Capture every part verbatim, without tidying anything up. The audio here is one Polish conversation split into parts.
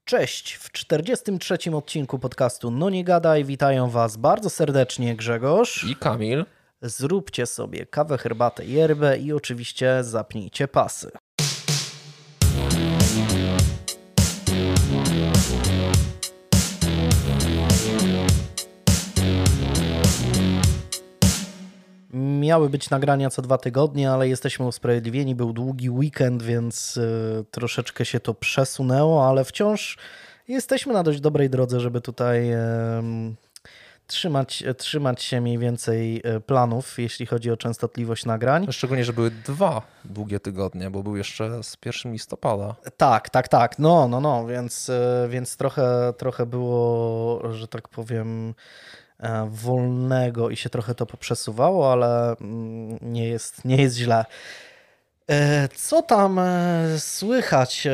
Cześć, w czterdziestym trzecim odcinku podcastu No Nie Gadaj witają Was bardzo serdecznie Grzegorz i Kamil. Zróbcie sobie kawę, herbatę, yerbę i oczywiście zapnijcie pasy. Miały być nagrania co dwa tygodnie, ale jesteśmy usprawiedliwieni. Był długi weekend, więc y, troszeczkę się to przesunęło, ale wciąż jesteśmy na dość dobrej drodze, żeby tutaj y, trzymać, trzymać się mniej więcej planów, jeśli chodzi o częstotliwość nagrań. Szczególnie, że były dwa długie tygodnie, bo był jeszcze z pierwszego listopada. Tak, tak, tak. No, no, no, więc, więc trochę, trochę było, że tak powiem, wolnego i się trochę to poprzesuwało, ale nie jest, nie jest źle. Co tam słychać?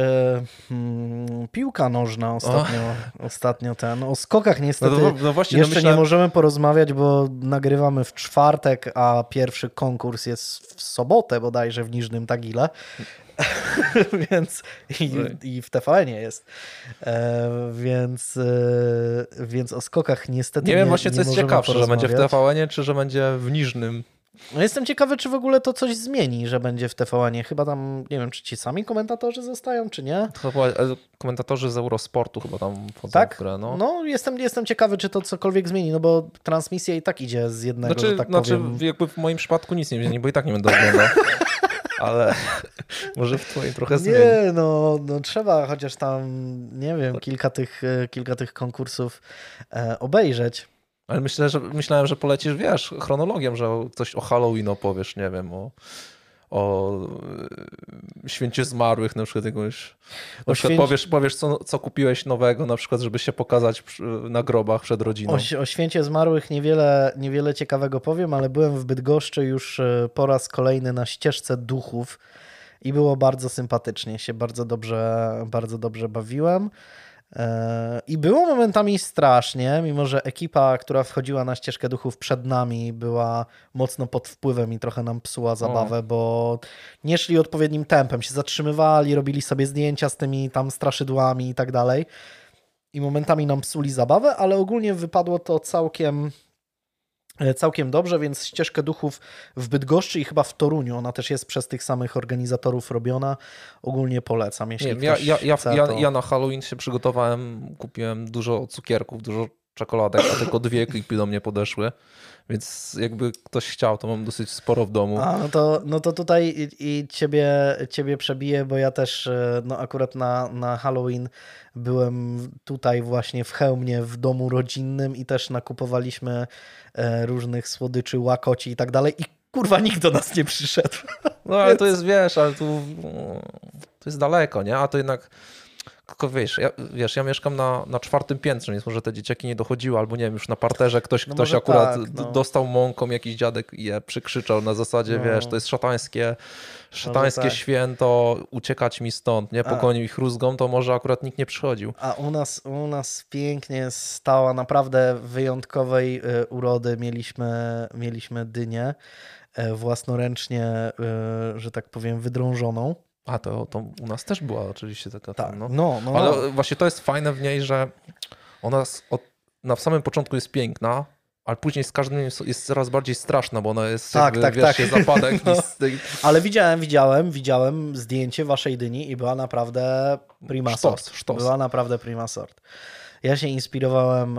Piłka nożna ostatnio, ostatnio ten. O skokach niestety no to, no właśnie, jeszcze no myślałem... nie możemy porozmawiać, bo nagrywamy w czwartek, a pierwszy konkurs jest w sobotę bodajże w Niżnym Tagile. więc i, i w T V N-ie jest. E, więc, e, więc o skokach niestety nie Nie wiem nie, właśnie, nie co jest ciekawsze, że będzie w T V N-ie, czy że będzie w Niżnym. No jestem ciekawy, czy w ogóle to coś zmieni, że będzie w T V N-ie. Chyba tam, nie wiem, czy ci sami komentatorzy zostają, czy nie? To chyba komentatorzy z Eurosportu chyba tam wchodzą tak? w grę. No, no jestem, jestem ciekawy, czy to cokolwiek zmieni, no bo transmisja i tak idzie z jednego, znaczy, że tak znaczy, powiem. jakby w moim przypadku nic nie zmieni, bo i tak nie będę oglądał. Ale może w twoim trochę zmieni. Nie, no, no trzeba chociaż tam, nie wiem, kilka tych, kilka tych konkursów e, obejrzeć. Ale myślę, że, myślałem, że polecisz, wiesz, chronologią, że coś o Halloween opowiesz, nie wiem, o, o święcie zmarłych, na przykład jakąś, na przykład święci... powiesz, powiesz co, co kupiłeś nowego, na przykład, żeby się pokazać na grobach przed rodziną. O, o święcie zmarłych niewiele, niewiele ciekawego powiem, ale byłem w Bydgoszczy już po raz kolejny na ścieżce duchów i było bardzo sympatycznie, się bardzo dobrze, bardzo dobrze bawiłem. I było momentami strasznie, mimo że ekipa, która wchodziła na ścieżkę duchów przed nami, była mocno pod wpływem i trochę nam psuła zabawę, o. bo nie szli odpowiednim tempem, się zatrzymywali, robili sobie zdjęcia z tymi tam straszydłami i tak dalej. I momentami nam psuli zabawę, ale ogólnie wypadło to całkiem... Całkiem dobrze, więc ścieżkę duchów w Bydgoszczy i chyba w Toruniu, ona też jest przez tych samych organizatorów robiona. Ogólnie polecam, jeśli Nie, ktoś ja, ja, chce, ja, to... ja na Halloween się przygotowałem, kupiłem dużo cukierków, dużo czekoladek, a tylko dwie klipy do mnie podeszły, więc jakby ktoś chciał, to mam dosyć sporo w domu. A, no to, no to tutaj i, i ciebie, ciebie przebiję, bo ja też no akurat na, na Halloween byłem tutaj właśnie w Chełmie w domu rodzinnym i też nakupowaliśmy różnych słodyczy, łakoci i tak dalej i kurwa nikt do nas nie przyszedł. No ale to jest, wiesz, ale tu to jest daleko, nie? A to jednak tylko wiesz, ja, wiesz, ja mieszkam na, na czwartym piętrze, więc może te dzieciaki nie dochodziły, albo nie wiem, już na parterze ktoś, no ktoś akurat tak, no. dostał mąką, jakiś dziadek je przykrzyczał na zasadzie, no. wiesz, to jest szatańskie, szatańskie tak. święto, uciekać mi stąd, nie, pogonił ich rózgą, to może akurat nikt nie przychodził. A u nas, u nas pięknie stała, naprawdę wyjątkowej urody, mieliśmy, mieliśmy dynię własnoręcznie, że tak powiem, wydrążoną. A to, to u nas też była oczywiście taka tak, tam, no. No, no, Ale no. właśnie to jest fajne w niej, że ona od, na samym początku jest piękna, ale później z każdym jest, jest coraz bardziej straszna, bo ona jest tak, jakby, tak, wiesz, tak. się zapadek. No. I... Ale widziałem, widziałem, widziałem zdjęcie waszej dyni i była naprawdę prima sztos, sort. Sztos. Była naprawdę prima sort. Ja się inspirowałem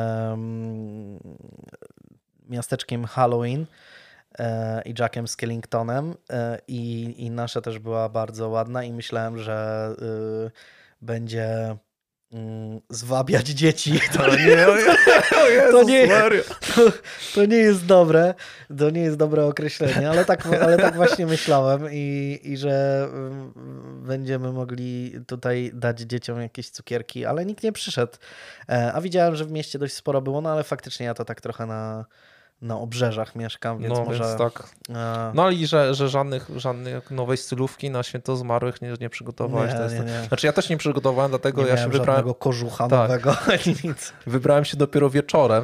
um, miasteczkiem Halloween i Jackiem Skellingtonem i, i nasza też była bardzo ładna i myślałem, że y, będzie y, zwabiać dzieci. To nie, to, nie, to, to nie jest dobre, to nie jest dobre określenie, ale tak, ale tak właśnie myślałem i, i że y, będziemy mogli tutaj dać dzieciom jakieś cukierki, ale nikt nie przyszedł. A widziałem, że w mieście dość sporo było, no ale faktycznie ja to tak trochę na na obrzeżach mieszkam, więc no, może... Więc tak. No i że, że żadnych, żadnych nowej stylówki na święto zmarłych nie, nie przygotowałeś. Nie, to jest nie, nie. Znaczy ja też nie przygotowałem, dlatego nie ja się wybrałem... żadnego kożucha tak. nowego, ani nic. Wybrałem się dopiero wieczorem,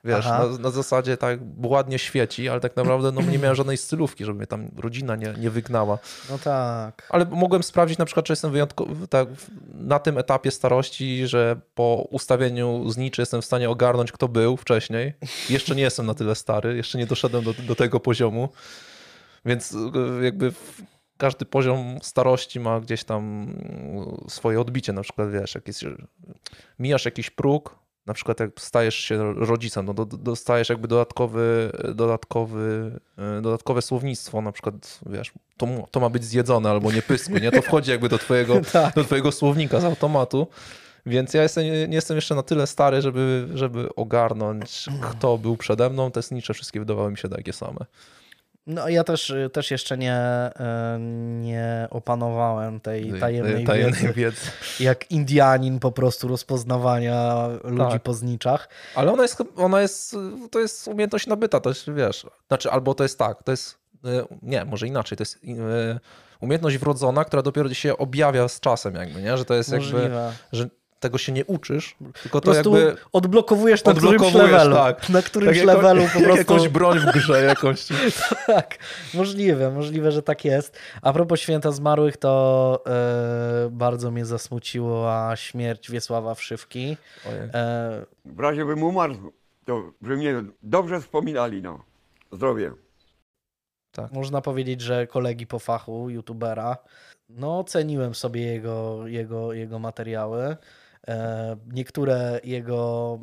Wiesz, na, na zasadzie tak ładnie świeci, ale tak naprawdę no, nie miałem żadnej stylówki, żeby mnie tam rodzina nie, nie wygnała. No tak. Ale mogłem sprawdzić na przykład, czy jestem wyjątkowy tak, na tym etapie starości, że po ustawieniu zniczy jestem w stanie ogarnąć, kto był wcześniej. Jeszcze nie jestem na tyle stary, jeszcze nie doszedłem do, do tego poziomu, więc jakby każdy poziom starości ma gdzieś tam swoje odbicie, na przykład wiesz, jak jest, mijasz jakiś próg, na przykład jak stajesz się rodzicem, no do, dostajesz jakby dodatkowy, dodatkowy, dodatkowe słownictwo, na przykład wiesz, to, to ma być zjedzone albo nie pysku, nie? To wchodzi jakby do twojego, tak. do twojego słownika z automatu, więc ja jestem, nie jestem jeszcze na tyle stary, żeby, żeby ogarnąć, kto był przede mną, te znicze wszystkie wydawały mi się takie same. No ja też, też jeszcze nie, nie opanowałem tej tajemnej, tajemnej wiedzy, wiedzy. Jak Indianin po prostu rozpoznawania ludzi tak. po zniczach. Ale ona jest, ona jest, to jest umiejętność nabyta, to jest, wiesz, znaczy albo to jest tak, to jest, nie, może inaczej, to jest umiejętność wrodzona, która dopiero się objawia z czasem jakby, nie, że to jest Możliwe. jakby, że tego się nie uczysz, tylko to jakby... odblokowujesz na którymś levelu. Tak. Na którymś tak levelu jako, po prostu... jakąś broń w grze jakoś. Tak, możliwe, możliwe, że tak jest. A propos Święta Zmarłych, to e, bardzo mnie zasmuciła śmierć Wiesława Wszywki. E, w razie bym umarł, to by mnie dobrze wspominali, no. Zdrowie. Tak. Można powiedzieć, że kolegi po fachu, youtubera, no ceniłem sobie jego, jego, jego materiały. Niektóre jego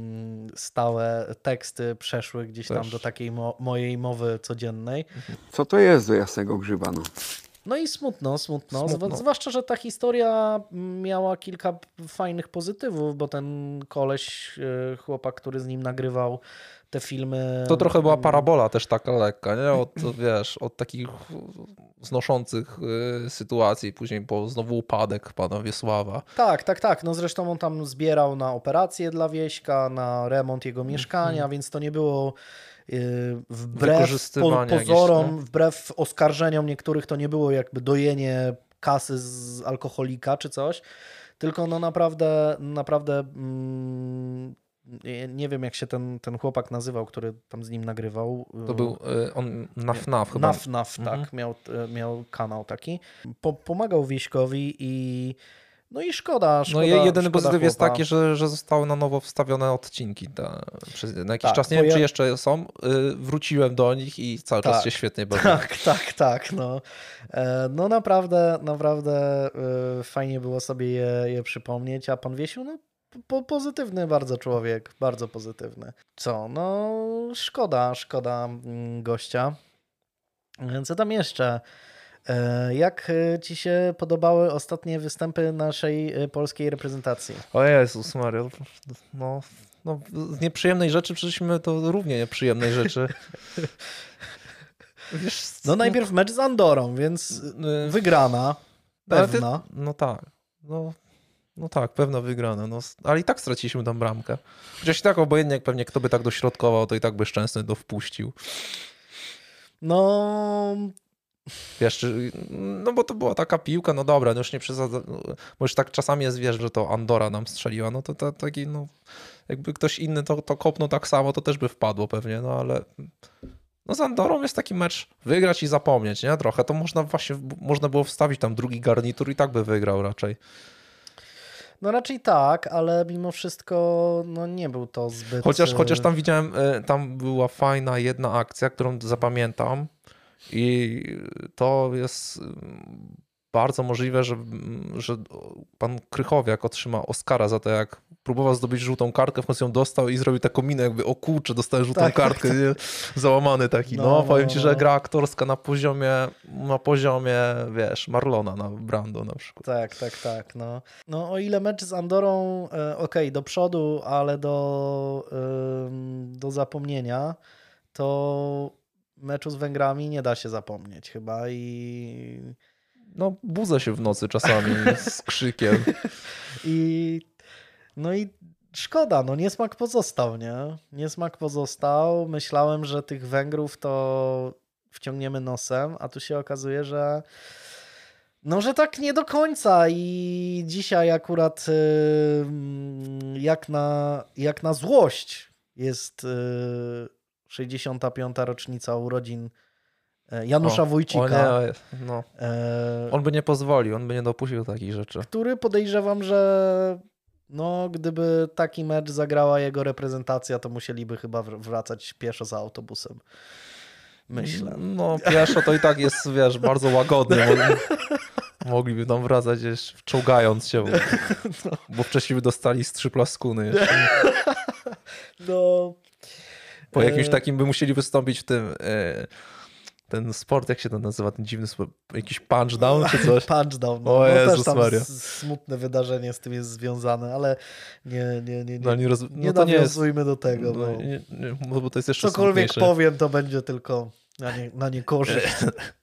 stałe teksty przeszły gdzieś Też. tam do takiej mo mojej mowy codziennej. Co to jest do jasnego grzyba? No, no i smutno, smutno, smutno. Zwłaszcza, że ta historia miała kilka fajnych pozytywów, bo ten koleś, chłopak, który z nim nagrywał te filmy... To trochę była parabola też taka lekka, nie? Od, wiesz, od takich znoszących y, sytuacji, później po znowu upadek pana Wiesława. Tak, tak, tak. No zresztą on tam zbierał na operację dla Wieśka, na remont jego mieszkania, mm. więc to nie było y, wbrew po, pozorom, jakieś, wbrew oskarżeniom niektórych, to nie było jakby dojenie kasy z alkoholika czy coś, tylko no naprawdę, naprawdę... Mm, nie wiem, jak się ten, ten chłopak nazywał, który tam z nim nagrywał. To był on Naf Naf chyba. Naf Naf, mhm. tak. Miał, miał kanał taki. Po, pomagał Wieśkowi i no i szkoda, szkoda. No i jedyny szkoda pozytyw chłopa. jest taki, że, że zostały na nowo wstawione odcinki. Ta, przez, na jakiś tak, czas, nie wiem, ja... czy jeszcze są. Wróciłem do nich i cały tak, czas się świetnie bawię. Tak, tak, tak. No, no naprawdę, naprawdę fajnie było sobie je, je przypomnieć, a pan Wiesiu, no Po, pozytywny bardzo człowiek, bardzo pozytywny. Co? No szkoda, szkoda gościa. Co tam jeszcze? Jak ci się podobały ostatnie występy naszej polskiej reprezentacji? O Jezus Maria, no, no z nieprzyjemnej rzeczy przeszliśmy to równie nieprzyjemnej rzeczy. Wiesz, no najpierw mecz z Andorą, więc wygrana, pewna. Ty, no tak, no... No tak, pewna wygrana, no, ale i tak straciliśmy tam bramkę. Chociaż i tak obojętnie, jak pewnie kto by tak dośrodkował, to i tak by Szczęsny to wpuścił. No... Wiesz, czy, no bo to była taka piłka, no dobra, no już nie przesadzę, no, bo już tak czasami jest, wiesz, że to Andora nam strzeliła, no to, to taki, no jakby ktoś inny to, to kopnął tak samo, to też by wpadło pewnie, no ale... No z Andorą jest taki mecz wygrać i zapomnieć, nie? Trochę, to można właśnie, można było wstawić tam drugi garnitur i tak by wygrał raczej. No raczej tak, ale mimo wszystko no nie był to zbyt... Chociaż, chociaż tam widziałem, tam była fajna jedna akcja, którą zapamiętam i to jest bardzo możliwe, że, że pan Krychowiak otrzyma Oscara za to, jak próbował zdobyć żółtą kartkę, w końcu ją dostał i zrobił taką minę jakby, o kurczę, dostałem żółtą tak, kartkę, tak, tak. Załamany taki. No, no powiem ci, że gra aktorska na poziomie, na poziomie, wiesz, Marlona na Brando na przykład. Tak, tak, tak. No, no o ile mecz z Andorą, okej, okay, do przodu, ale do, do zapomnienia, to meczu z Węgrami nie da się zapomnieć chyba i... No budzę się w nocy czasami z krzykiem. I no i szkoda, no niesmak pozostał, nie? Niesmak pozostał. Myślałem, że tych Węgrów to wciągniemy nosem, a tu się okazuje, że no, że tak nie do końca i dzisiaj akurat jak na, jak na złość jest yy, sześćdziesiąta piąta rocznica urodzin Janusza o, Wójcika. O nie, no. e, On by nie pozwolił, on by nie dopuścił takich rzeczy. Który podejrzewam, że no, gdyby taki mecz zagrała jego reprezentacja, to musieliby chyba wracać pieszo za autobusem. Myślę. No pieszo to i tak jest, wiesz, bardzo łagodnie. Mogliby tam wracać gdzieś czołgając się, bo, no. bo wcześniej by dostali z trzy plaskuny jeszcze. No. Po jakimś takim by musieli wystąpić w tym... E, ten sport, jak się to nazywa, ten dziwny sport, jakiś punchdown czy coś? Punchdown, no, o no Jezus też tam Maria. Smutne wydarzenie z tym jest związane, ale nie, nie, nie, nie, no, nie, roz... nie no to nawiązujmy nie jest... do tego. No, bo nie, nie, bo to jest jeszcze cokolwiek smutniejsze. powiem, to będzie tylko na, nie, na niekorzyść.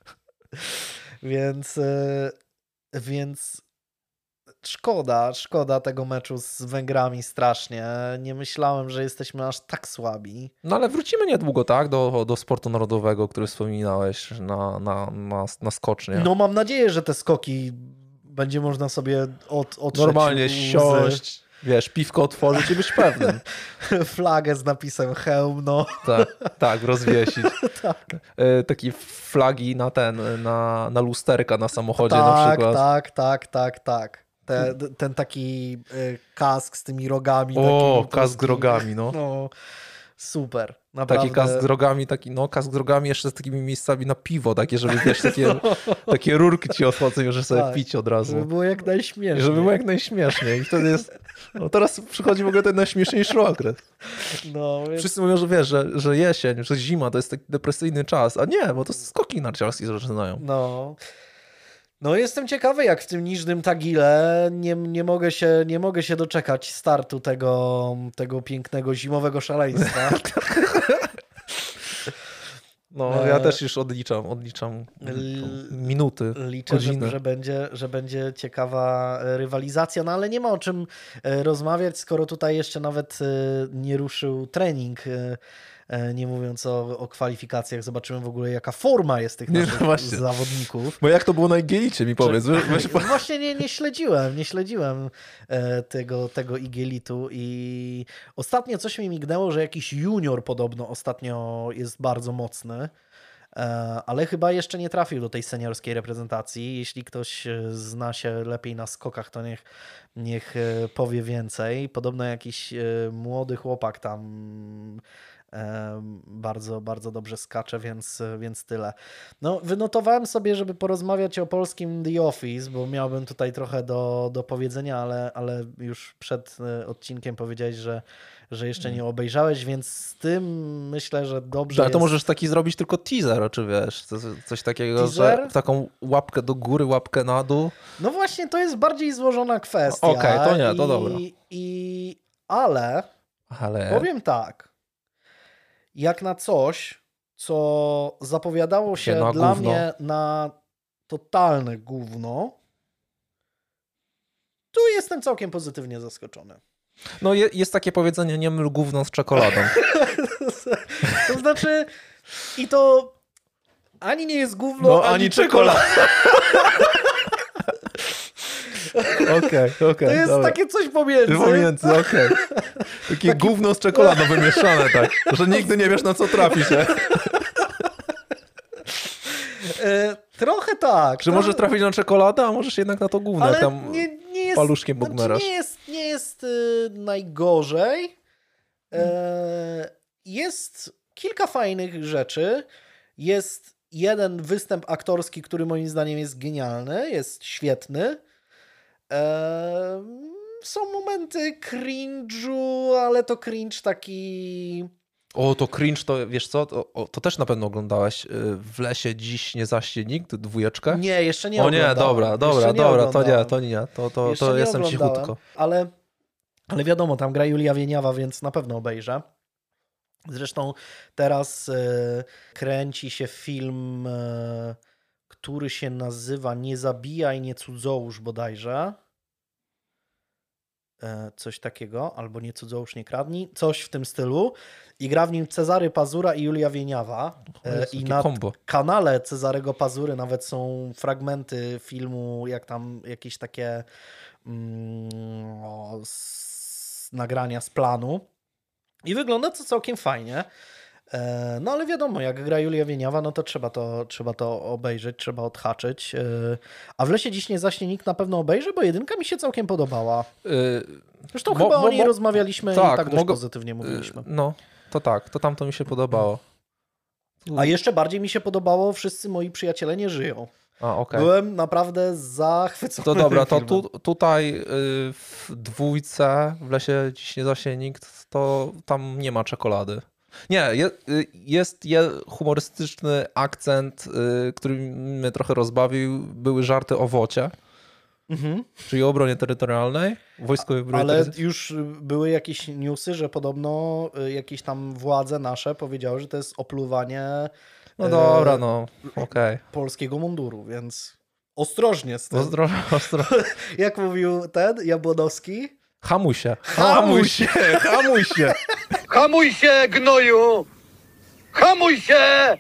więc, yy, więc szkoda, szkoda tego meczu z Węgrami strasznie. Nie myślałem, że jesteśmy aż tak słabi. No ale wrócimy niedługo, tak? Do, do sportu narodowego, który wspominałeś na, na, na, na skocznie. No mam nadzieję, że te skoki będzie można sobie od, otrzeć normalnie łzy. siąść, wiesz, piwko otworzyć i być pewnym. Flagę z napisem hełm, no. Tak, tak rozwiesić. tak. E, takie flagi na ten, na, na lusterka na samochodzie tak, na przykład. Tak, tak, tak, tak. Te, ten taki y, kask z tymi rogami. O, kask z rogami, no. no. Super, naprawdę. Taki kask z rogami, taki, no kask z rogami jeszcze z takimi miejscami na piwo, takie, żeby wiesz, takie, no. takie rurki ci odchodzą, że sobie tak, pić od razu. Żeby było jak najśmieszniej. Żeby było jak najśmieszniej. I wtedy jest, no teraz przychodzi w ogóle ten najśmieszniejszy okres. No, więc... Wszyscy mówią, że wiesz, że, że jesień, że zima to jest taki depresyjny czas, a nie, bo to skoki narciarskie zaczynają. No. No jestem ciekawy, jak w tym niżnym Tagile. Nie, nie, mogę, się, nie mogę się doczekać startu tego, tego pięknego zimowego szaleństwa. No ja też już odliczam, odliczam minuty, Liczę, godziny. Że, że, będzie, że będzie ciekawa rywalizacja, no ale nie ma o czym rozmawiać, skoro tutaj jeszcze nawet nie ruszył trening. Nie mówiąc o, o kwalifikacjach, zobaczymy w ogóle, jaka forma jest tych naszych no zawodników. Bo jak to było na Igielicie, mi powiedz. Czy, właśnie nie, nie śledziłem, nie śledziłem tego, tego Igielitu i ostatnio coś mi mignęło, że jakiś junior podobno ostatnio jest bardzo mocny, ale chyba jeszcze nie trafił do tej seniorskiej reprezentacji. Jeśli ktoś zna się lepiej na skokach, to niech, niech powie więcej. Podobno jakiś młody chłopak tam bardzo, bardzo dobrze skacze, więc, więc tyle. No, wynotowałem sobie, żeby porozmawiać o polskim The Office, bo miałbym tutaj trochę do, do powiedzenia, ale, ale już przed odcinkiem powiedziałeś, że, że jeszcze nie obejrzałeś, więc z tym myślę, że dobrze Ale to jest... możesz taki zrobić tylko teaser, czy wiesz, coś takiego, teaser? że taką łapkę do góry, łapkę na dół. No właśnie, to jest bardziej złożona kwestia. Okej, okay, to nie, to i, dobra. I, ale, ale powiem tak, jak na coś, co zapowiadało się na dla gówno. mnie na totalne gówno, tu jestem całkiem pozytywnie zaskoczony. No je, jest takie powiedzenie, nie myl gówno z czekoladą. To znaczy, i to ani nie jest gówno, no, ani, ani czekolada. Okej, okej. Okay, to jest dobra. takie coś pomiędzy. Pomiędzy, okej. Okay. Takie Taki... gówno z czekoladą wymieszane, tak. Że nigdy nie wiesz, na co trafisz. Nie? E, trochę tak. Czy to... możesz trafić na czekoladę, a możesz jednak na to gówno, ale jak tam nie, nie jest, paluszkiem znaczy bugmerasz. nie jest, nie jest y, najgorzej. E, jest kilka fajnych rzeczy. Jest jeden występ aktorski, który moim zdaniem jest genialny, jest świetny. E, są momenty cringe'u, ale to cringe taki... O, to cringe, to wiesz co, to, o, to też na pewno oglądałeś W lesie dziś nie zaśnie nikt, dwójeczkę? Nie, jeszcze nie O oglądałem. nie, dobra, dobra, nie dobra, to oglądałem. nie, to nie, to, to, Jeszcze to nie jestem oglądałem, cichutko. Ale, ale wiadomo, tam gra Julia Wieniawa, więc na pewno obejrzę. Zresztą teraz e, kręci się film, e, który się nazywa Nie zabijaj, nie cudzołóż bodajże. E, coś takiego, albo Nie cudzołóż, nie kradnij. Coś w tym stylu. I gra w nim Cezary Pazura i Julia Wieniawa. E, Jezu, I na kombo. kanale Cezarego Pazury nawet są fragmenty filmu, jak tam jakieś takie mm, o, z, nagrania z planu. I wygląda to całkiem fajnie. No ale wiadomo, jak gra Julia Wieniawa, no to trzeba to, trzeba to obejrzeć, trzeba odhaczyć. A w Lesie dziś nie zaśnie nikt na pewno obejrzy, bo jedynka mi się całkiem podobała. Zresztą mo, chyba mo, o niej mo, rozmawialiśmy tak, i tak dość mogę, pozytywnie mówiliśmy. No, to tak, to tamto mi się podobało. A jeszcze bardziej mi się podobało Wszyscy moi przyjaciele nie żyją. A, okay. Byłem naprawdę zachwycony. To dobra, to tu, tutaj w dwójce w Lesie dziś nie zaśnie nikt, to tam nie ma czekolady. Nie, jest, jest humorystyczny akcent, który mnie trochę rozbawił. Były żarty o wocie, mhm. czyli o obronie terytorialnej, wojskowej obronie Ale terytorialnej. już były jakieś newsy, że podobno jakieś tam władze nasze powiedziały, że to jest opluwanie no dobra, e, no okej. Okay. polskiego munduru, więc ostrożnie z tym. Ostro, ostro. Jak mówił ten Jabłonowski? Hamuj się, hamuj się, hamuj się. Hamuj się, gnoju! Hamuj się!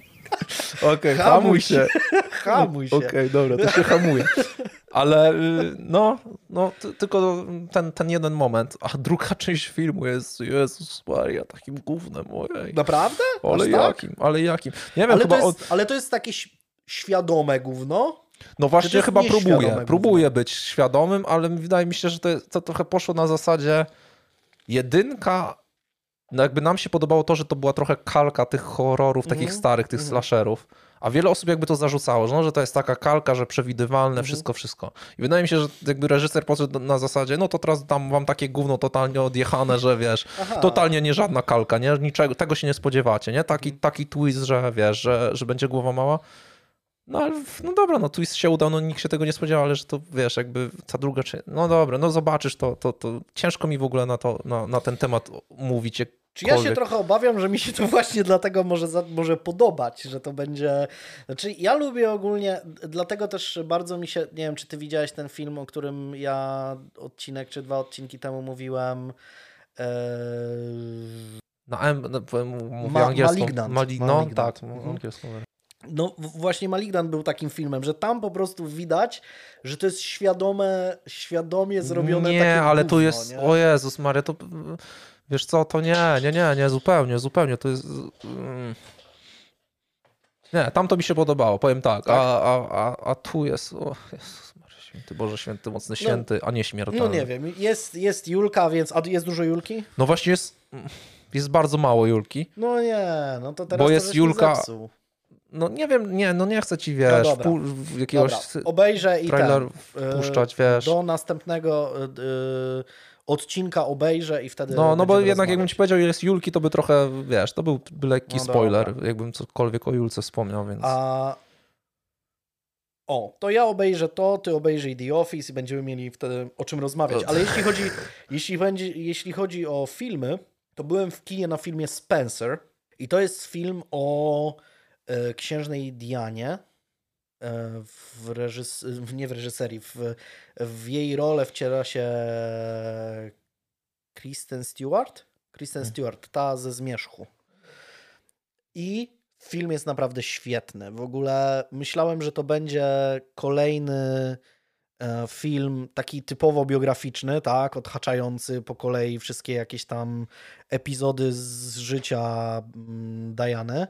Okej, okay, hamuj się. Hamuj się. Okej, okay, dobra, to się hamuje. Ale no, no t- tylko ten, ten jeden moment, a druga część filmu jest, Jezus Maria, takim gównem, ojej. Naprawdę? Ale Aż jakim, tak? ale jakim. Nie wiem, ale, chyba to jest, od... ale to jest takie świadome gówno? No właśnie chyba próbuję, gówno? próbuję być świadomym, ale wydaje mi się, że to, to trochę poszło na zasadzie jedynka, no jakby nam się podobało to, że to była trochę kalka tych horrorów, mm-hmm. takich starych, tych mm-hmm. slasherów, a wiele osób jakby to zarzucało, że, no, że to jest taka kalka, że przewidywalne, mm-hmm. wszystko, wszystko. I wydaje mi się, że jakby reżyser poszedł na zasadzie, no to teraz dam wam takie gówno totalnie odjechane, że wiesz, Aha. totalnie nie żadna kalka, nie? Niczego, tego się nie spodziewacie, nie? Taki, taki twist, że wiesz, że, że będzie głowa mała. No ale, no dobra, no twist się udał, no nikt się tego nie spodziewał, ale że to, wiesz, jakby ta druga część, no dobra, no zobaczysz, to, to, to ciężko mi w ogóle na, to, na, na ten temat mówić. Czy ja się trochę obawiam, że mi się to właśnie dlatego może, za, może podobać, że to będzie... Znaczy ja lubię ogólnie, dlatego też bardzo mi się, nie wiem, czy ty widziałeś ten film, o którym ja odcinek czy dwa odcinki temu mówiłem. Ee... Na M, no, mówię Ma, angielską. Malignant. Mali, no Malignant. tak, mhm. angielską. No właśnie Malignant był takim filmem, że tam po prostu widać, że to jest świadome, świadomie zrobione nie, takie ale gówno, tu jest, nie? o Jezus Maria, to wiesz co, to nie, nie, nie, nie, zupełnie, zupełnie, to jest... Nie, tam to mi się podobało, powiem tak, tak? A, a, a, a tu jest, o Jezus Maria, święty Boże, święty, mocny, święty, no, a nie śmiertelny. No nie wiem, jest, jest Julka, więc, a jest dużo Julki? No właśnie jest, jest bardzo mało Julki. No nie, no to teraz bo jest to Julka. Zepsuł. No nie wiem, nie, no nie chcę ci, wiesz, no pół, jakiegoś dobra. Obejrzę i trailer ten, puszczać, wiesz. Do następnego yy, odcinka obejrzę i wtedy No, no bo jednak rozmawiać. jakbym ci powiedział, jest Julki, to by trochę, wiesz, to był by lekki no spoiler, dobra. jakbym cokolwiek o Julce wspomniał, więc... A... O, to ja obejrzę to, ty obejrzyj The Office i będziemy mieli wtedy o czym rozmawiać. Ale jeśli chodzi, jeśli będzie, jeśli chodzi o filmy, to byłem w kinie na filmie Spencer i to jest film o e, księżnej Dianie e, w reżys... nie w reżyserii, w, w jej rolę wciela się Kristen Stewart? Kristen Stewart, ta ze Zmierzchu. I film jest naprawdę świetny. W ogóle myślałem, że to będzie kolejny film taki typowo biograficzny, tak, odhaczający po kolei wszystkie jakieś tam epizody z życia Diany,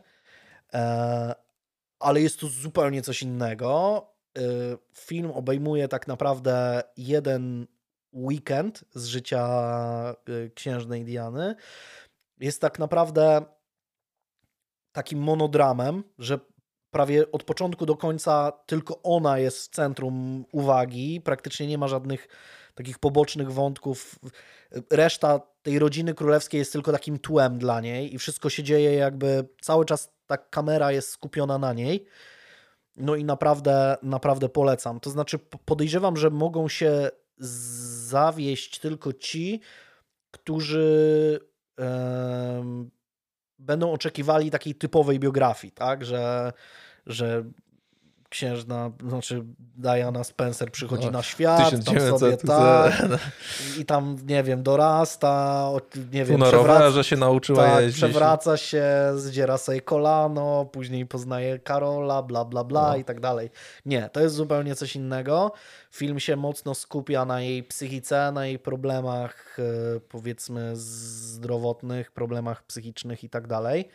ale jest to zupełnie coś innego. Film obejmuje tak naprawdę jeden weekend z życia księżnej Diany. Jest tak naprawdę takim monodramem, że prawie od początku do końca tylko ona jest w centrum uwagi, praktycznie nie ma żadnych takich pobocznych wątków. Reszta tej rodziny królewskiej jest tylko takim tłem dla niej i wszystko się dzieje jakby cały czas ta kamera jest skupiona na niej. No i naprawdę, naprawdę polecam. To znaczy podejrzewam, że mogą się zawieść tylko ci, którzy um, będą oczekiwali takiej typowej biografii, tak, że, że księżna, znaczy Diana Spencer przychodzi No, na świat, tysiąc tam dziewięćset sobie tak, i tam, nie wiem, dorasta, nie Tu wiem, na przewraca, rowerze się nauczyła tak, jeździć. przewraca się, zdziera sobie kolano, później poznaje Karola, bla, bla, bla No. i tak dalej. Nie, to jest zupełnie coś innego. Film się mocno skupia na jej psychice, na jej problemach, e, powiedzmy, zdrowotnych, problemach psychicznych i tak dalej.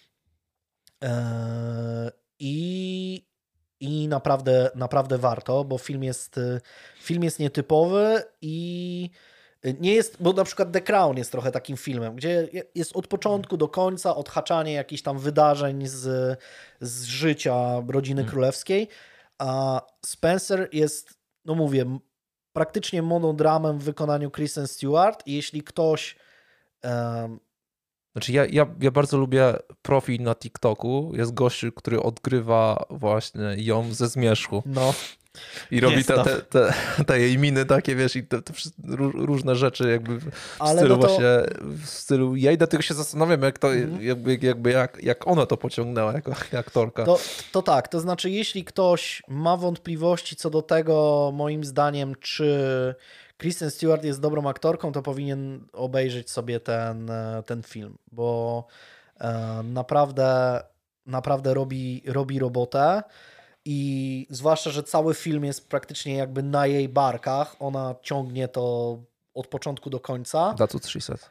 E, I I naprawdę, naprawdę warto, bo film jest, film jest nietypowy i nie jest, bo na przykład The Crown jest trochę takim filmem, gdzie jest od początku do końca odhaczanie jakichś tam wydarzeń z, z życia rodziny Hmm. królewskiej, a Spencer jest, no mówię, praktycznie monodramem w wykonaniu Kristen Stewart i jeśli ktoś um, Znaczy ja, ja, ja bardzo lubię profil na TikToku. Jest gościu, który odgrywa właśnie ją ze zmierzchu. no I robi Jest te, to. te, te, te jej miny takie, wiesz, i te, te wszy- ró- różne rzeczy jakby w Ale stylu no to- właśnie, w stylu, ja i dlatego się zastanawiam, jak to, Mhm. jakby, jakby jak, jak ona to pociągnęła jako jak aktorka. To, to tak, to znaczy jeśli ktoś ma wątpliwości co do tego, moim zdaniem, czy Kristen Stewart jest dobrą aktorką, to powinien obejrzeć sobie ten, e, ten film, bo e, naprawdę, naprawdę robi, robi robotę i zwłaszcza, że cały film jest praktycznie jakby na jej barkach, ona ciągnie to od początku do końca. That's what she said.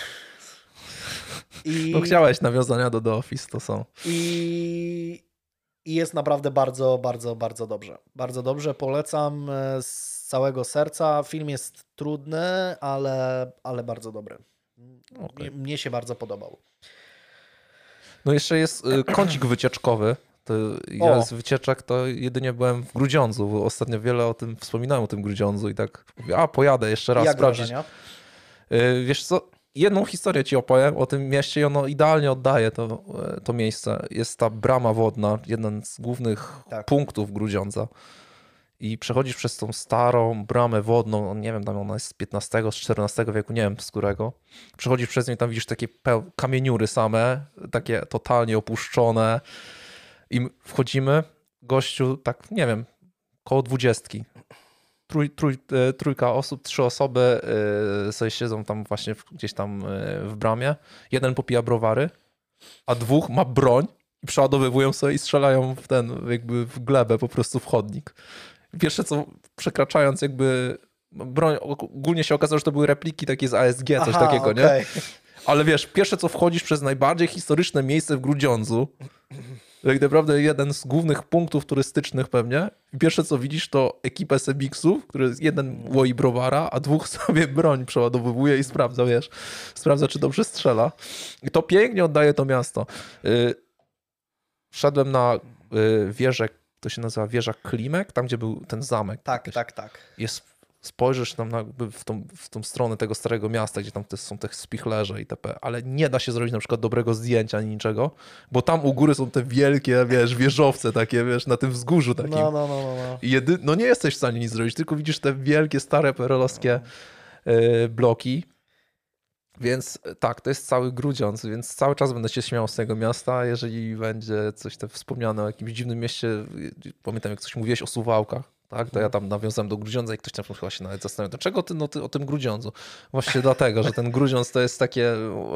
I... No chciałeś nawiązania do The Office, to są. I, I jest naprawdę bardzo, bardzo, bardzo dobrze. Bardzo dobrze, polecam e, z całego serca. Film jest trudny, ale, ale bardzo dobry. Okay. Mnie, mnie się bardzo podobał. No jeszcze jest y, kącik wycieczkowy. To ja O. z wycieczek to jedynie byłem w Grudziądzu, bo ostatnio wiele o tym wspominałem, o tym Grudziądzu i tak mówię, a pojadę jeszcze raz Jak sprawdzić. wrażenia? Y, Wiesz co, jedną historię ci opowiem o tym mieście i ono idealnie oddaje to, to miejsce. Jest ta brama wodna, jeden z głównych Tak. punktów Grudziądza. I przechodzisz przez tą starą bramę wodną, nie wiem, tam ona jest z piętnastego, z czternastego wieku, nie wiem z którego. Przechodzisz przez nią i tam widzisz takie peł- kamieniury same, takie totalnie opuszczone. I wchodzimy, gościu, tak, nie wiem, koło dwudziestki. Trój, trój, e, trójka osób, trzy osoby yy, sobie siedzą tam właśnie w, gdzieś tam yy, w bramie. Jeden popija browary, a dwóch ma broń i przeładowywują sobie i strzelają w ten, jakby w glebę, po prostu w chodnik. Pierwsze co, przekraczając jakby broń, ogólnie się okazało, że to były repliki takie z A S G, coś Aha, takiego, nie? okej. Ale wiesz, pierwsze co wchodzisz przez najbardziej historyczne miejsce w Grudziądzu, tak naprawdę jeden z głównych punktów turystycznych pewnie, i pierwsze co widzisz to ekipę Sebiksów, który jeden łoi browara, a dwóch sobie broń przeładowuje i sprawdza, wiesz, sprawdza czy dobrze strzela. I to pięknie oddaje to miasto. Yy, Wszedłem na yy, wieżę, to się nazywa wieża Klimek, tam gdzie był ten zamek. Tak, tak, tak. Jest, spojrzysz tam na, jakby w, tą, w tą stronę tego starego miasta, gdzie tam te, są te spichlerze itp., ale nie da się zrobić na przykład dobrego zdjęcia ani niczego, bo tam u góry są te wielkie, wiesz, wieżowce takie, wiesz, na tym wzgórzu takim. No, no, no, no. no. I jedy... No nie jesteś w stanie nic zrobić, tylko widzisz te wielkie, stare, perelowskie yy, bloki. Więc tak, to jest cały Grudziądz, więc cały czas będę się śmiał z tego miasta, jeżeli będzie coś tam wspomniane o jakimś dziwnym mieście. Pamiętam, jak coś mówiłeś o Suwałkach, tak? To ja tam nawiązałem do Grudziądza i ktoś tam chyba się nawet zastanawiał, dlaczego ty, no, ty o tym Grudziądzu? Właśnie dlatego, że ten Grudziądz to jest takie,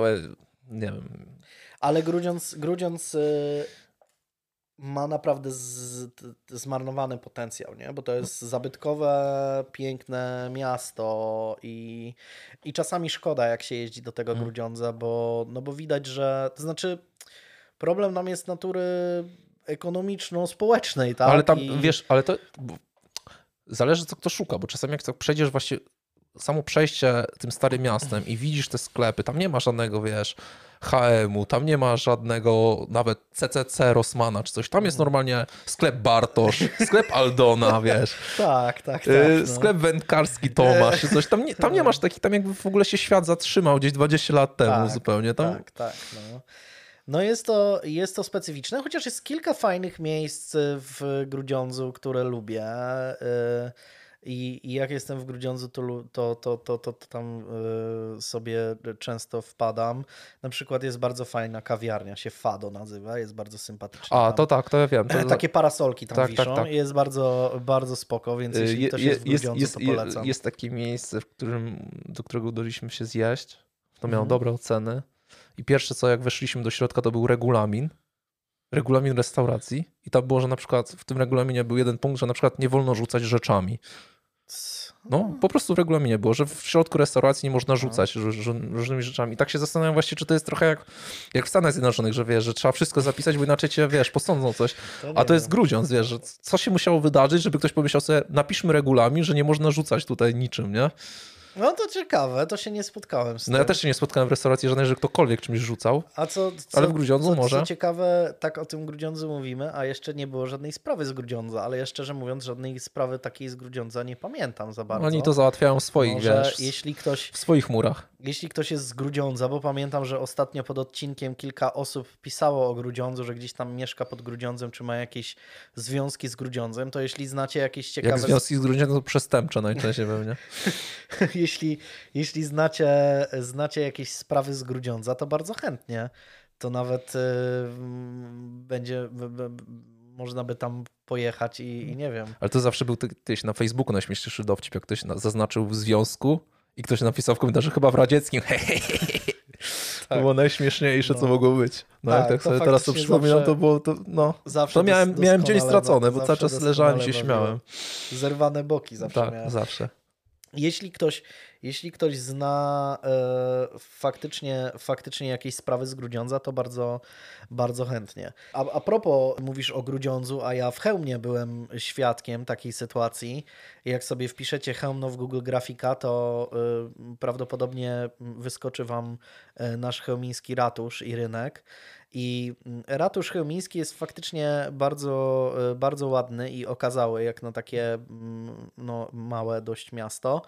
nie wiem. Ale Grudziądz, Grudziądz y, ma naprawdę z, t- zmarnowany potencjał, nie? Bo to jest zabytkowe, piękne miasto i, i czasami szkoda, jak się jeździ do tego Mm. Grudziądza, bo, no bo widać, że to znaczy problem nam jest natury ekonomiczno-społecznej, tak? Ale tam, I, wiesz, ale to bo zależy, co kto szuka, bo czasami jak tak przejdziesz właśnie samo przejście tym starym miastem i widzisz te sklepy, tam nie ma żadnego, wiesz, H and M-u, tam nie ma żadnego nawet C C C Rossmana czy coś, tam jest normalnie sklep Bartosz, sklep Aldona, wiesz, Tak, tak, tak. yy, no. sklep wędkarski Tomasz czy coś, tam nie, tam nie masz takich, tam jakby w ogóle się świat zatrzymał gdzieś dwadzieścia lat temu Tak, zupełnie, tam Tak, tak. No, no jest, to, jest to specyficzne, chociaż jest kilka fajnych miejsc w Grudziądzu, które lubię. I, i jak jestem w Grudziądzu, to, lu- to, to, to, to, to tam y, sobie często wpadam. Na przykład jest bardzo fajna kawiarnia, się Fado nazywa, jest bardzo sympatyczna. A, tam. to tak, to ja wiem. To, Takie parasolki tam tak, wiszą tak, tak. i jest bardzo, bardzo spoko, więc jeśli Je- ktoś je- jest w Grudziądzu, jest, to je- polecam. jest takie miejsce, w którym, do którego udaliśmy się zjeść. To miało Mhm. dobre oceny. I pierwsze co, jak weszliśmy do środka, to był regulamin. Regulamin restauracji. I tam było, że na przykład w tym regulaminie był jeden punkt, że na przykład nie wolno rzucać rzeczami. No, po prostu w regulaminie było, że w środku restauracji nie można rzucać ró- ró- różnymi rzeczami. I tak się zastanawiam właśnie, czy to jest trochę jak, jak w Stanach Zjednoczonych, że wiesz, że trzeba wszystko zapisać, bo inaczej cię, wiesz, posądzą coś. To A nie to jest wiem. Grudziądz, wiesz, że co się musiało wydarzyć, żeby ktoś pomyślał sobie, napiszmy regulamin, że nie można rzucać tutaj niczym, nie? No to ciekawe, to się nie spotkałem z No tym. ja też się nie spotkałem w restauracji żadnej, że ktokolwiek czymś rzucał. A co, co, Ale w Grudziądzu co, może? Co ciekawe, tak o tym Grudziądzu mówimy, a jeszcze nie było żadnej sprawy z Grudziądza, ale ja szczerze mówiąc żadnej sprawy takiej z Grudziądza nie pamiętam za bardzo. Oni to załatwiają w swoich, Może wiesz, jeśli ktoś, w swoich murach. jeśli ktoś jest z Grudziądza, bo pamiętam, że ostatnio pod odcinkiem kilka osób pisało o Grudziądzu, że gdzieś tam mieszka pod Grudziądzem, czy ma jakieś związki z Grudziądzem, to jeśli znacie jakieś ciekawe... Jak związki z Grudziądzem to przestępcze najczęściej pewnie. jeśli, jeśli znacie, znacie jakieś sprawy z Grudziądza, to bardzo chętnie. To nawet y, mm, będzie, b, b, b, można by tam pojechać i, i nie wiem. Ale to zawsze był ty- kiedyś na Facebooku najśmieszniejszy dowcip, jak ktoś na- zaznaczył w związku i ktoś napisał w komentarzu chyba w radzieckim. To było najśmieszniejsze, co No. mogło być. No Tak, jak tak to sobie teraz to faktycznie przypominam, zawsze- to było to, no. Zawsze To miałem, dos- miałem dzień doskonale stracony, ba- bo cały zawsze czas leżałem i się doskonale śmiałem. bawiłem. Zerwane boki zawsze Tak, miałem. zawsze. Jeśli ktoś, jeśli ktoś zna e, faktycznie, faktycznie jakieś sprawy z Grudziądza, to bardzo, bardzo chętnie. A, a propos, mówisz o Grudziądzu, a ja w Chełmie byłem świadkiem takiej sytuacji. Jak sobie wpiszecie Chełmno w Google Grafika, to e, prawdopodobnie wyskoczy wam e, nasz chełmiński ratusz i rynek. I ratusz chełmiński jest faktycznie bardzo, bardzo ładny i okazały, jak na takie no, małe dość miasto.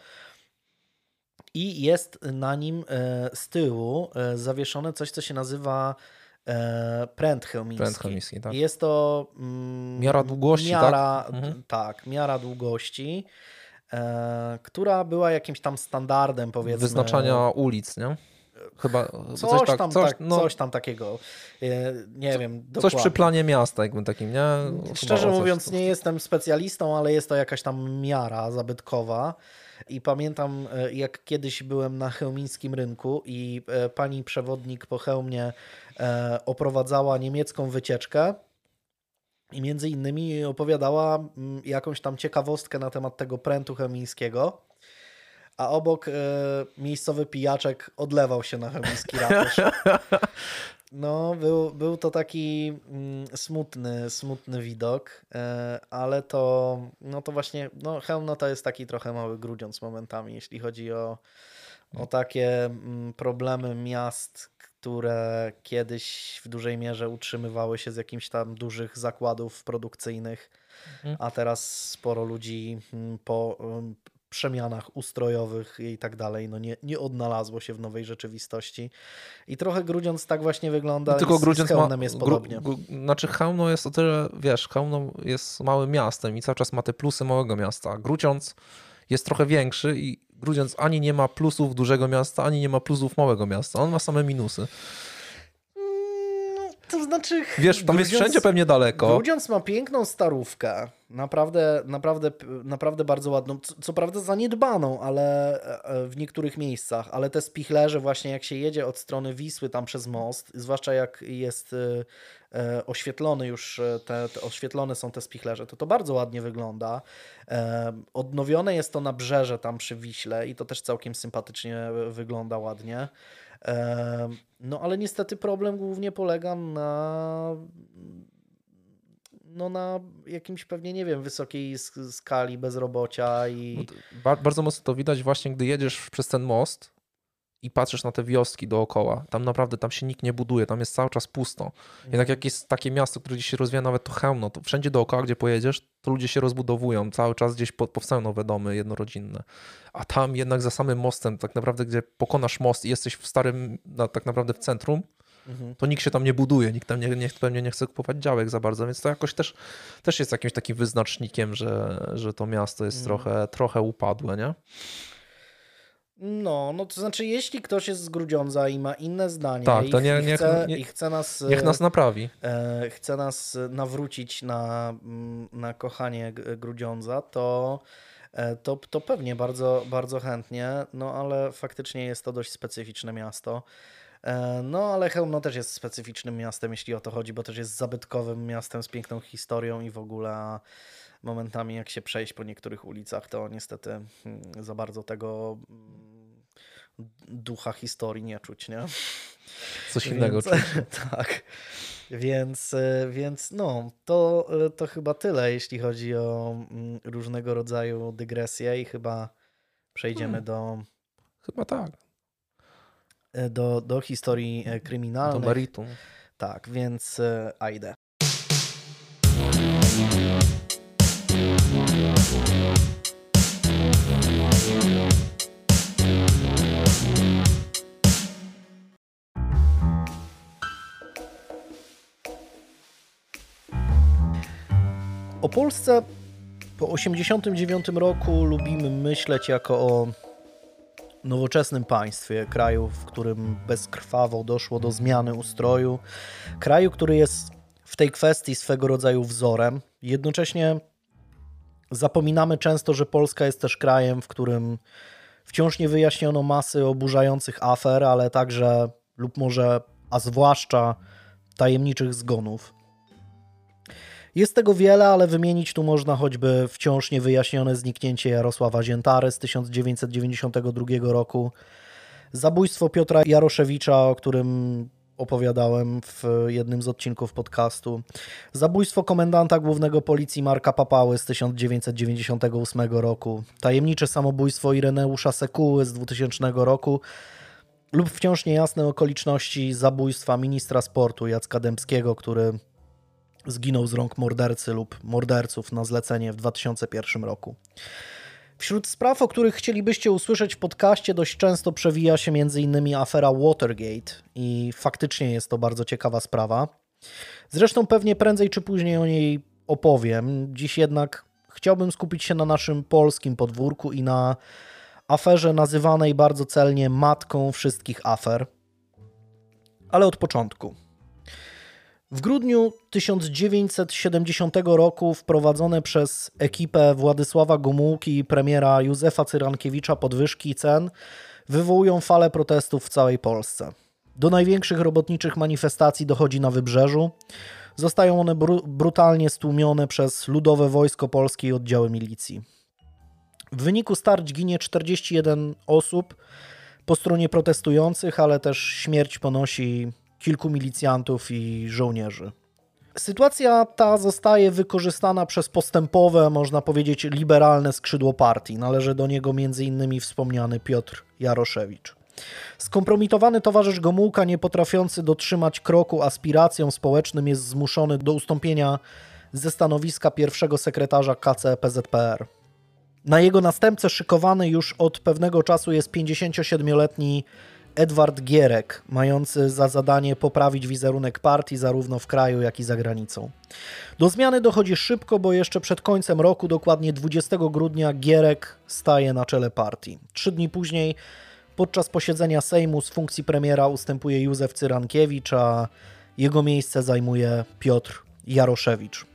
I jest na nim z tyłu zawieszone coś, co się nazywa pręt chełmiński. Pręt chełmiński, tak. I jest to mm, Miara długości, miara, tak? Mhm. tak, miara długości, e, która była jakimś tam standardem, powiedzmy. Wyznaczania ulic, nie? Chyba Coś, coś, tak, tam, coś, tak, no, coś tam takiego. E, Nie wiem coś dokładnie. przy planie miasta, jakbym takim, nie? Chyba Szczerze o coś- mówiąc, nie jestem specjalistą, ale jest to jakaś tam miara zabytkowa. I pamiętam, e, jak kiedyś byłem na chełmińskim rynku i e, pani przewodnik po Chełmie e, oprowadzała niemiecką wycieczkę i między innymi opowiadała mm, jakąś tam ciekawostkę na temat tego prętu chełmińskiego. A obok e, miejscowy pijaczek odlewał się na chełmiński ratusz. No, był, był to taki mm, smutny, smutny widok, e, ale to, no to właśnie, no Chełmno to jest taki trochę mały Grudziądz momentami, jeśli chodzi o, o takie mm, problemy miast, które kiedyś w dużej mierze utrzymywały się z jakichś tam dużych zakładów produkcyjnych, Mhm. a teraz sporo ludzi mm, po mm, przemianach ustrojowych i tak dalej, no nie, nie odnalazło się w nowej rzeczywistości. I trochę Grudziądz tak właśnie wygląda. Tylko i z, Grudziądz z Chełmnem ma, jest gru- podobnie. gru- Znaczy Chełmno jest o tyle, wiesz, Chełmno jest małym miastem i cały czas ma te plusy małego miasta. Grudziądz jest trochę większy i Grudziądz ani nie ma plusów dużego miasta, ani nie ma plusów małego miasta. On ma same minusy. No, to znaczy... Wiesz, tam jest Grudziądz- wszędzie pewnie daleko. Grudziądz ma piękną starówkę. Naprawdę, naprawdę, naprawdę bardzo ładną. Co, co prawda zaniedbaną, ale e, w niektórych miejscach. Ale te spichlerze właśnie jak się jedzie od strony Wisły tam przez most, zwłaszcza jak jest e, e, oświetlony już, e, te, te oświetlone są te spichlerze, to to bardzo ładnie wygląda. E, odnowione jest to nabrzeże tam przy Wiśle i to też całkiem sympatycznie wygląda ładnie. E, no ale niestety problem głównie polega na no na jakimś pewnie, nie wiem, wysokiej sk- skali bezrobocia i... Bo to Ba- bardzo mocno to widać właśnie, gdy jedziesz przez ten most i patrzysz na te wioski dookoła. Tam naprawdę, tam się nikt nie buduje, tam jest cały czas pusto. Jednak jak jest takie miasto, które gdzieś się rozwija, nawet to Chełmno, to wszędzie dookoła, gdzie pojedziesz, to ludzie się rozbudowują, cały czas gdzieś po- powstają nowe domy jednorodzinne. A tam jednak za samym mostem, tak naprawdę, gdzie pokonasz most i jesteś w starym, no, tak naprawdę w centrum, Mhm. to nikt się tam nie buduje, nikt tam nie, nie, pewnie nie chce kupować działek za bardzo, więc to jakoś też, też jest jakimś takim wyznacznikiem, że, że to miasto jest Mhm. trochę, trochę upadłe, nie? No, no to znaczy, jeśli ktoś jest z Grudziądza i ma inne zdanie Tak, i, to nie- i, niech- chce, nie- i chce nas... Niech nas naprawi. e, chce nas nawrócić na, mm, na kochanie G- Grudziądza, to, e, to, to pewnie bardzo, bardzo chętnie, no ale faktycznie jest to dość specyficzne miasto. E, No ale Chełmno też jest specyficznym miastem, jeśli o to chodzi, bo też jest zabytkowym miastem z piękną historią i w ogóle a momentami jak się przejść po niektórych ulicach, to niestety mm, za bardzo tego mm, ducha historii nie czuć, nie? Coś innego Więc, czuć. tak. Więc, e, więc no, to, e, to chyba tyle, jeśli chodzi o mm, różnego rodzaju dygresje i chyba przejdziemy do, Chyba tak, e, do, do historii e, do kryminalnych. meritum. Tak, więc e, ajde. O Polsce po osiemdziesiątym dziewiątym roku lubimy myśleć jako o nowoczesnym państwie, kraju, w którym bezkrwawo doszło do zmiany ustroju, kraju, który jest w tej kwestii swego rodzaju wzorem. Jednocześnie zapominamy często, że Polska jest też krajem, w którym wciąż nie wyjaśniono masy oburzających afer, ale także lub może, a zwłaszcza tajemniczych zgonów. Jest tego wiele, ale wymienić tu można choćby wciąż niewyjaśnione zniknięcie Jarosława Ziętary z tysiąc dziewięćset dziewięćdziesiątego drugiego roku, zabójstwo Piotra Jaroszewicza, o którym opowiadałem w jednym z odcinków podcastu, zabójstwo komendanta głównego policji Marka Papały z tysiąc dziewięćset dziewięćdziesiątego ósmego roku, tajemnicze samobójstwo Ireneusza Sekuły z dwutysięcznego roku lub wciąż niejasne okoliczności zabójstwa ministra sportu Jacka Dębskiego, który zginął z rąk mordercy lub morderców na zlecenie w dwa tysiące pierwszym roku. Wśród spraw, o których chcielibyście usłyszeć w podcaście, dość często przewija się między innymi afera Watergate i faktycznie jest to bardzo ciekawa sprawa. Zresztą pewnie prędzej czy później o niej opowiem. Dziś jednak chciałbym skupić się na naszym polskim podwórku i na aferze nazywanej bardzo celnie matką wszystkich afer. Ale od początku. W grudniu tysiąc dziewięćset siedemdziesiątego roku wprowadzone przez ekipę Władysława Gomułki i premiera Józefa Cyrankiewicza podwyżki cen wywołują falę protestów w całej Polsce. Do największych robotniczych manifestacji dochodzi na Wybrzeżu. Zostają one bru- brutalnie stłumione przez Ludowe Wojsko Polskie i oddziały milicji. W wyniku starć ginie czterdzieści jeden osób po stronie protestujących, ale też śmierć ponosi kilku milicjantów i żołnierzy. Sytuacja ta zostaje wykorzystana przez postępowe, można powiedzieć, liberalne skrzydło partii. Należy do niego między innymi wspomniany Piotr Jaroszewicz. Skompromitowany towarzysz Gomułka, nie potrafiący dotrzymać kroku aspiracjom społecznym, jest zmuszony do ustąpienia ze stanowiska pierwszego sekretarza K C P Z P R. Na jego następcę szykowany już od pewnego czasu jest pięćdziesięciosiedmioletni Edward Gierek, mający za zadanie poprawić wizerunek partii zarówno w kraju, jak i za granicą. Do zmiany dochodzi szybko, bo jeszcze przed końcem roku, dokładnie dwudziestego grudnia, Gierek staje na czele partii. Trzy dni później, podczas posiedzenia Sejmu, z funkcji premiera ustępuje Józef Cyrankiewicz, a jego miejsce zajmuje Piotr Jaroszewicz.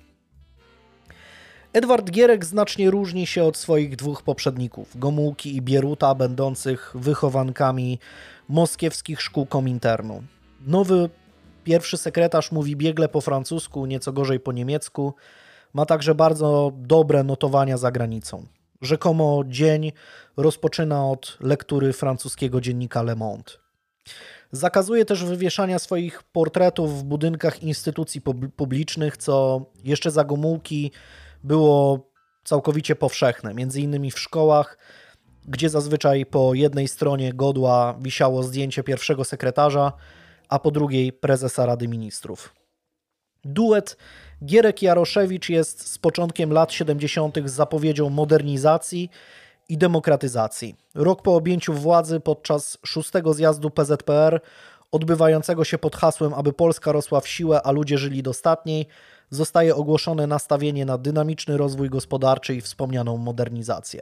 Edward Gierek znacznie różni się od swoich dwóch poprzedników, Gomułki i Bieruta, będących wychowankami moskiewskich szkół Kominternu. Nowy pierwszy sekretarz mówi biegle po francusku, nieco gorzej po niemiecku. Ma także bardzo dobre notowania za granicą. Rzekomo dzień rozpoczyna od lektury francuskiego dziennika Le Monde. Zakazuje też wywieszania swoich portretów w budynkach instytucji publicznych, co jeszcze za Gomułki było całkowicie powszechne, między innymi w szkołach, gdzie zazwyczaj po jednej stronie godła wisiało zdjęcie pierwszego sekretarza, a po drugiej prezesa Rady Ministrów. Duet Gierek-Jaroszewicz jest z początkiem lat siedemdziesiątych zapowiedzią modernizacji i demokratyzacji. Rok po objęciu władzy podczas szóstego zjazdu P Z P R odbywającego się pod hasłem, aby Polska rosła w siłę, a ludzie żyli dostatniej, zostaje ogłoszone nastawienie na dynamiczny rozwój gospodarczy i wspomnianą modernizację.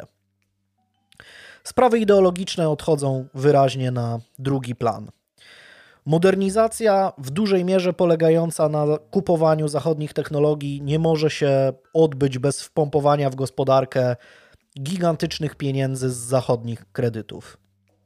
Sprawy ideologiczne odchodzą wyraźnie na drugi plan. Modernizacja w dużej mierze polegająca na kupowaniu zachodnich technologii nie może się odbyć bez wpompowania w gospodarkę gigantycznych pieniędzy z zachodnich kredytów.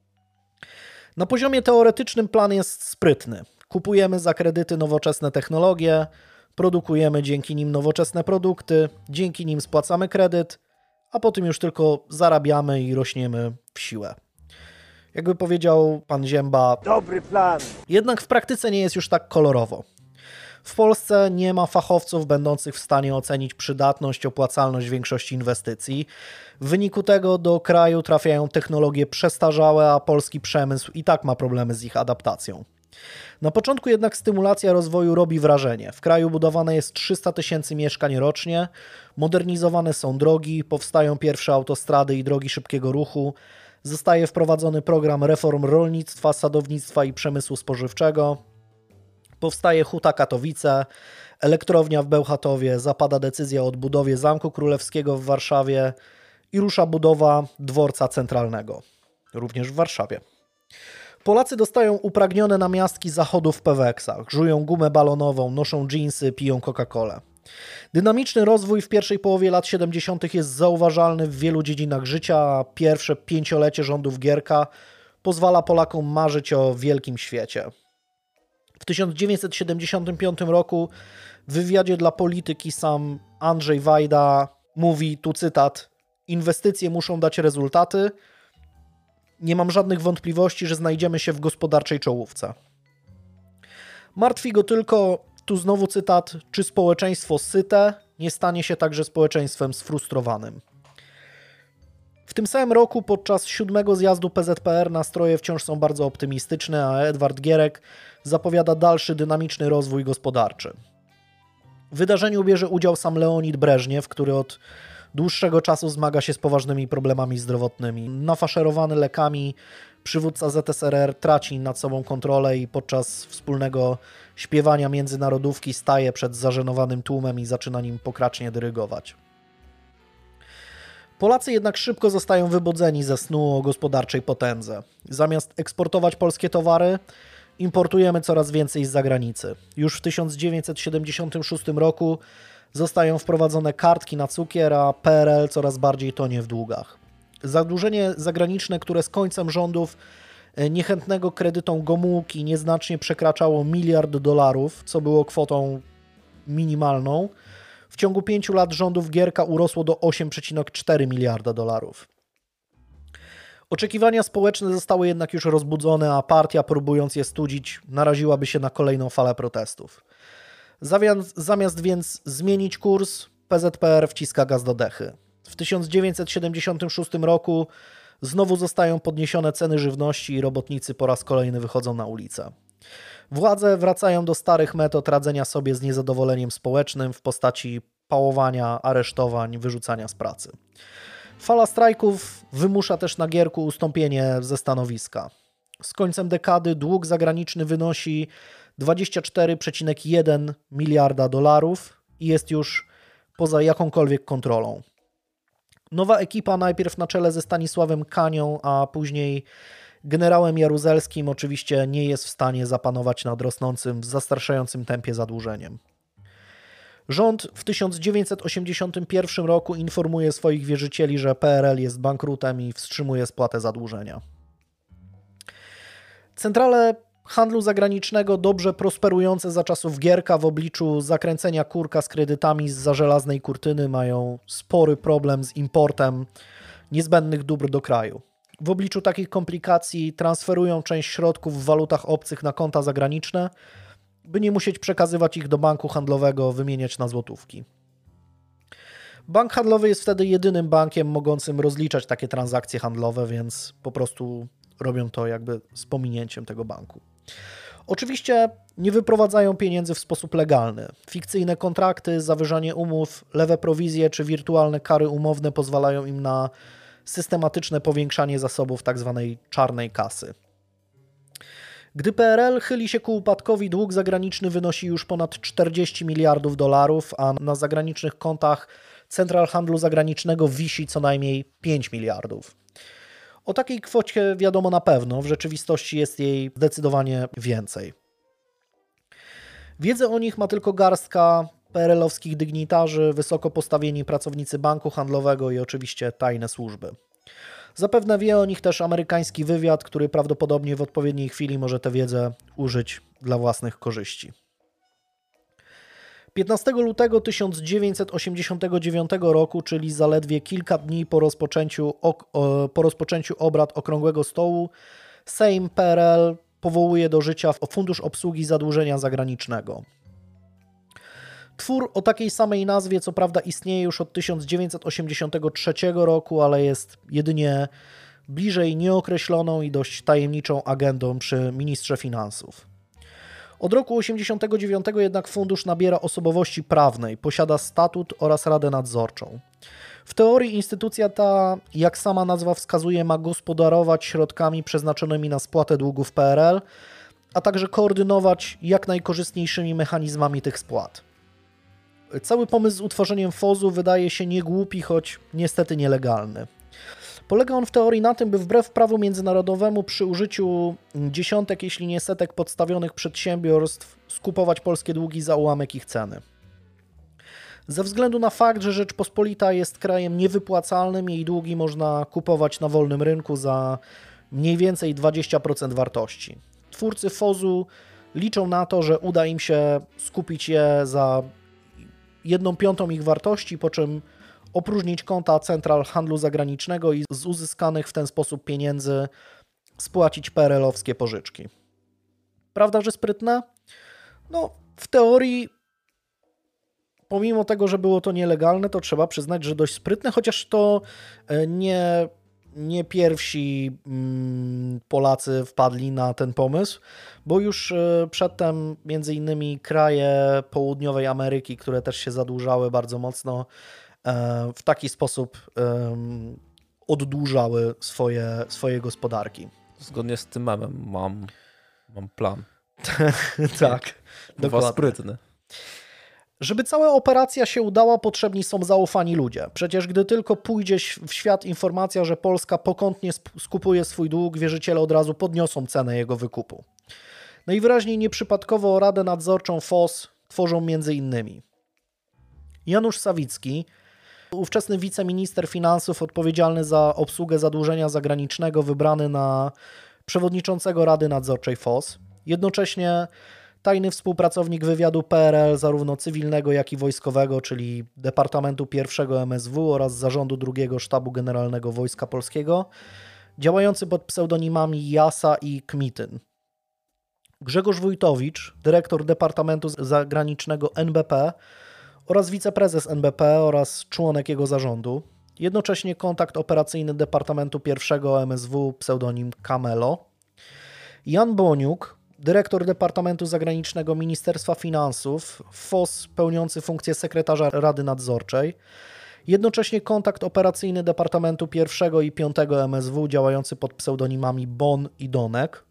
Na poziomie teoretycznym plan jest sprytny. Kupujemy za kredyty nowoczesne technologie, produkujemy dzięki nim nowoczesne produkty, dzięki nim spłacamy kredyt, a potem już tylko zarabiamy i rośniemy w siłę. Jakby powiedział pan Zięba, dobry plan. Jednak w praktyce nie jest już tak kolorowo. W Polsce nie ma fachowców będących w stanie ocenić przydatność, opłacalność większości inwestycji. W wyniku tego do kraju trafiają technologie przestarzałe, a polski przemysł i tak ma problemy z ich adaptacją. Na początku jednak stymulacja rozwoju robi wrażenie. W kraju budowane jest trzysta tysięcy mieszkań rocznie, modernizowane są drogi, powstają pierwsze autostrady i drogi szybkiego ruchu, zostaje wprowadzony program reform rolnictwa, sadownictwa i przemysłu spożywczego, powstaje Huta Katowice, elektrownia w Bełchatowie, zapada decyzja o odbudowie Zamku Królewskiego w Warszawie i rusza budowa dworca centralnego, również w Warszawie. Polacy dostają upragnione namiastki zachodu w peweksach, żują gumę balonową, noszą dżinsy, piją Coca-Colę. Dynamiczny rozwój w pierwszej połowie lat siedemdziesiątych jest zauważalny w wielu dziedzinach życia, a pierwsze pięciolecie rządów Gierka pozwala Polakom marzyć o wielkim świecie. W tysiąc dziewięćset siedemdziesiątym piątym roku w wywiadzie dla Polityki sam Andrzej Wajda mówi, tu cytat, inwestycje muszą dać rezultaty, nie mam żadnych wątpliwości, że znajdziemy się w gospodarczej czołówce. Martwi go tylko, tu znowu cytat, czy społeczeństwo syte nie stanie się także społeczeństwem sfrustrowanym. W tym samym roku podczas siódmego zjazdu P Z P R nastroje wciąż są bardzo optymistyczne, a Edward Gierek zapowiada dalszy dynamiczny rozwój gospodarczy. W wydarzeniu bierze udział sam Leonid Breżniew, który od dłuższego czasu zmaga się z poważnymi problemami zdrowotnymi. Nafaszerowany lekami przywódca Z S R R traci nad sobą kontrolę i podczas wspólnego śpiewania międzynarodówki staje przed zażenowanym tłumem i zaczyna nim pokracznie dyrygować. Polacy jednak szybko zostają wybudzeni ze snu o gospodarczej potędze. Zamiast eksportować polskie towary, importujemy coraz więcej z zagranicy. Już w tysiąc dziewięćset siedemdziesiątym szóstym roku zostają wprowadzone kartki na cukier, a P R L coraz bardziej tonie w długach. Zadłużenie zagraniczne, które z końcem rządów niechętnego kredytom Gomułki nieznacznie przekraczało miliard dolarów, co było kwotą minimalną, w ciągu pięciu lat rządów Gierka urosło do osiem przecinek cztery miliarda dolarów. Oczekiwania społeczne zostały jednak już rozbudzone, a partia, próbując je studzić, naraziłaby się na kolejną falę protestów. Zamiast, zamiast więc zmienić kurs, P Z P R wciska gaz do dechy. W tysiąc dziewięćset siedemdziesiątym szóstym roku znowu zostają podniesione ceny żywności i robotnicy po raz kolejny wychodzą na ulicę. Władze wracają do starych metod radzenia sobie z niezadowoleniem społecznym w postaci pałowania, aresztowań, wyrzucania z pracy. Fala strajków wymusza też na Gierku ustąpienie ze stanowiska. Z końcem dekady dług zagraniczny wynosi dwadzieścia cztery przecinek jeden miliarda dolarów i jest już poza jakąkolwiek kontrolą. Nowa ekipa najpierw na czele ze Stanisławem Kanią, a później generałem Jaruzelskim oczywiście nie jest w stanie zapanować nad rosnącym w zastraszającym tempie zadłużeniem. Rząd w tysiąc dziewięćset osiemdziesiątym pierwszym roku informuje swoich wierzycieli, że P R L jest bankrutem i wstrzymuje spłatę zadłużenia. Centrale handlu zagranicznego, dobrze prosperujące za czasów Gierka w obliczu zakręcenia kurka z kredytami zza żelaznej kurtyny, mają spory problem z importem niezbędnych dóbr do kraju. W obliczu takich komplikacji transferują część środków w walutach obcych na konta zagraniczne, by nie musieć przekazywać ich do banku handlowego, wymieniać na złotówki. Bank handlowy jest wtedy jedynym bankiem mogącym rozliczać takie transakcje handlowe, więc po prostu robią to jakby z pominięciem tego banku. Oczywiście nie wyprowadzają pieniędzy w sposób legalny. Fikcyjne kontrakty, zawyżanie umów, lewe prowizje czy wirtualne kary umowne pozwalają im na systematyczne powiększanie zasobów tzw. czarnej kasy. Gdy P R L chyli się ku upadkowi, dług zagraniczny wynosi już ponad czterdzieści miliardów dolarów, a na zagranicznych kontach central handlu zagranicznego wisi co najmniej pięć miliardów. O takiej kwocie wiadomo na pewno, w rzeczywistości jest jej zdecydowanie więcej. Wiedzę o nich ma tylko garstka P R L-owskich dygnitarzy, wysoko postawieni pracownicy banku handlowego i oczywiście tajne służby. Zapewne wie o nich też amerykański wywiad, który prawdopodobnie w odpowiedniej chwili może tę wiedzę użyć dla własnych korzyści. piętnastego lutego tysiąc dziewięćset osiemdziesiątego dziewiątego roku, czyli zaledwie kilka dni po rozpoczęciu, po rozpoczęciu obrad Okrągłego Stołu, Sejm P R L powołuje do życia Fundusz Obsługi Zadłużenia Zagranicznego. Twór o takiej samej nazwie co prawda istnieje już od tysiąc dziewięćset osiemdziesiątego trzeciego roku, ale jest jedynie bliżej nieokreśloną i dość tajemniczą agendą przy ministrze finansów. Od roku osiemdziesiątego dziewiątego jednak fundusz nabiera osobowości prawnej, posiada statut oraz radę nadzorczą. W teorii instytucja ta, jak sama nazwa wskazuje, ma gospodarować środkami przeznaczonymi na spłatę długów P R L, a także koordynować jak najkorzystniejszymi mechanizmami tych spłat. Cały pomysł z utworzeniem F O Z-u wydaje się niegłupi, choć niestety nielegalny. Polega on w teorii na tym, by wbrew prawu międzynarodowemu przy użyciu dziesiątek, jeśli nie setek podstawionych przedsiębiorstw skupować polskie długi za ułamek ich ceny. Ze względu na fakt, że Rzeczpospolita jest krajem niewypłacalnym, jej długi można kupować na wolnym rynku za mniej więcej dwadzieścia procent wartości. Twórcy F O Z-u liczą na to, że uda im się skupić je za jedną piątą ich wartości, po czym opróżnić konta central handlu zagranicznego i z uzyskanych w ten sposób pieniędzy spłacić P R L-owskie pożyczki. Prawda, że sprytne? No, w teorii, pomimo tego, że było to nielegalne, to trzeba przyznać, że dość sprytne, chociaż to nie, nie pierwsi Polacy wpadli na ten pomysł, bo już przedtem między innymi kraje południowej Ameryki, które też się zadłużały bardzo mocno, w taki sposób oddłużały swoje, swoje gospodarki. Zgodnie z tym memem mam, mam plan. Tak, dokładnie. Sprytny. Żeby cała operacja się udała, potrzebni są zaufani ludzie. Przecież gdy tylko pójdzie w świat informacja, że Polska pokątnie skupuje swój dług, wierzyciele od razu podniosą cenę jego wykupu. Najwyraźniej nieprzypadkowo Radę Nadzorczą F O S tworzą między innymi Janusz Sawicki, ówczesny wiceminister finansów odpowiedzialny za obsługę zadłużenia zagranicznego, wybrany na przewodniczącego Rady Nadzorczej F O S, jednocześnie tajny współpracownik wywiadu P R L, zarówno cywilnego, jak i wojskowego, czyli Departamentu pierwszego M S W oraz Zarządu drugiego Sztabu Generalnego Wojska Polskiego, działający pod pseudonimami Jasa i Kmityn. Grzegorz Wójtowicz, dyrektor Departamentu Zagranicznego N B P oraz wiceprezes N B P oraz członek jego zarządu, jednocześnie kontakt operacyjny Departamentu pierwszego M S W, pseudonim Camelo, Jan Boniuk, dyrektor Departamentu Zagranicznego Ministerstwa Finansów, F O S pełniący funkcję sekretarza Rady Nadzorczej, jednocześnie kontakt operacyjny Departamentu pierwszego i piątego M S W działający pod pseudonimami Bon i Donek,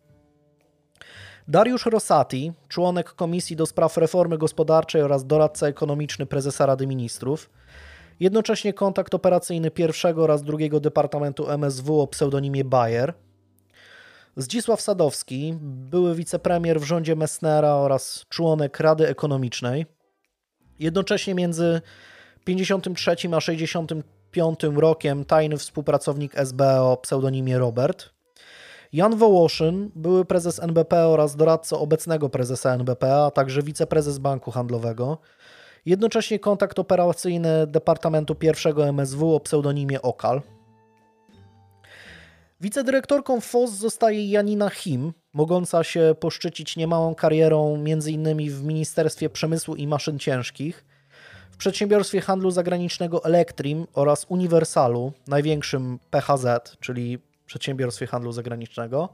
Dariusz Rosati, członek Komisji do Spraw Reformy Gospodarczej oraz doradca ekonomiczny prezesa Rady Ministrów, jednocześnie kontakt operacyjny pierwszego oraz drugiego Departamentu M S W o pseudonimie Bayer, Zdzisław Sadowski, były wicepremier w rządzie Messnera oraz członek Rady Ekonomicznej, jednocześnie między pięćdziesiątym trzecim a sześćdziesiątym piątym rokiem tajny współpracownik S B o pseudonimie Robert, Jan Wołoszyn, były prezes N B P oraz doradca obecnego prezesa N B P, a także wiceprezes Banku Handlowego, jednocześnie kontakt operacyjny Departamentu pierwszego M S W o pseudonimie Okal. Wicedyrektorką F O S zostaje Janina Him, mogąca się poszczycić niemałą karierą między innymi w Ministerstwie Przemysłu i Maszyn Ciężkich, w przedsiębiorstwie handlu zagranicznego Elektrim oraz Uniwersalu, największym P H Z, czyli przedsiębiorstwie handlu zagranicznego.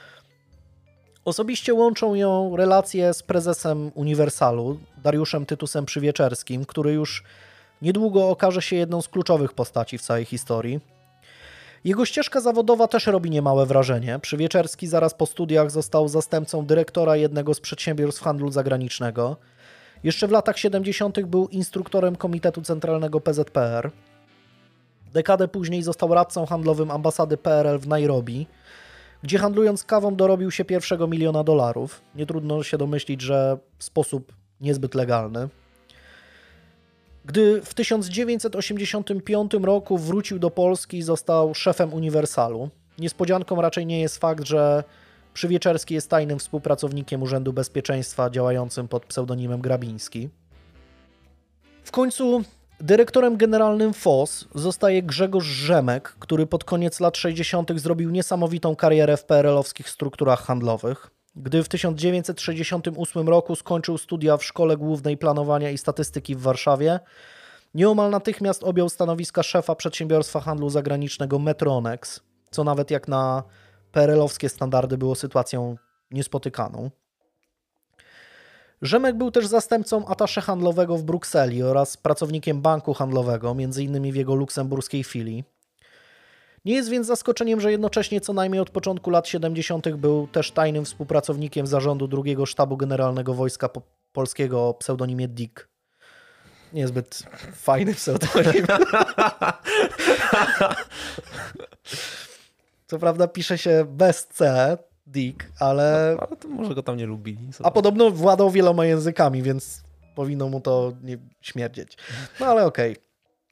Osobiście łączą ją relacje z prezesem Uniwersalu, Dariuszem Tytusem Przywieczerskim, który już niedługo okaże się jedną z kluczowych postaci w całej historii. Jego ścieżka zawodowa też robi niemałe wrażenie. Przywieczerski zaraz po studiach został zastępcą dyrektora jednego z przedsiębiorstw handlu zagranicznego. Jeszcze w latach siedemdziesiątych był instruktorem Komitetu Centralnego P Z P R. Dekadę później został radcą handlowym ambasady P R L w Nairobi, gdzie handlując kawą dorobił się pierwszego miliona dolarów. Nie trudno się domyślić, że w sposób niezbyt legalny. Gdy w tysiąc dziewięćset osiemdziesiątym piątym roku wrócił do Polski, został szefem Uniwersalu. Niespodzianką raczej nie jest fakt, że Przywieczerski jest tajnym współpracownikiem Urzędu Bezpieczeństwa działającym pod pseudonimem Grabiński. W końcu dyrektorem generalnym F O S zostaje Grzegorz Rzemek, który pod koniec lat sześćdziesiątych zrobił niesamowitą karierę w P R L-owskich strukturach handlowych. Gdy w tysiąc dziewięćset sześćdziesiątym ósmym roku skończył studia w Szkole Głównej Planowania i Statystyki w Warszawie, nieomal natychmiast objął stanowiska szefa przedsiębiorstwa handlu zagranicznego Metronex, co nawet jak na P R L-owskie standardy było sytuacją niespotykaną. Rzemek był też zastępcą attaché handlowego w Brukseli oraz pracownikiem banku handlowego, między innymi w jego luksemburskiej filii. Nie jest więc zaskoczeniem, że jednocześnie co najmniej od początku lat siedemdziesiątych był też tajnym współpracownikiem zarządu drugiego Sztabu Generalnego Wojska po Polskiego o pseudonimie Dick. Niezbyt fajny pseudonim. Co prawda pisze się bez C, Dick, ale... No, ale to może go tam nie lubili. A podobno władał wieloma językami, więc powinno mu to nie śmierdzieć. No ale okej. Okay.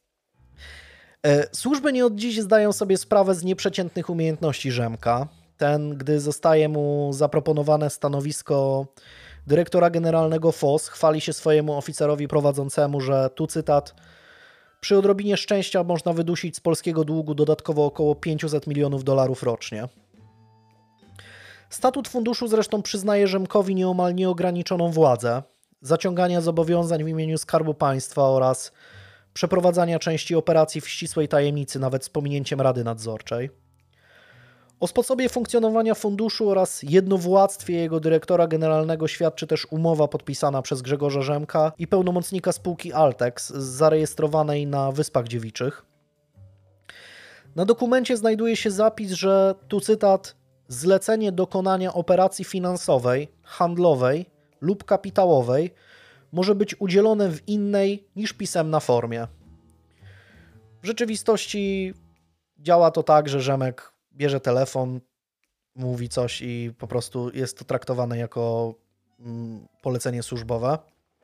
Służby nie od dziś zdają sobie sprawę z nieprzeciętnych umiejętności Rzemka. Ten, gdy zostaje mu zaproponowane stanowisko dyrektora generalnego F O S, chwali się swojemu oficerowi prowadzącemu, że tu cytat: przy odrobinie szczęścia można wydusić z polskiego długu dodatkowo około pięćset milionów dolarów rocznie. Statut funduszu zresztą przyznaje Rzemkowi nieomal nieograniczoną władzę, zaciągania zobowiązań w imieniu Skarbu Państwa oraz przeprowadzania części operacji w ścisłej tajemnicy, nawet z pominięciem Rady Nadzorczej. O sposobie funkcjonowania funduszu oraz jednowładztwie jego dyrektora generalnego świadczy też umowa podpisana przez Grzegorza Rzemka i pełnomocnika spółki Altex, zarejestrowanej na Wyspach Dziewiczych. Na dokumencie znajduje się zapis, że, tu cytat, zlecenie dokonania operacji finansowej, handlowej lub kapitałowej może być udzielone w innej niż pisemna formie. W rzeczywistości działa to tak, że Rzemek bierze telefon, mówi coś i po prostu jest to traktowane jako mm, polecenie służbowe.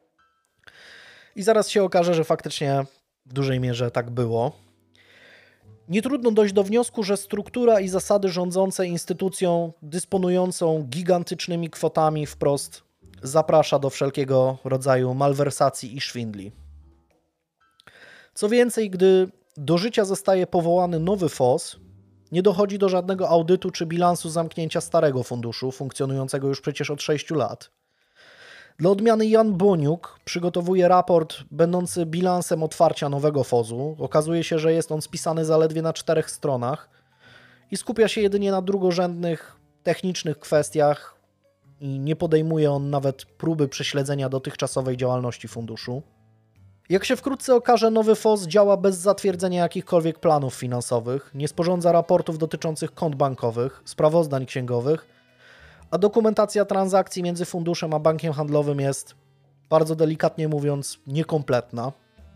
I zaraz się okaże, że faktycznie w dużej mierze tak było. Nie trudno dojść do wniosku, że struktura i zasady rządzące instytucją dysponującą gigantycznymi kwotami wprost zaprasza do wszelkiego rodzaju malwersacji i szwindli. Co więcej, gdy do życia zostaje powołany nowy F O S, nie dochodzi do żadnego audytu czy bilansu zamknięcia starego funduszu, funkcjonującego już przecież od sześciu lat. Dla odmiany Jan Boniuk przygotowuje raport będący bilansem otwarcia nowego F O S-u. Okazuje się, że jest on spisany zaledwie na czterech stronach i skupia się jedynie na drugorzędnych, technicznych kwestiach i nie podejmuje on nawet próby prześledzenia dotychczasowej działalności funduszu. Jak się wkrótce okaże, nowy F O S działa bez zatwierdzenia jakichkolwiek planów finansowych, nie sporządza raportów dotyczących kont bankowych, sprawozdań księgowych, a dokumentacja transakcji między funduszem a bankiem handlowym jest, bardzo delikatnie mówiąc, niekompletna.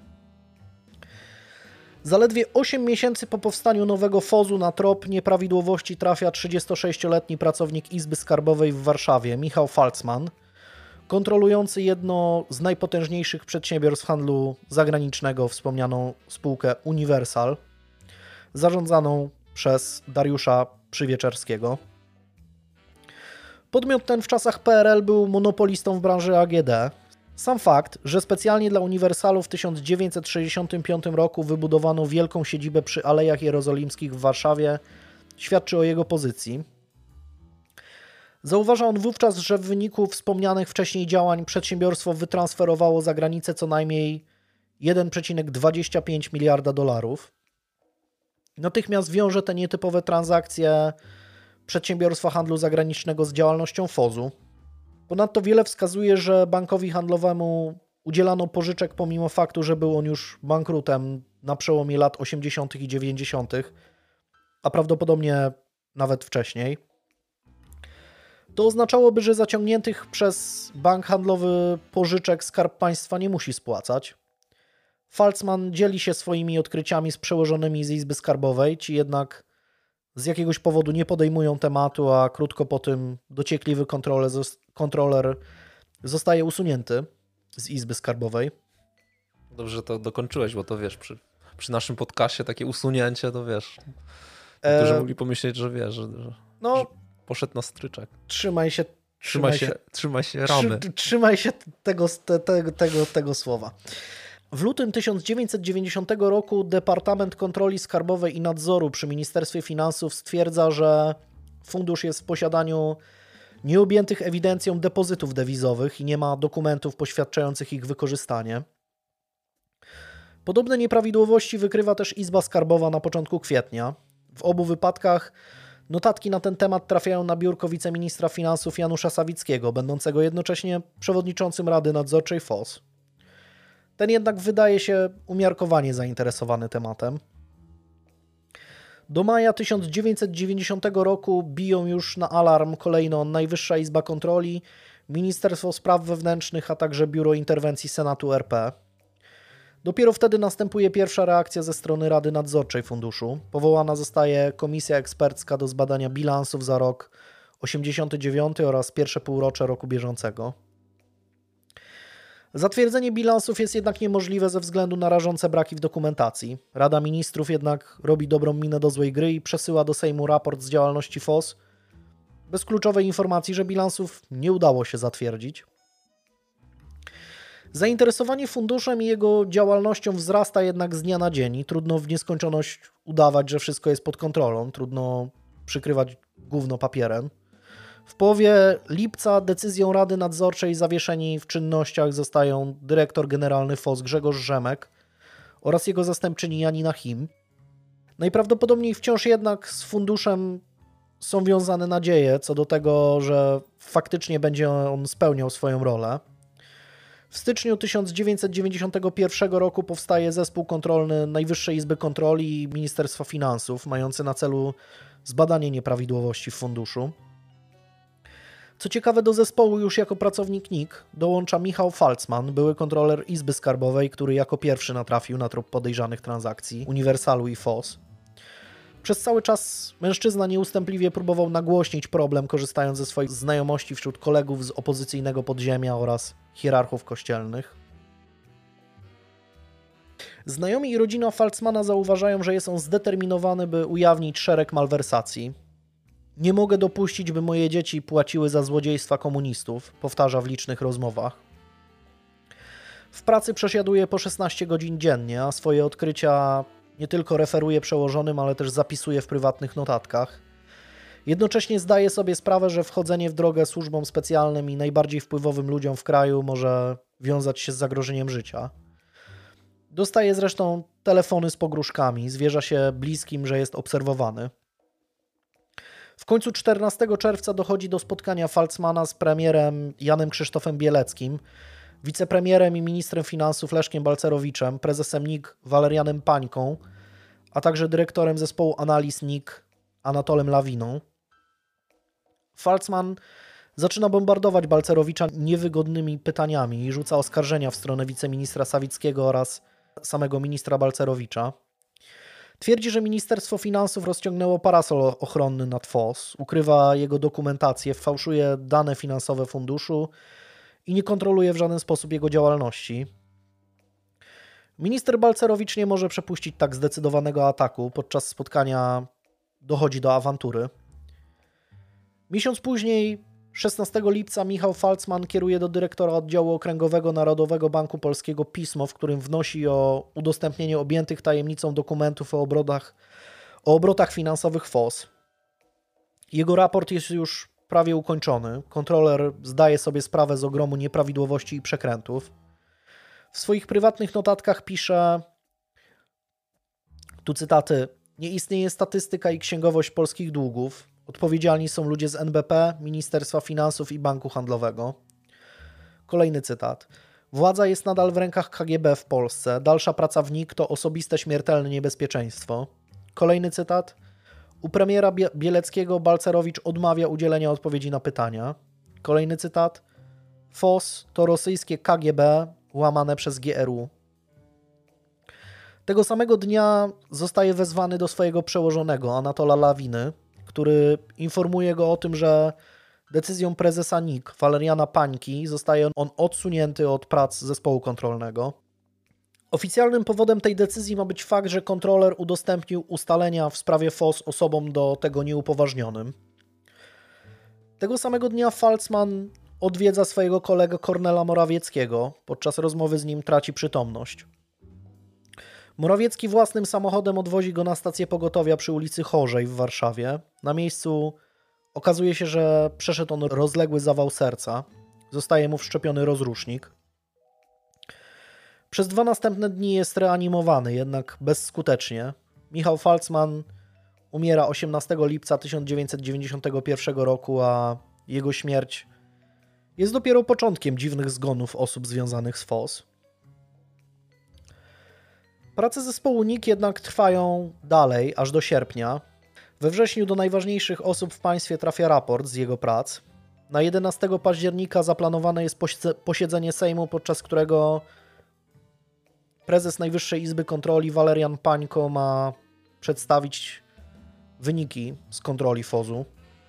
Zaledwie osiem miesięcy po powstaniu nowego F O S-u na trop nieprawidłowości trafia trzydziestosześcioletni pracownik Izby Skarbowej w Warszawie, Michał Falcman, kontrolujący jedno z najpotężniejszych przedsiębiorstw handlu zagranicznego, wspomnianą spółkę Uniwersal, zarządzaną przez Dariusza Przywieczerskiego. Podmiot ten w czasach P R L był monopolistą w branży A G D. Sam fakt, że specjalnie dla Uniwersalu w tysiąc dziewięćset sześćdziesiątym piątym roku wybudowano wielką siedzibę przy Alejach Jerozolimskich w Warszawie, świadczy o jego pozycji. Zauważa on wówczas, że w wyniku wspomnianych wcześniej działań przedsiębiorstwo wytransferowało za granicę co najmniej jeden przecinek dwadzieścia pięć miliarda dolarów. Natychmiast wiąże te nietypowe transakcje przedsiębiorstwa handlu zagranicznego z działalnością F O S-u. Ponadto wiele wskazuje, że bankowi handlowemu udzielano pożyczek pomimo faktu, że był on już bankrutem na przełomie lat osiemdziesiątych i dziewięćdziesiątych, a prawdopodobnie nawet wcześniej, to oznaczałoby, że zaciągniętych przez bank handlowy pożyczek Skarb Państwa nie musi spłacać. Faltzman dzieli się swoimi odkryciami z przełożonymi z Izby Skarbowej, ci jednak z jakiegoś powodu nie podejmują tematu, a krótko po tym dociekliwy kontroler zostaje usunięty z Izby Skarbowej. Dobrze, że to dokończyłeś, bo to wiesz, przy, przy naszym podcaście takie usunięcie, to wiesz, niektórzy e... mogli pomyśleć, że wiesz, że, no, że poszedł na stryczek. Trzymaj się, trzymaj, trzymaj się, trzymaj się ramy. Trzy, trzymaj się tego, te, tego, tego, tego słowa. W lutym tysiąc dziewięćset dziewięćdziesiątego roku Departament Kontroli Skarbowej i Nadzoru przy Ministerstwie Finansów stwierdza, że fundusz jest w posiadaniu nieobjętych ewidencją depozytów dewizowych i nie ma dokumentów poświadczających ich wykorzystanie. Podobne nieprawidłowości wykrywa też Izba Skarbowa na początku kwietnia. W obu wypadkach notatki na ten temat trafiają na biurko wiceministra finansów Janusza Sawickiego, będącego jednocześnie przewodniczącym Rady Nadzorczej F O S. Ten jednak wydaje się umiarkowanie zainteresowany tematem. Do maja tysiąc dziewięćset dziewięćdziesiątego roku biją już na alarm kolejno Najwyższa Izba Kontroli, Ministerstwo Spraw Wewnętrznych, a także Biuro Interwencji Senatu R P. Dopiero wtedy następuje pierwsza reakcja ze strony Rady Nadzorczej Funduszu. Powołana zostaje komisja ekspercka do zbadania bilansów za rok osiemdziesiąty dziewiąty oraz pierwsze półrocze roku bieżącego. Zatwierdzenie bilansów jest jednak niemożliwe ze względu na rażące braki w dokumentacji. Rada Ministrów jednak robi dobrą minę do złej gry i przesyła do Sejmu raport z działalności F O S bez kluczowej informacji, że bilansów nie udało się zatwierdzić. Zainteresowanie funduszem i jego działalnością wzrasta jednak z dnia na dzień i trudno w nieskończoność udawać, że wszystko jest pod kontrolą, trudno przykrywać gówno papierem. W połowie lipca decyzją Rady Nadzorczej zawieszeni w czynnościach zostają dyrektor generalny F O S Grzegorz Rzemek oraz jego zastępczyni Janina Him. Najprawdopodobniej wciąż jednak z funduszem są wiązane nadzieje co do tego, że faktycznie będzie on spełniał swoją rolę. W styczniu tysiąc dziewięćset dziewięćdziesiątego pierwszego roku powstaje zespół kontrolny Najwyższej Izby Kontroli i Ministerstwa Finansów, mający na celu zbadanie nieprawidłowości w funduszu. Co ciekawe, do zespołu już jako pracownik N I K dołącza Michał Faltzman, były kontroler Izby Skarbowej, który jako pierwszy natrafił na trop podejrzanych transakcji Uniwersalu i F O S. Przez cały czas mężczyzna nieustępliwie próbował nagłośnić problem, korzystając ze swoich znajomości wśród kolegów z opozycyjnego podziemia oraz hierarchów kościelnych. Znajomi i rodzina Faltzmana zauważają, że jest on zdeterminowany, by ujawnić szereg malwersacji. Nie mogę dopuścić, by moje dzieci płaciły za złodziejstwa komunistów, powtarza w licznych rozmowach. W pracy przesiaduje po szesnaście godzin dziennie, a swoje odkrycia nie tylko referuje przełożonym, ale też zapisuje w prywatnych notatkach. Jednocześnie zdaje sobie sprawę, że wchodzenie w drogę służbom specjalnym i najbardziej wpływowym ludziom w kraju może wiązać się z zagrożeniem życia. Dostaje zresztą telefony z pogróżkami, zwierza się bliskim, że jest obserwowany. W końcu czternastego czerwca dochodzi do spotkania Faltzmana z premierem Janem Krzysztofem Bieleckim, wicepremierem i ministrem finansów Leszkiem Balcerowiczem, prezesem N I K Walerianem Pańką, a także dyrektorem zespołu analiz N I K Anatolem Lawiną. Faltzman zaczyna bombardować Balcerowicza niewygodnymi pytaniami i rzuca oskarżenia w stronę wiceministra Sawickiego oraz samego ministra Balcerowicza. Twierdzi, że Ministerstwo Finansów rozciągnęło parasol ochronny nad F O S, ukrywa jego dokumentację, fałszuje dane finansowe funduszu i nie kontroluje w żaden sposób jego działalności. Minister Balcerowicz nie może przepuścić tak zdecydowanego ataku. Podczas spotkania dochodzi do awantury. Miesiąc później, szesnastego lipca, Michał Faltzman kieruje do dyrektora oddziału okręgowego Narodowego Banku Polskiego pismo, w którym wnosi o udostępnienie objętych tajemnicą dokumentów o obrotach, o obrotach finansowych F O S. Jego raport jest już prawie ukończony. Kontroler zdaje sobie sprawę z ogromu nieprawidłowości i przekrętów. W swoich prywatnych notatkach pisze, tu cytaty: nie istnieje statystyka i księgowość polskich długów. Odpowiedzialni są ludzie z N B P, Ministerstwa Finansów i Banku Handlowego. Kolejny cytat. Władza jest nadal w rękach K G B w Polsce. Dalsza praca w N I K to osobiste śmiertelne niebezpieczeństwo. Kolejny cytat. U premiera Bie- Bieleckiego Balcerowicz odmawia udzielenia odpowiedzi na pytania. Kolejny cytat. F O S to rosyjskie K G B łamane przez G R U. Tego samego dnia zostaje wezwany do swojego przełożonego Anatola Lawiny, który informuje go o tym, że decyzją prezesa N I K, Waleriana Pańki, zostaje on odsunięty od prac zespołu kontrolnego. Oficjalnym powodem tej decyzji ma być fakt, że kontroler udostępnił ustalenia w sprawie F O S osobom do tego nieupoważnionym. Tego samego dnia Falcman odwiedza swojego kolegę Kornela Morawieckiego. Podczas rozmowy z nim traci przytomność. Morawiecki własnym samochodem odwozi go na stację pogotowia przy ulicy Chorzej w Warszawie. Na miejscu okazuje się, że przeszedł on rozległy zawał serca. Zostaje mu wszczepiony rozrusznik. Przez dwa następne dni jest reanimowany, jednak bezskutecznie. Michał Falcman umiera osiemnastego lipca tysiąc dziewięćset dziewięćdziesiątego pierwszego roku, a jego śmierć jest dopiero początkiem dziwnych zgonów osób związanych z F O S. Prace zespołu N I K jednak trwają dalej, aż do sierpnia. We wrześniu do najważniejszych osób w państwie trafia raport z jego prac. Na jedenastego października zaplanowane jest posiedzenie Sejmu, podczas którego prezes Najwyższej Izby Kontroli Walerian Pańko ma przedstawić wyniki z kontroli F O S-u.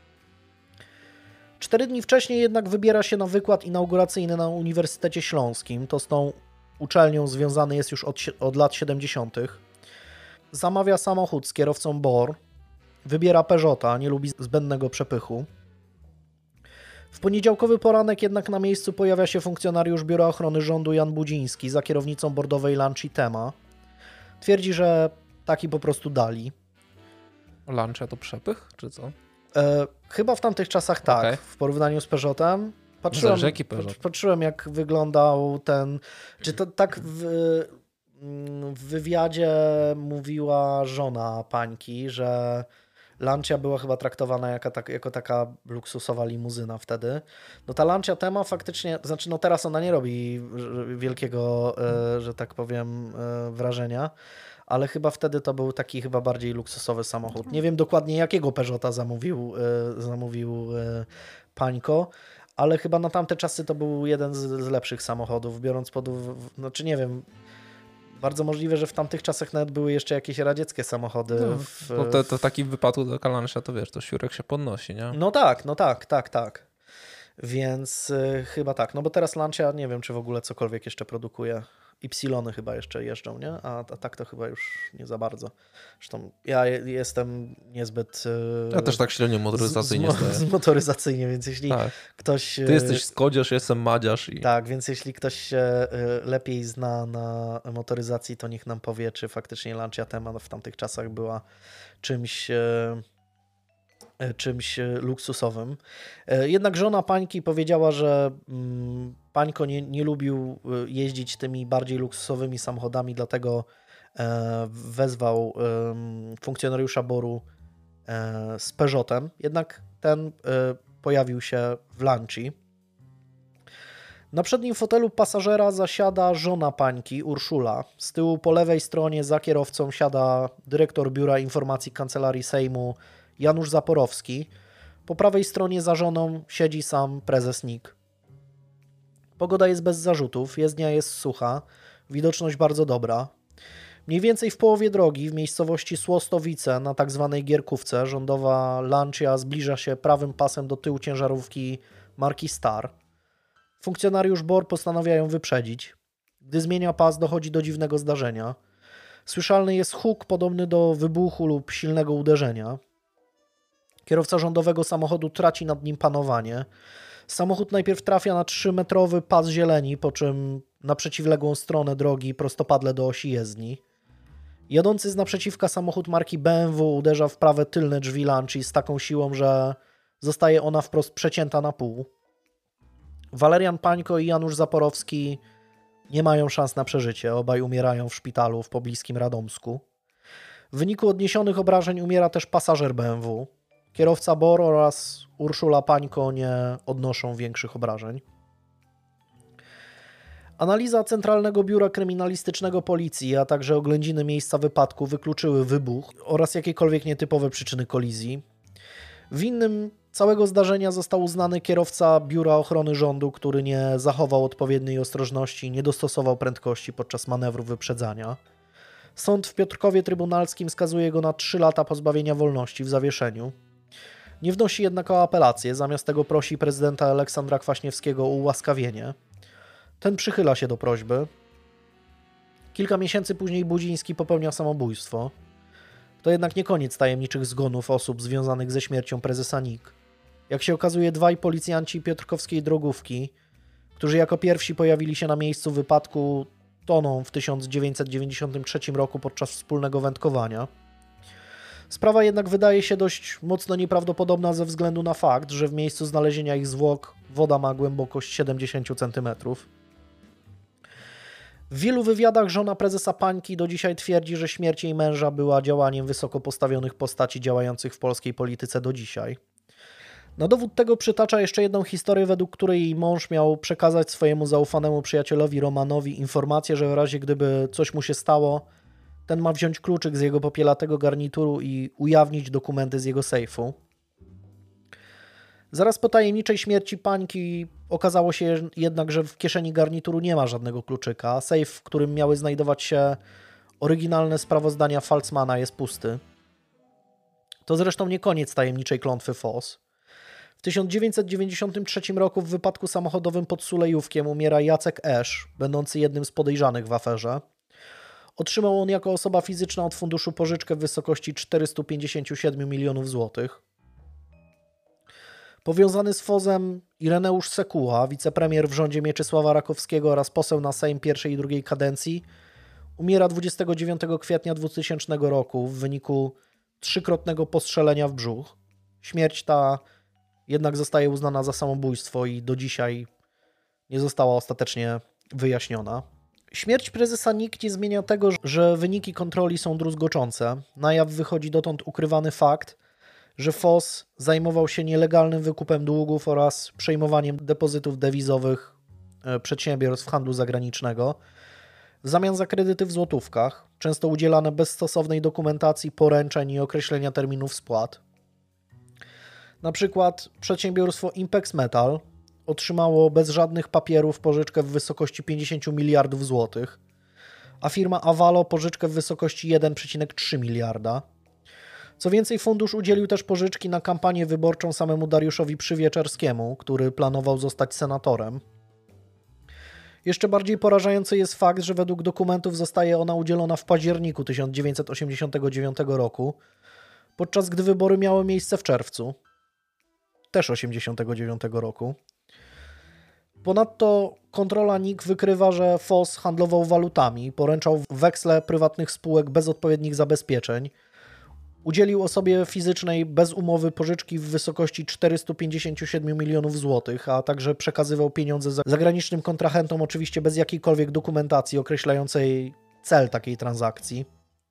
Cztery dni wcześniej jednak wybiera się na wykład inauguracyjny na Uniwersytecie Śląskim. To z tą uczelnią związany jest już od, od lat siedemdziesiątych. Zamawia samochód z kierowcą BOR. Wybiera Peugeota, nie lubi zbędnego przepychu. W poniedziałkowy poranek jednak na miejscu pojawia się funkcjonariusz Biura Ochrony Rządu Jan Budziński za kierownicą bordowej Lancia Tema. Twierdzi, że taki po prostu dali. Lancia to przepych, czy co? E, chyba w tamtych czasach tak, okay. W porównaniu z Peugeotem. Patrzyłem, Zależy, Peugeot. patrzyłem jak wyglądał ten... Czy to tak w, w wywiadzie mówiła żona Pańki, że Lancia była chyba traktowana jako, tak, jako taka luksusowa limuzyna wtedy. No ta Lancia Tema faktycznie, znaczy no teraz ona nie robi wielkiego, że tak powiem, wrażenia, ale chyba wtedy to był taki chyba bardziej luksusowy samochód. Nie wiem dokładnie jakiego Peugeota zamówił, zamówił Pańko, ale chyba na tamte czasy to był jeden z, z lepszych samochodów, biorąc pod uwagę, znaczy nie wiem, bardzo możliwe, że w tamtych czasach nawet były jeszcze jakieś radzieckie samochody. No, w, no to, to w takim wypadku do Lancia to wiesz, to siurek się podnosi, nie? No tak, no tak, tak, tak. Więc y, chyba tak, no bo teraz Lancia nie wiem, czy w ogóle cokolwiek jeszcze produkuje. Y chyba jeszcze jeżdżą, nie? A, a tak to chyba już nie za bardzo. Zresztą ja je, jestem niezbyt... Ja też tak średnio motoryzacyjnie z, z, z motoryzacyjnie, więc jeśli tak. ktoś... Ty jesteś skodziarz, jestem madziarz. I... Tak, więc jeśli ktoś się lepiej zna na motoryzacji, to niech nam powie, czy faktycznie Lancia Tema w tamtych czasach była czymś... czymś luksusowym. Jednak żona Pańki powiedziała, że Pańko nie, nie lubił jeździć tymi bardziej luksusowymi samochodami, dlatego wezwał funkcjonariusza BOR-u z Peugeotem. Jednak ten pojawił się w Lancii. Na przednim fotelu pasażera zasiada żona Pańki, Urszula. Z tyłu po lewej stronie za kierowcą siada dyrektor Biura Informacji Kancelarii Sejmu Janusz Zaporowski. Po prawej stronie za żoną siedzi sam prezes N I K. Pogoda jest bez zarzutów, jezdnia jest sucha, widoczność bardzo dobra. Mniej więcej w połowie drogi w miejscowości Słostowice na tak zwanej Gierkówce rządowa Lancia zbliża się prawym pasem do tyłu ciężarówki marki Star. Funkcjonariusz BOR postanawia ją wyprzedzić. Gdy zmienia pas, dochodzi do dziwnego zdarzenia. Słyszalny jest huk podobny do wybuchu lub silnego uderzenia. Kierowca rządowego samochodu traci nad nim panowanie. Samochód najpierw trafia na trzymetrowy pas zieleni, po czym na przeciwległą stronę drogi prostopadle do osi jezdni. Jadący z naprzeciwka samochód marki B M W uderza w prawe tylne drzwi Lancii z taką siłą, że zostaje ona wprost przecięta na pół. Walerian Pańko i Janusz Zaporowski nie mają szans na przeżycie. Obaj umierają w szpitalu w pobliskim Radomsku. W wyniku odniesionych obrażeń umiera też pasażer B M W. Kierowca BOR oraz Urszula Pańko nie odnoszą większych obrażeń. Analiza Centralnego Biura Kryminalistycznego Policji, a także oględziny miejsca wypadku wykluczyły wybuch oraz jakiekolwiek nietypowe przyczyny kolizji. Winnym całego zdarzenia został uznany kierowca Biura Ochrony Rządu, który nie zachował odpowiedniej ostrożności, nie dostosował prędkości podczas manewru wyprzedzania. Sąd w Piotrkowie Trybunalskim skazuje go na trzy lata pozbawienia wolności w zawieszeniu. Nie wnosi jednak o apelację, zamiast tego prosi prezydenta Aleksandra Kwaśniewskiego o ułaskawienie. Ten przychyla się do prośby. Kilka miesięcy później Budziński popełnia samobójstwo. To jednak nie koniec tajemniczych zgonów osób związanych ze śmiercią prezesa N I K. Jak się okazuje, dwaj policjanci piotrkowskiej drogówki, którzy jako pierwsi pojawili się na miejscu wypadku, toną w tysiąc dziewięćset dziewięćdziesiątym trzecim roku podczas wspólnego wędkowania. Sprawa jednak wydaje się dość mocno nieprawdopodobna ze względu na fakt, że w miejscu znalezienia ich zwłok woda ma głębokość siedemdziesiąt centymetrów. W wielu wywiadach żona prezesa Pańki do dzisiaj twierdzi, że śmierć jej męża była działaniem wysoko postawionych postaci działających w polskiej polityce do dzisiaj. Na dowód tego przytacza jeszcze jedną historię, według której jej mąż miał przekazać swojemu zaufanemu przyjacielowi Romanowi informację, że w razie gdyby coś mu się stało, ten ma wziąć kluczyk z jego popielatego garnituru i ujawnić dokumenty z jego sejfu. Zaraz po tajemniczej śmierci Pańki okazało się jednak, że w kieszeni garnituru nie ma żadnego kluczyka. Sejf, w którym miały znajdować się oryginalne sprawozdania Falcmana, jest pusty. To zresztą nie koniec tajemniczej klątwy F O S. W tysiąc dziewięćset dziewięćdziesiątym trzecim roku w wypadku samochodowym pod Sulejówkiem umiera Jacek Esz, będący jednym z podejrzanych w aferze. Otrzymał on jako osoba fizyczna od funduszu pożyczkę w wysokości czterysta pięćdziesiąt siedem milionów złotych. Powiązany z F O Z-em Ireneusz Sekuła, wicepremier w rządzie Mieczysława Rakowskiego oraz poseł na Sejm pierwszej i drugiej kadencji, umiera dwudziestego dziewiątego kwietnia dwutysięcznego roku w wyniku trzykrotnego postrzelenia w brzuch. Śmierć ta jednak zostaje uznana za samobójstwo i do dzisiaj nie została ostatecznie wyjaśniona. Śmierć prezesa N I K nie zmienia tego, że wyniki kontroli są druzgoczące. Na jaw wychodzi dotąd ukrywany fakt, że F O S zajmował się nielegalnym wykupem długów oraz przejmowaniem depozytów dewizowych przedsiębiorstw handlu zagranicznego w zamian za kredyty w złotówkach, często udzielane bez stosownej dokumentacji, poręczeń i określenia terminów spłat. Na przykład przedsiębiorstwo Impex Metal otrzymało bez żadnych papierów pożyczkę w wysokości pięćdziesiąt miliardów złotych, a firma Avalo pożyczkę w wysokości jeden przecinek trzy miliarda. Co więcej, fundusz udzielił też pożyczki na kampanię wyborczą samemu Dariuszowi Przywieczerskiemu, który planował zostać senatorem. Jeszcze bardziej porażający jest fakt, że według dokumentów zostaje ona udzielona w październiku tysiąc dziewięćset osiemdziesiątego dziewiątego roku, podczas gdy wybory miały miejsce w czerwcu, też osiemdziesiątego dziewiątego roku. Ponadto kontrola N I K wykrywa, że F O S handlował walutami, poręczał weksle prywatnych spółek bez odpowiednich zabezpieczeń, udzielił osobie fizycznej bez umowy pożyczki w wysokości czterysta pięćdziesiąt siedem milionów złotych, a także przekazywał pieniądze zagranicznym kontrahentom, oczywiście bez jakiejkolwiek dokumentacji określającej cel takiej transakcji.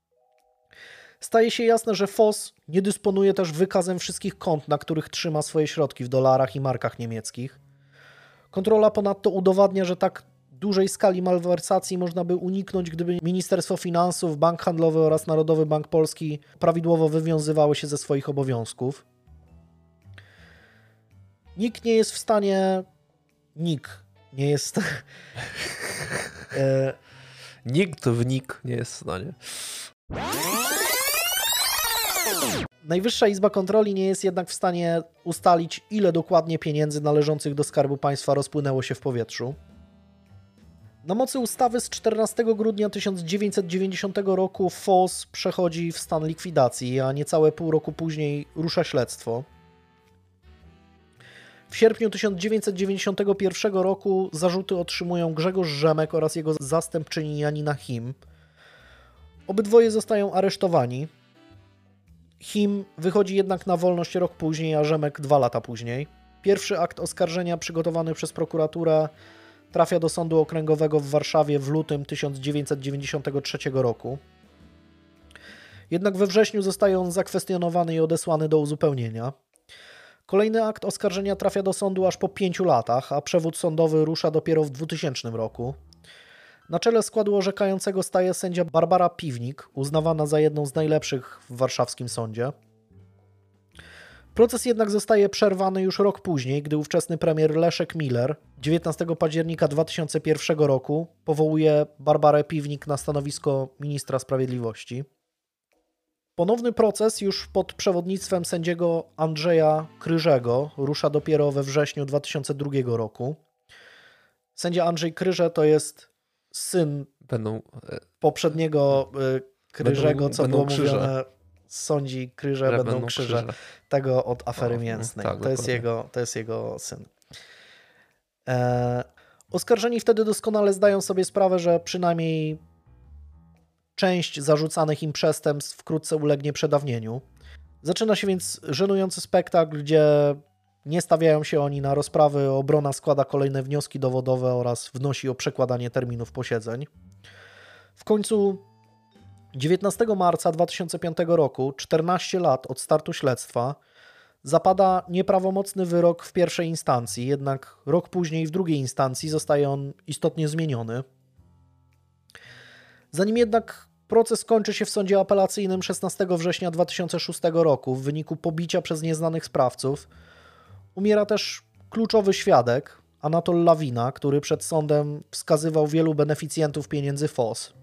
Staje się jasne, że F O S nie dysponuje też wykazem wszystkich kont, na których trzyma swoje środki w dolarach i markach niemieckich. Kontrola ponadto udowadnia, że tak dużej skali malwersacji można by uniknąć, gdyby Ministerstwo Finansów, Bank Handlowy oraz Narodowy Bank Polski prawidłowo wywiązywały się ze swoich obowiązków. Nikt nie jest w stanie... Nikt nie jest... Nikt w Nick nie jest w stanie. Najwyższa Izba Kontroli nie jest jednak w stanie ustalić, ile dokładnie pieniędzy należących do Skarbu Państwa rozpłynęło się w powietrzu. Na mocy ustawy z czternastego grudnia tysiąc dziewięćset dziewięćdziesiątego roku F O S przechodzi w stan likwidacji, a niecałe pół roku później rusza śledztwo. W sierpniu tysiąc dziewięćset dziewięćdziesiątego pierwszego roku zarzuty otrzymują Grzegorz Rzemek oraz jego zastępczyni Janina Him. Obydwoje zostają aresztowani. Him wychodzi jednak na wolność rok później, a Rzemek dwa lata później. Pierwszy akt oskarżenia przygotowany przez prokuraturę trafia do Sądu Okręgowego w Warszawie w lutym tysiąc dziewięćset dziewięćdziesiątego trzeciego roku. Jednak we wrześniu zostaje on zakwestionowany i odesłany do uzupełnienia. Kolejny akt oskarżenia trafia do sądu aż po pięciu latach, a przewód sądowy rusza dopiero w dwutysięcznym roku. Na czele składu orzekającego staje sędzia Barbara Piwnik, uznawana za jedną z najlepszych w warszawskim sądzie. Proces jednak zostaje przerwany już rok później, gdy ówczesny premier Leszek Miller dziewiętnastego października dwa tysiące pierwszego roku powołuje Barbarę Piwnik na stanowisko ministra sprawiedliwości. Ponowny proces już pod przewodnictwem sędziego Andrzeja Kryżego rusza dopiero we wrześniu dwa tysiące drugiego roku. Sędzia Andrzej Kryże to jest syn Będą, poprzedniego Kryżego, będą, co będą było krzyże. mówione, sądzi Kryże, będą, będą krzyże. krzyże. Tego od afery o, mięsnej. Tak, to, jest jego, to jest jego syn. E, oskarżeni wtedy doskonale zdają sobie sprawę, że przynajmniej część zarzucanych im przestępstw wkrótce ulegnie przedawnieniu. Zaczyna się więc żenujący spektakl, gdzie nie stawiają się oni na rozprawy, obrona składa kolejne wnioski dowodowe oraz wnosi o przekładanie terminów posiedzeń. W końcu dziewiętnastego marca dwa tysiące piątego roku, czternaście lat od startu śledztwa, zapada nieprawomocny wyrok w pierwszej instancji, jednak rok później w drugiej instancji zostaje on istotnie zmieniony. Zanim jednak proces kończy się w sądzie apelacyjnym szesnastego września dwa tysiące szóstego roku w wyniku pobicia przez nieznanych sprawców, umiera też kluczowy świadek, Anatol Lawina, który przed sądem wskazywał wielu beneficjentów pieniędzy F O S.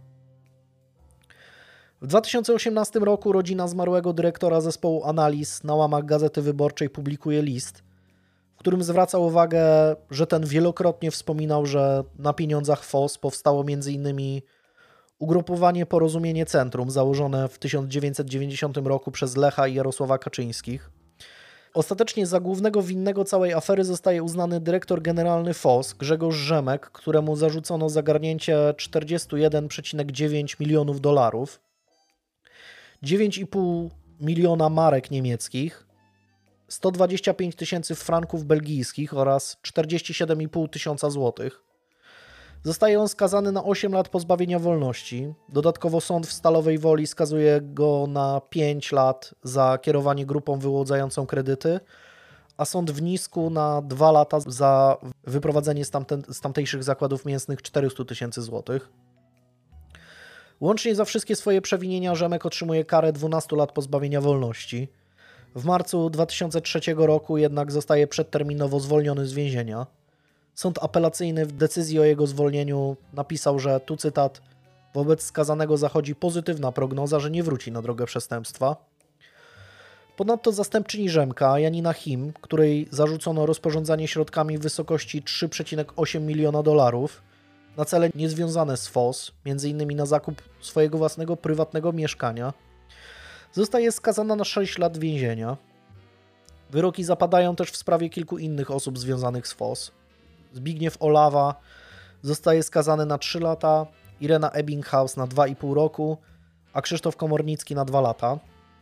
W dwa tysiące osiemnastym roku rodzina zmarłego dyrektora zespołu analiz na łamach Gazety Wyborczej publikuje list, w którym zwraca uwagę, że ten wielokrotnie wspominał, że na pieniądzach F O S powstało między innymi ugrupowanie Porozumienie Centrum założone w tysiąc dziewięćset dziewięćdziesiątym roku przez Lecha i Jarosława Kaczyńskich. Ostatecznie za głównego winnego całej afery zostaje uznany dyrektor generalny F O S Grzegorz Rzemek, któremu zarzucono zagarnięcie czterdzieści jeden przecinek dziewięć milionów dolarów, dziewięć i pół miliona marek niemieckich, sto dwadzieścia pięć tysięcy franków belgijskich oraz czterdzieści siedem i pół tysiąca złotych. Zostaje on skazany na osiem lat pozbawienia wolności. Dodatkowo sąd w Stalowej Woli skazuje go na pięć lat za kierowanie grupą wyłudzającą kredyty, a sąd w Nisku na dwa lata za wyprowadzenie z, tamten, z tamtejszych zakładów mięsnych czterysta tysięcy złotych. Łącznie za wszystkie swoje przewinienia Rzemek otrzymuje karę dwanaście lat pozbawienia wolności. W marcu dwa tysiące trzeciego roku jednak zostaje przedterminowo zwolniony z więzienia. Sąd apelacyjny w decyzji o jego zwolnieniu napisał, że, tu cytat, wobec skazanego zachodzi pozytywna prognoza, że nie wróci na drogę przestępstwa. Ponadto zastępczyni Rzemka, Janina Him, której zarzucono rozporządzanie środkami w wysokości trzy przecinek osiem miliona dolarów na cele niezwiązane z F O S, między innymi na zakup swojego własnego prywatnego mieszkania, zostaje skazana na sześć lat więzienia. Wyroki zapadają też w sprawie kilku innych osób związanych z F O S. Zbigniew Olawa zostaje skazany na trzy lata, Irena Ebbinghaus na dwa i pół roku, a Krzysztof Komornicki na dwa lata.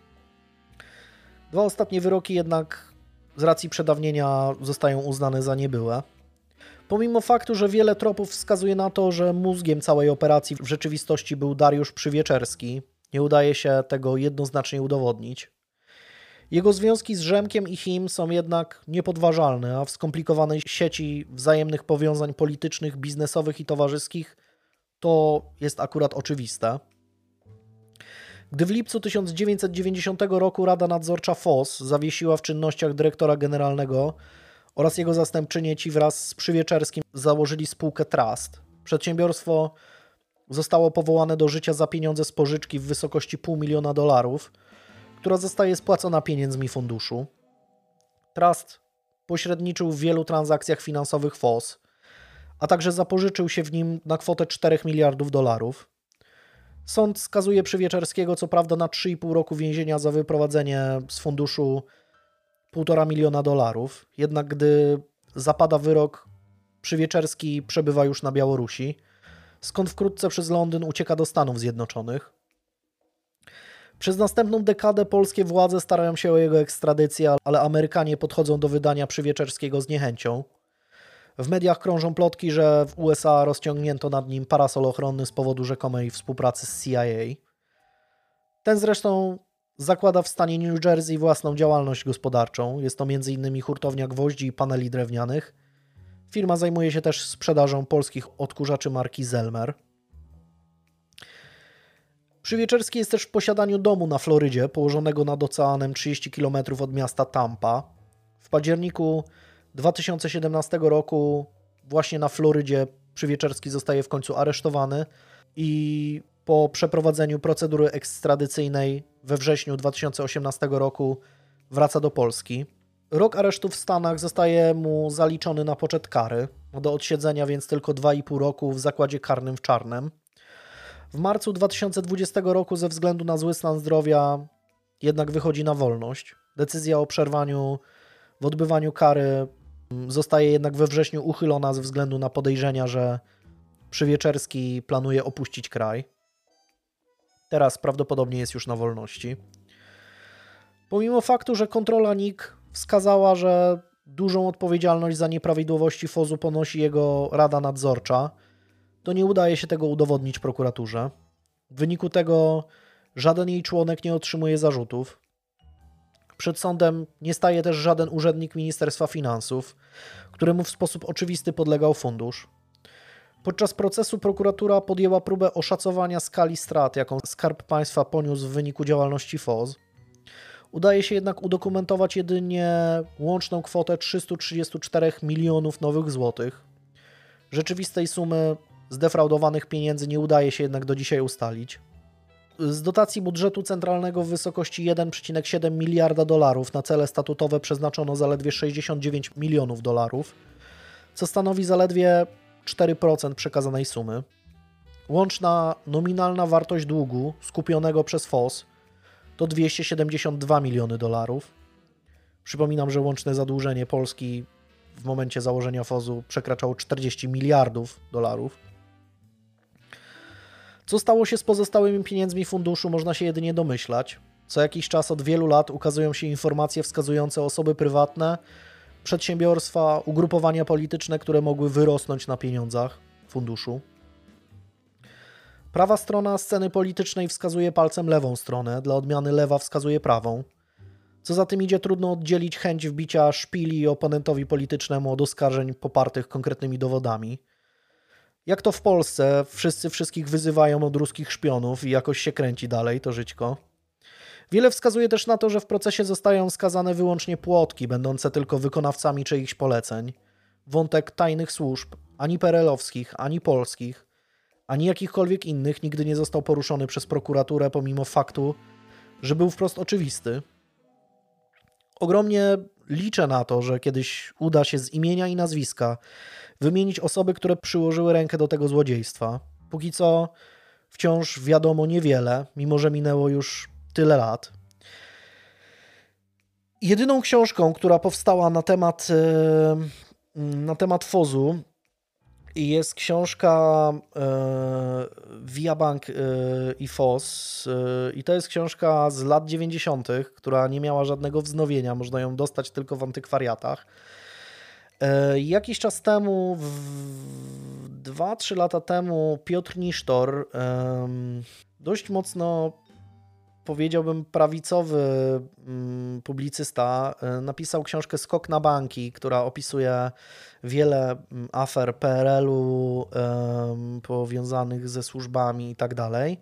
Dwa ostatnie wyroki jednak z racji przedawnienia zostają uznane za niebyłe. Pomimo faktu, że wiele tropów wskazuje na to, że mózgiem całej operacji w rzeczywistości był Dariusz Przywieczerski, nie udaje się tego jednoznacznie udowodnić. Jego związki z Rzemkiem i Him są jednak niepodważalne, a w skomplikowanej sieci wzajemnych powiązań politycznych, biznesowych i towarzyskich to jest akurat oczywiste. Gdy w lipcu tysiąc dziewięćset dziewięćdziesiątego roku Rada Nadzorcza F O S zawiesiła w czynnościach dyrektora generalnego oraz jego zastępczynię, ci wraz z Przywieczerskim założyli spółkę Trust. Przedsiębiorstwo zostało powołane do życia za pieniądze z pożyczki w wysokości pół miliona dolarów, która zostaje spłacona pieniędzmi funduszu. Trust pośredniczył w wielu transakcjach finansowych F O S, a także zapożyczył się w nim na kwotę czterech miliardów dolarów. Sąd skazuje Przywieczerskiego co prawda na trzy i pół roku więzienia za wyprowadzenie z funduszu półtora miliona dolarów, jednak gdy zapada wyrok, Przywieczerski przebywa już na Białorusi, skąd wkrótce przez Londyn ucieka do Stanów Zjednoczonych. Przez następną dekadę polskie władze starają się o jego ekstradycję, ale Amerykanie podchodzą do wydania Przywieczerskiego z niechęcią. W mediach krążą plotki, że w U S A rozciągnięto nad nim parasol ochronny z powodu rzekomej współpracy z C I A. Ten zresztą zakłada w stanie New Jersey własną działalność gospodarczą. Jest to między innymi hurtownia gwoździ i paneli drewnianych. Firma zajmuje się też sprzedażą polskich odkurzaczy marki Zelmer. Przywieczerski jest też w posiadaniu domu na Florydzie, położonego nad oceanem trzydzieści kilometrów od miasta Tampa. W październiku dwa tysiące siedemnastego roku właśnie na Florydzie Przywieczerski zostaje w końcu aresztowany i po przeprowadzeniu procedury ekstradycyjnej we wrześniu dwa tysiące osiemnastego roku wraca do Polski. Rok aresztu w Stanach zostaje mu zaliczony na poczet kary, do odsiedzenia więc tylko dwa i pół roku w zakładzie karnym w Czarnem. W marcu dwa tysiące dwudziestego roku ze względu na zły stan zdrowia jednak wychodzi na wolność. Decyzja o przerwaniu w odbywaniu kary zostaje jednak we wrześniu uchylona ze względu na podejrzenia, że Przywieczerski planuje opuścić kraj. Teraz prawdopodobnie jest już na wolności. Pomimo faktu, że kontrola N I K wskazała, że dużą odpowiedzialność za nieprawidłowości F O Z-u ponosi jego Rada Nadzorcza, to nie udaje się tego udowodnić prokuraturze. W wyniku tego żaden jej członek nie otrzymuje zarzutów. Przed sądem nie staje też żaden urzędnik Ministerstwa Finansów, któremu w sposób oczywisty podlegał fundusz. Podczas procesu prokuratura podjęła próbę oszacowania skali strat, jaką Skarb Państwa poniósł w wyniku działalności F O Z. Udaje się jednak udokumentować jedynie łączną kwotę trzysta trzydzieści cztery milionów nowych złotych. Rzeczywistej sumy zdefraudowanych pieniędzy nie udaje się jednak do dzisiaj ustalić. Z dotacji budżetu centralnego w wysokości jeden przecinek siedem miliarda dolarów na cele statutowe przeznaczono zaledwie sześćdziesiąt dziewięć milionów dolarów, co stanowi zaledwie cztery procent przekazanej sumy. Łączna nominalna wartość długu skupionego przez F O Z to dwieście siedemdziesiąt dwa miliony dolarów. Przypominam, że łączne zadłużenie Polski w momencie założenia F O Z-u przekraczało czterdzieści miliardów dolarów. Co stało się z pozostałymi pieniędzmi funduszu, można się jedynie domyślać. Co jakiś czas od wielu lat ukazują się informacje wskazujące osoby prywatne, przedsiębiorstwa, ugrupowania polityczne, które mogły wyrosnąć na pieniądzach funduszu. Prawa strona sceny politycznej wskazuje palcem lewą stronę, dla odmiany lewa wskazuje prawą. Co za tym idzie, trudno oddzielić chęć wbicia szpili oponentowi politycznemu od oskarżeń popartych konkretnymi dowodami. Jak to w Polsce, wszyscy wszystkich wyzywają od ruskich szpionów i jakoś się kręci dalej, to żyćko. Wiele wskazuje też na to, że w procesie zostają skazane wyłącznie płotki, będące tylko wykonawcami czyichś poleceń. Wątek tajnych służb, ani perelowskich, ani polskich, ani jakichkolwiek innych nigdy nie został poruszony przez prokuraturę, pomimo faktu, że był wprost oczywisty. Ogromnie liczę na to, że kiedyś uda się z imienia i nazwiska wymienić osoby, które przyłożyły rękę do tego złodziejstwa. Póki co wciąż wiadomo niewiele, mimo że minęło już tyle lat. Jedyną książką, która powstała na temat, na temat F O Z-u, jest książka Via Bank i F O Z i to jest książka z lat dziewięćdziesiątych, która nie miała żadnego wznowienia, można ją dostać tylko w antykwariatach. Jakiś czas temu, dwa trzy lata temu, Piotr Nisztor, dość mocno, powiedziałbym, prawicowy publicysta, napisał książkę Skok na banki, która opisuje wiele afer P R L-u powiązanych ze służbami i tak dalej.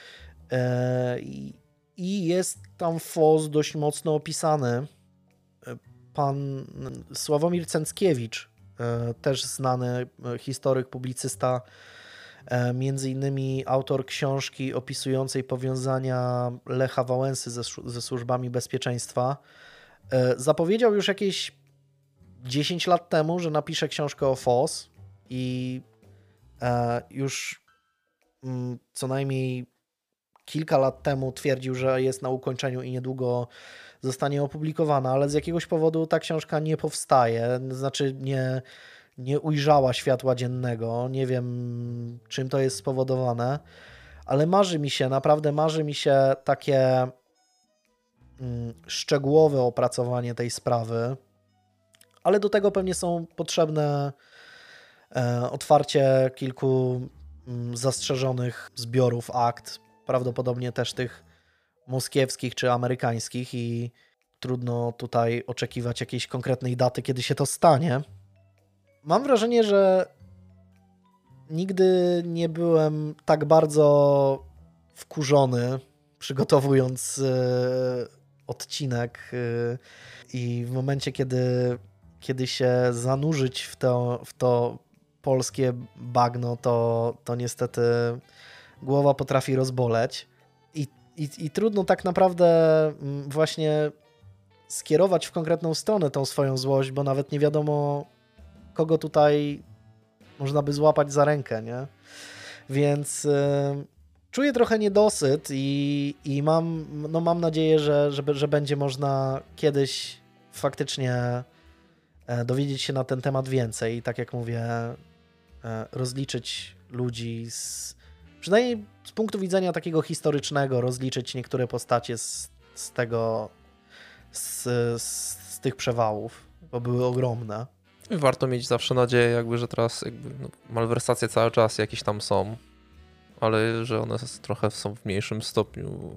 I jest tam F O Z dość mocno opisany. Pan Sławomir Cęckiewicz, też znany historyk, publicysta, między innymi autor książki opisującej powiązania Lecha Wałęsy ze, ze służbami bezpieczeństwa, zapowiedział już jakieś dziesięć lat temu, że napisze książkę o F O Z i już co najmniej kilka lat temu twierdził, że jest na ukończeniu i niedługo zostanie opublikowana, ale z jakiegoś powodu ta książka nie powstaje, znaczy nie, nie ujrzała światła dziennego. Nie wiem, czym to jest spowodowane, ale marzy mi się, naprawdę marzy mi się takie mm, szczegółowe opracowanie tej sprawy, ale do tego pewnie są potrzebne e, otwarcie kilku mm, zastrzeżonych zbiorów akt, prawdopodobnie też tych moskiewskich czy amerykańskich i trudno tutaj oczekiwać jakiejś konkretnej daty, kiedy się to stanie. Mam wrażenie, że nigdy nie byłem tak bardzo wkurzony, przygotowując e, odcinek e, i w momencie, kiedy, kiedy się zanurzyć w to, w to polskie bagno, to, to niestety głowa potrafi rozboleć i, i, i trudno tak naprawdę właśnie skierować w konkretną stronę tą swoją złość, bo nawet nie wiadomo, kogo tutaj można by złapać za rękę, nie? Więc y, czuję trochę niedosyt i, i mam, no mam nadzieję, że, że, że będzie można kiedyś faktycznie dowiedzieć się na ten temat więcej i tak jak mówię, rozliczyć ludzi z, przynajmniej z punktu widzenia takiego historycznego, rozliczyć niektóre postacie z, z tego, z, z, z tych przewałów, bo były ogromne. I warto mieć zawsze nadzieję, jakby, że teraz jakby, no, malwersacje cały czas jakieś tam są, ale że one trochę są w mniejszym stopniu,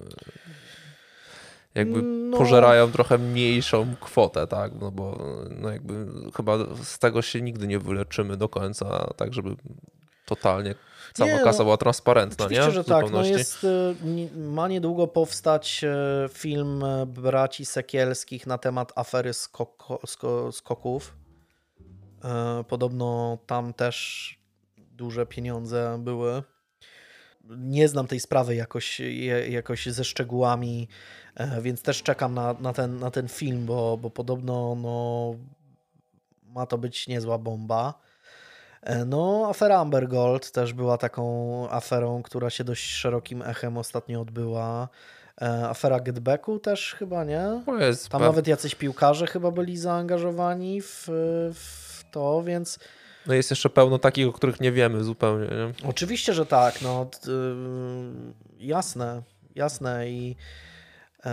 jakby no. pożerają trochę mniejszą kwotę, tak, no bo no jakby chyba z tego się nigdy nie wyleczymy do końca, tak żeby totalnie cała nie, kasa no, była transparentna, oczywiście, nie? że tak, no jest, ma niedługo powstać film braci Sekielskich na temat afery skoko, sko, skoków. Podobno tam też duże pieniądze były. Nie znam tej sprawy jakoś, jakoś ze szczegółami, więc też czekam na, na, ten, na ten film, bo, bo podobno no, ma to być niezła bomba. No, afera Amber Gold też była taką aferą, która się dość szerokim echem ostatnio odbyła. Afera Getbacku też chyba, nie? Jest Tam nawet jacyś piłkarze chyba byli zaangażowani w, w to, więc... No jest jeszcze pełno takich, o których nie wiemy zupełnie, nie? Oczywiście, że tak, no yy, jasne, jasne i yy,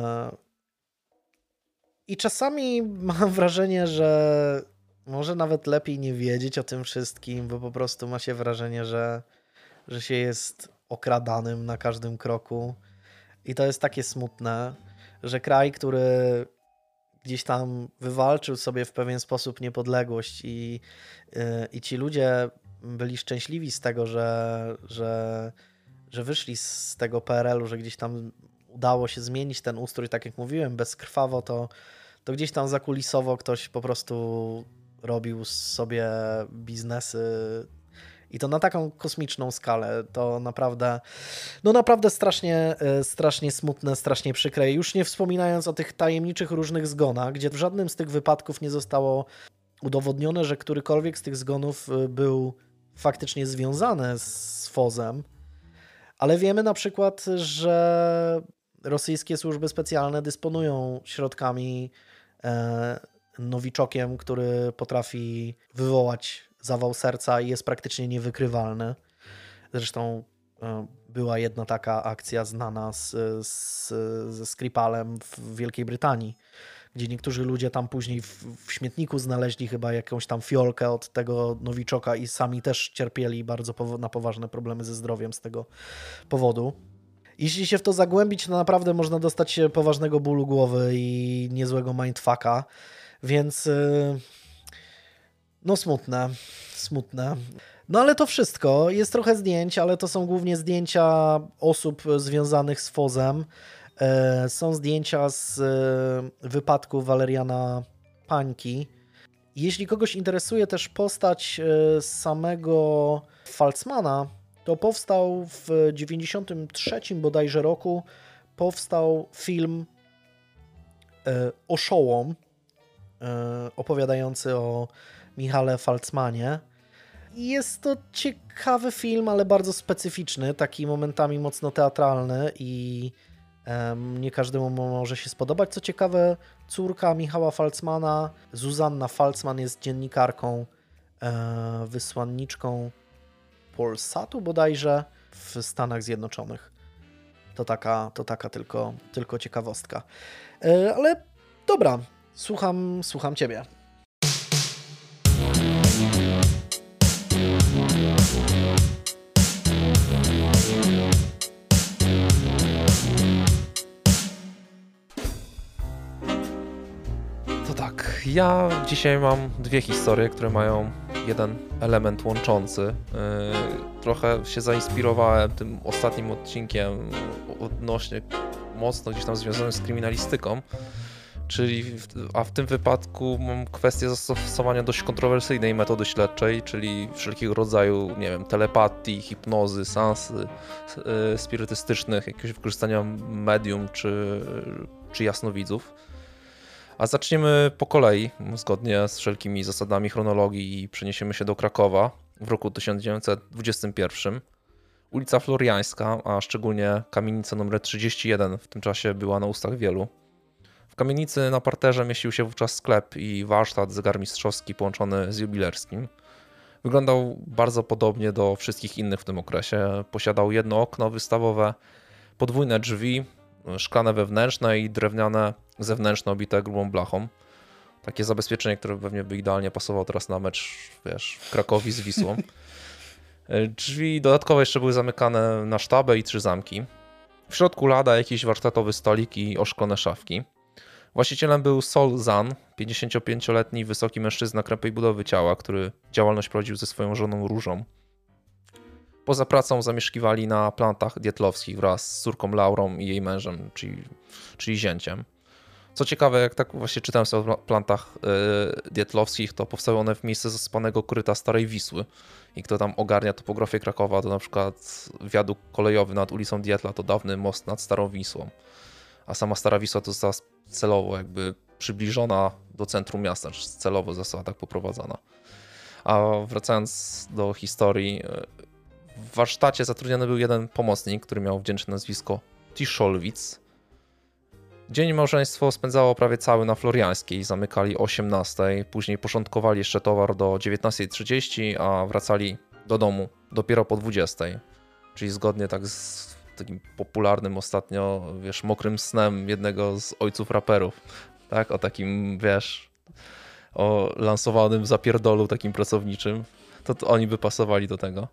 i czasami mam wrażenie, że może nawet lepiej nie wiedzieć o tym wszystkim, bo po prostu ma się wrażenie, że, że się jest okradanym na każdym kroku i to jest takie smutne, że kraj, który gdzieś tam wywalczył sobie w pewien sposób niepodległość i, yy, i ci ludzie byli szczęśliwi z tego, że, że, że wyszli z tego P R L-u, że gdzieś tam udało się zmienić ten ustrój, tak jak mówiłem, bezkrwawo, to, to gdzieś tam zakulisowo ktoś po prostu robił sobie biznesy i to na taką kosmiczną skalę. To naprawdę, no naprawdę strasznie, strasznie smutne, strasznie przykre. Już nie wspominając o tych tajemniczych różnych zgonach, gdzie w żadnym z tych wypadków nie zostało udowodnione, że którykolwiek z tych zgonów był faktycznie związany z F O Z-em, ale wiemy na przykład, że rosyjskie służby specjalne dysponują środkami e, nowiczokiem, który potrafi wywołać zawał serca i jest praktycznie niewykrywalny. Zresztą e, była jedna taka akcja znana z, z, ze Skripalem w Wielkiej Brytanii, gdzie niektórzy ludzie tam później w, w śmietniku znaleźli chyba jakąś tam fiolkę od tego nowiczoka i sami też cierpieli bardzo powo- na poważne problemy ze zdrowiem z tego powodu. Jeśli się w to zagłębić, to naprawdę można dostać się poważnego bólu głowy i niezłego mindfucka, więc yy, no smutne, smutne. No ale to wszystko. Jest trochę zdjęć, ale to są głównie zdjęcia osób związanych z F O Z-em. Są zdjęcia z wypadku Waleriana Pańki. Jeśli kogoś interesuje też postać samego Falcmana, to powstał w dziewięćdziesiątym trzecim bodajże roku powstał film Oszołom, opowiadający o Michale Falcmanie. Jest to ciekawy film, ale bardzo specyficzny, taki momentami mocno teatralny i nie każdemu może się spodobać. Co ciekawe, córka Michała Falcmana, Zuzanna Falcman, jest dziennikarką, wysłanniczką Polsatu bodajże w Stanach Zjednoczonych. To taka, to taka tylko, tylko ciekawostka. Ale dobra, słucham, słucham Ciebie. Ja dzisiaj mam dwie historie, które mają jeden element łączący. Trochę się zainspirowałem tym ostatnim odcinkiem odnośnie mocno gdzieś tam związanym z kryminalistyką, czyli w, a w tym wypadku mam kwestię zastosowania dość kontrowersyjnej metody śledczej, czyli wszelkiego rodzaju, nie wiem, telepatii, hipnozy, seansy yy, spirytystycznych, jakiegoś wykorzystania medium czy, czy jasnowidzów. A zaczniemy po kolei, zgodnie z wszelkimi zasadami chronologii i przeniesiemy się do Krakowa w roku tysiąc dziewięćset dwudziestym pierwszym. Ulica Floriańska, a szczególnie kamienica numer trzydzieści jeden w tym czasie była na ustach wielu. W kamienicy na parterze mieścił się wówczas sklep i warsztat zegarmistrzowski połączony z jubilerskim. Wyglądał bardzo podobnie do wszystkich innych w tym okresie. Posiadał jedno okno wystawowe, podwójne drzwi, szklane wewnętrzne i drewniane zewnętrzne obite grubą blachą. Takie zabezpieczenie, które pewnie by idealnie pasowało teraz na mecz, wiesz, w Krakowi z Wisłą. Drzwi dodatkowo jeszcze były zamykane na sztabę i trzy zamki. W środku lada jakiś warsztatowy stolik i oszklone szafki. Właścicielem był Sol Zan, pięćdziesięciopięcioletni wysoki mężczyzna krępej budowy ciała, który działalność prowadził ze swoją żoną Różą. Poza pracą zamieszkiwali na plantach dietlowskich wraz z córką Laurą i jej mężem, czyli, czyli zięciem. Co ciekawe, jak tak właśnie czytałem sobie o plantach yy, dietlowskich, to powstały one w miejsce zaspanego koryta Starej Wisły. I kto tam ogarnia topografię Krakowa, to na przykład wiadukt kolejowy nad ulicą Dietla to dawny most nad Starą Wisłą. A sama Stara Wisła to została celowo jakby przybliżona do centrum miasta, czy celowo została tak poprowadzona. A wracając do historii, w warsztacie zatrudniony był jeden pomocnik, który miał wdzięczne nazwisko Tiszolwic. Dzień małżeństwo spędzało prawie cały na Floriańskiej, zamykali o osiemnastej, później porządkowali jeszcze towar do dziewiętnastej trzydzieści, a wracali do domu dopiero po dwudziestej. Czyli zgodnie tak z takim popularnym ostatnio, wiesz, mokrym snem jednego z ojców raperów, tak? O takim, wiesz, o lansowanym zapierdolu takim pracowniczym, to, to oni by pasowali do tego.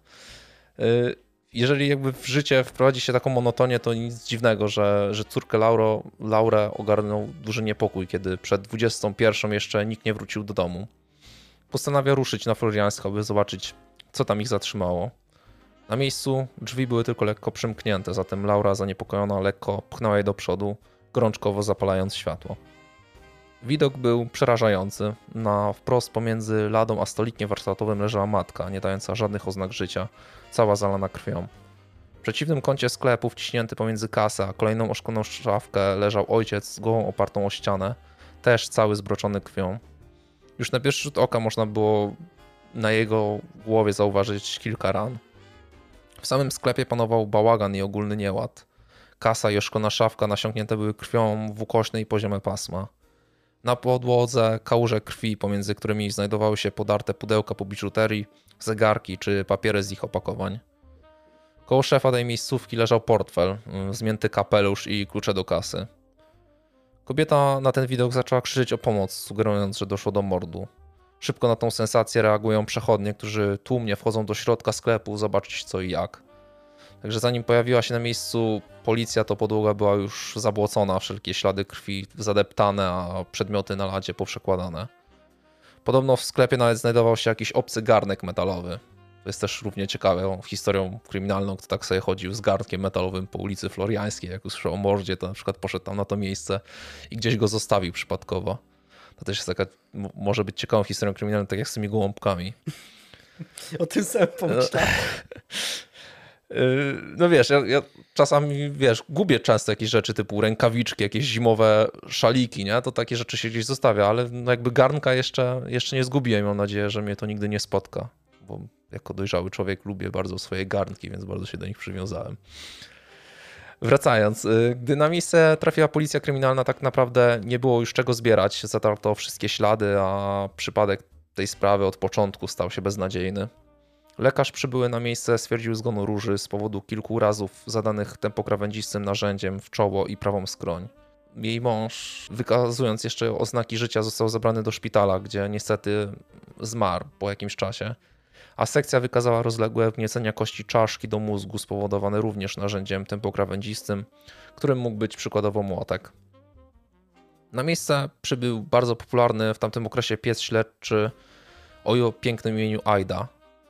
Jeżeli jakby w życie wprowadzi się taką monotonię, to nic dziwnego, że, że córkę Lauro, Laurę ogarnął duży niepokój, kiedy przed dwudziestą pierwszą jeszcze nikt nie wrócił do domu. Postanawia ruszyć na Floriańską, aby zobaczyć, co tam ich zatrzymało. Na miejscu drzwi były tylko lekko przymknięte, zatem Laura zaniepokojona lekko pchnęła je do przodu, gorączkowo zapalając światło. Widok był przerażający. Na wprost pomiędzy ladą a stolikiem warsztatowym leżała matka, nie dająca żadnych oznak życia, cała zalana krwią. W przeciwnym kącie sklepu, wciśnięty pomiędzy kasę a kolejną oszkloną szafkę, leżał ojciec z głową opartą o ścianę, też cały zbroczony krwią. Już na pierwszy rzut oka można było na jego głowie zauważyć kilka ran. W samym sklepie panował bałagan i ogólny nieład. Kasa i oszklona szafka nasiąknięte były krwią w ukośne i poziome pasma. Na podłodze kałuże krwi, pomiędzy którymi znajdowały się podarte pudełka po biżuterii, zegarki czy papiery z ich opakowań. Koło szefa tej miejscówki leżał portfel, zmięty kapelusz i klucze do kasy. Kobieta na ten widok zaczęła krzyczeć o pomoc, sugerując, że doszło do mordu. Szybko na tą sensację reagują przechodnie, którzy tłumnie wchodzą do środka sklepu zobaczyć co i jak. Także zanim pojawiła się na miejscu policja, to podłoga była już zabłocona, wszelkie ślady krwi zadeptane, a przedmioty na ladzie poprzekładane. Podobno w sklepie nawet znajdował się jakiś obcy garnek metalowy. To jest też równie ciekawe historią kryminalną, kto tak sobie chodził z garnkiem metalowym po ulicy Floriańskiej, jak usłyszał o mordzie, to na przykład poszedł tam na to miejsce i gdzieś go zostawił przypadkowo. To też jest taka, może być ciekawą historią kryminalną, tak jak z tymi gołąbkami. O tym samym pomyślałem. No wiesz, ja, ja czasami, wiesz, gubię często jakieś rzeczy typu rękawiczki, jakieś zimowe szaliki, nie? To takie rzeczy się gdzieś zostawia, ale no jakby garnka jeszcze, jeszcze nie zgubiłem. Mam nadzieję, że mnie to nigdy nie spotka, bo jako dojrzały człowiek lubię bardzo swoje garnki, więc bardzo się do nich przywiązałem. Wracając, gdy na miejsce trafiła policja kryminalna, tak naprawdę nie było już czego zbierać. Zatarto wszystkie ślady, a przypadek tej sprawy od początku stał się beznadziejny. Lekarz przybyły na miejsce stwierdził zgon Róży z powodu kilku urazów zadanych tempokrawędzistym narzędziem w czoło i prawą skroń. Jej mąż, wykazując jeszcze oznaki życia, został zabrany do szpitala, gdzie niestety zmarł po jakimś czasie. A sekcja wykazała rozległe wgniecenia kości czaszki do mózgu spowodowane również narzędziem tempokrawędzistym, którym mógł być przykładowo młotek. Na miejsce przybył bardzo popularny w tamtym okresie pies śledczy o pięknym imieniu Aida.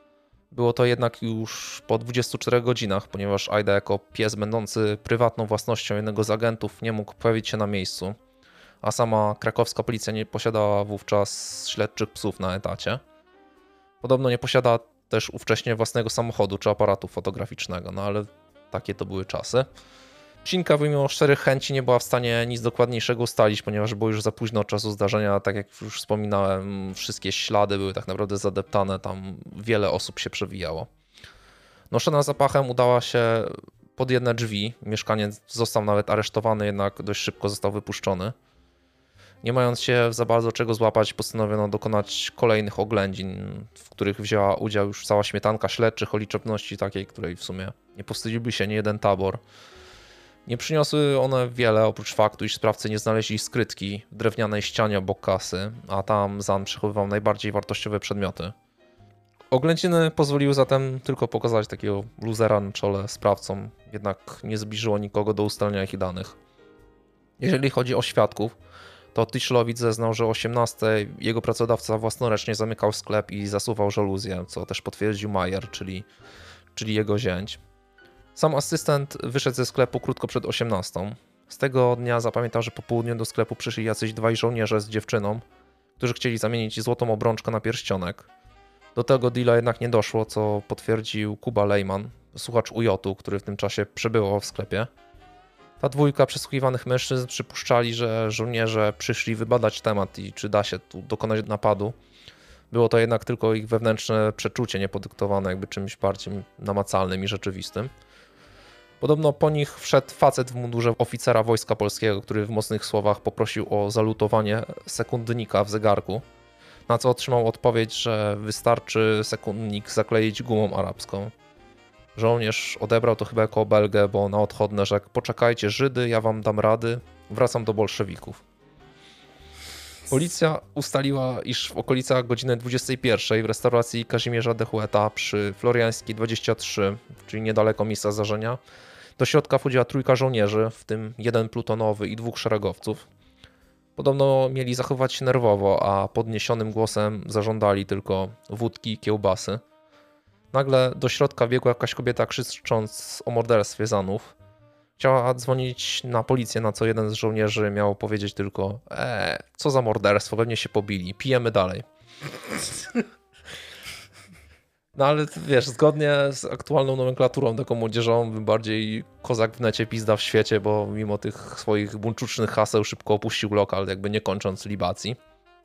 Było to jednak już po dwudziestu czterech godzinach, ponieważ Aida jako pies będący prywatną własnością jednego z agentów nie mógł pojawić się na miejscu, a sama krakowska policja nie posiadała wówczas śledczych psów na etacie. Podobno nie posiada też ówcześnie własnego samochodu czy aparatu fotograficznego, no ale takie to były czasy. Psinka pomimo szczerych chęci nie była w stanie nic dokładniejszego ustalić, ponieważ było już za późno od czasu zdarzenia, tak jak już wspominałem, wszystkie ślady były tak naprawdę zadeptane, tam wiele osób się przewijało. Noszona zapachem udała się pod jedne drzwi, mieszkaniec został nawet aresztowany, jednak dość szybko został wypuszczony. Nie mając się za bardzo czego złapać, postanowiono dokonać kolejnych oględzin, w których wzięła udział już cała śmietanka śledczych o liczebności takiej, której w sumie nie powstydziłby się niejeden tabor. Nie przyniosły one wiele, oprócz faktu, iż sprawcy nie znaleźli skrytki w drewnianej ścianie obok kasy, a tam Zan przechowywał najbardziej wartościowe przedmioty. Oględziny pozwoliły zatem tylko pokazać takiego luzera na czole sprawcom, jednak nie zbliżyło nikogo do ustalenia ich danych. Jeżeli chodzi o świadków, to Tischlowicz zeznał, że o osiemnastej jego pracodawca własnoręcznie zamykał sklep i zasuwał żaluzję, co też potwierdził Majer, czyli, czyli jego zięć. Sam asystent wyszedł ze sklepu krótko przed osiemnastą. Z tego dnia zapamiętał, że po południu do sklepu przyszli jacyś dwaj żołnierze z dziewczyną, którzy chcieli zamienić złotą obrączkę na pierścionek. Do tego deala jednak nie doszło, co potwierdził Kuba Lejman, słuchacz U J-u, który w tym czasie przebywał w sklepie. Ta dwójka przesłuchiwanych mężczyzn przypuszczali, że żołnierze przyszli wybadać temat i czy da się tu dokonać napadu. Było to jednak tylko ich wewnętrzne przeczucie, niepodyktowane jakby czymś bardziej namacalnym i rzeczywistym. Podobno po nich wszedł facet w mundurze oficera Wojska Polskiego, który w mocnych słowach poprosił o zalutowanie sekundnika w zegarku, na co otrzymał odpowiedź, że wystarczy sekundnik zakleić gumą arabską. Żołnierz odebrał to chyba jako obelgę, bo na odchodne rzekł: poczekajcie Żydy, ja wam dam rady, wracam do bolszewików. Policja ustaliła, iż w okolicach godziny dwudziestej pierwszej w restauracji Kazimierza Dechueta przy Floriańskiej dwadzieścia trzy, czyli niedaleko miejsca zdarzenia, do środka wchodziła trójka żołnierzy, w tym jeden plutonowy i dwóch szeregowców. Podobno mieli zachować się nerwowo, a podniesionym głosem zażądali tylko wódki i kiełbasy. Nagle do środka biegła jakaś kobieta, krzycząc o morderstwie Zanów. Chciała dzwonić na policję, na co jeden z żołnierzy miał powiedzieć tylko: eee, co za morderstwo, pewnie się pobili, pijemy dalej. No ale wiesz, zgodnie z aktualną nomenklaturą taką młodzieżową, bardziej kozak w necie, pizda w świecie, bo mimo tych swoich buńczucznych haseł szybko opuścił lokal, jakby nie kończąc libacji.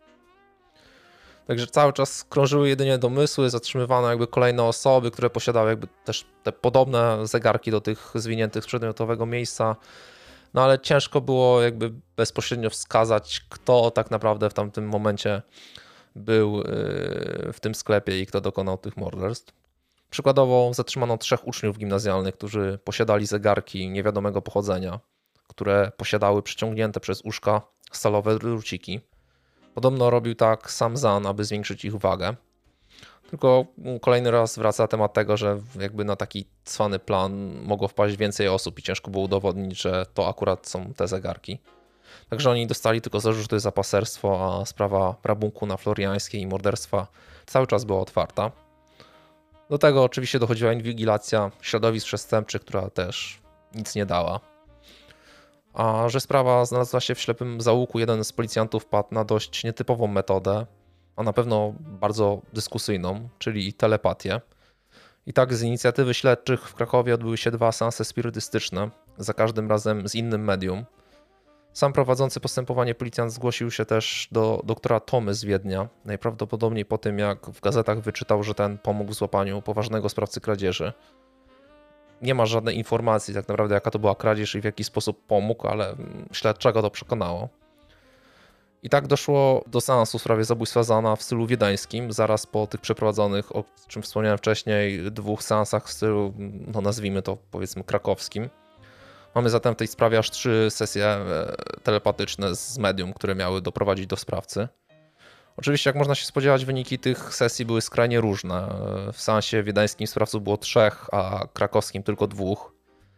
Także cały czas krążyły jedynie domysły, zatrzymywano jakby kolejne osoby, które posiadały jakby też te podobne zegarki do tych zwiniętych z przedmiotowego miejsca. No ale ciężko było jakby bezpośrednio wskazać, kto tak naprawdę w tamtym momencie był w tym sklepie i kto dokonał tych morderstw. Przykładowo zatrzymano trzech uczniów gimnazjalnych, którzy posiadali zegarki niewiadomego pochodzenia, które posiadały przyciągnięte przez uszka stalowe druciki. Podobno robił tak sam Zan, aby zwiększyć ich wagę. Tylko kolejny raz wraca temat tego, że jakby na taki cwany plan mogło wpaść więcej osób i ciężko było udowodnić, że to akurat są te zegarki. Także oni dostali tylko zarzuty za paserstwo, a sprawa rabunku na Floriańskiej i morderstwa cały czas była otwarta. Do tego oczywiście dochodziła inwigilacja środowisk przestępczych, która też nic nie dała. A że sprawa znalazła się w ślepym zaułku, jeden z policjantów padł na dość nietypową metodę, a na pewno bardzo dyskusyjną, czyli telepatię. I tak z inicjatywy śledczych w Krakowie odbyły się dwa seanse spirytystyczne, za każdym razem z innym medium. Sam prowadzący postępowanie policjant zgłosił się też do doktora Tomy z Wiednia, najprawdopodobniej po tym, jak w gazetach wyczytał, że ten pomógł w złapaniu poważnego sprawcy kradzieży. Nie ma żadnej informacji tak naprawdę, jaka to była kradzież i w jaki sposób pomógł, ale śledczego to przekonało. I tak doszło do seansu w sprawie zabójstwa Zana w stylu wiedeńskim, zaraz po tych przeprowadzonych, o czym wspomniałem wcześniej, dwóch seansach w stylu, no nazwijmy to powiedzmy krakowskim. Mamy zatem w tej sprawie aż trzy sesje telepatyczne z medium, które miały doprowadzić do sprawcy. Oczywiście, jak można się spodziewać, wyniki tych sesji były skrajnie różne. W seansie wiedeńskim sprawców było trzech, a krakowskim tylko dwóch.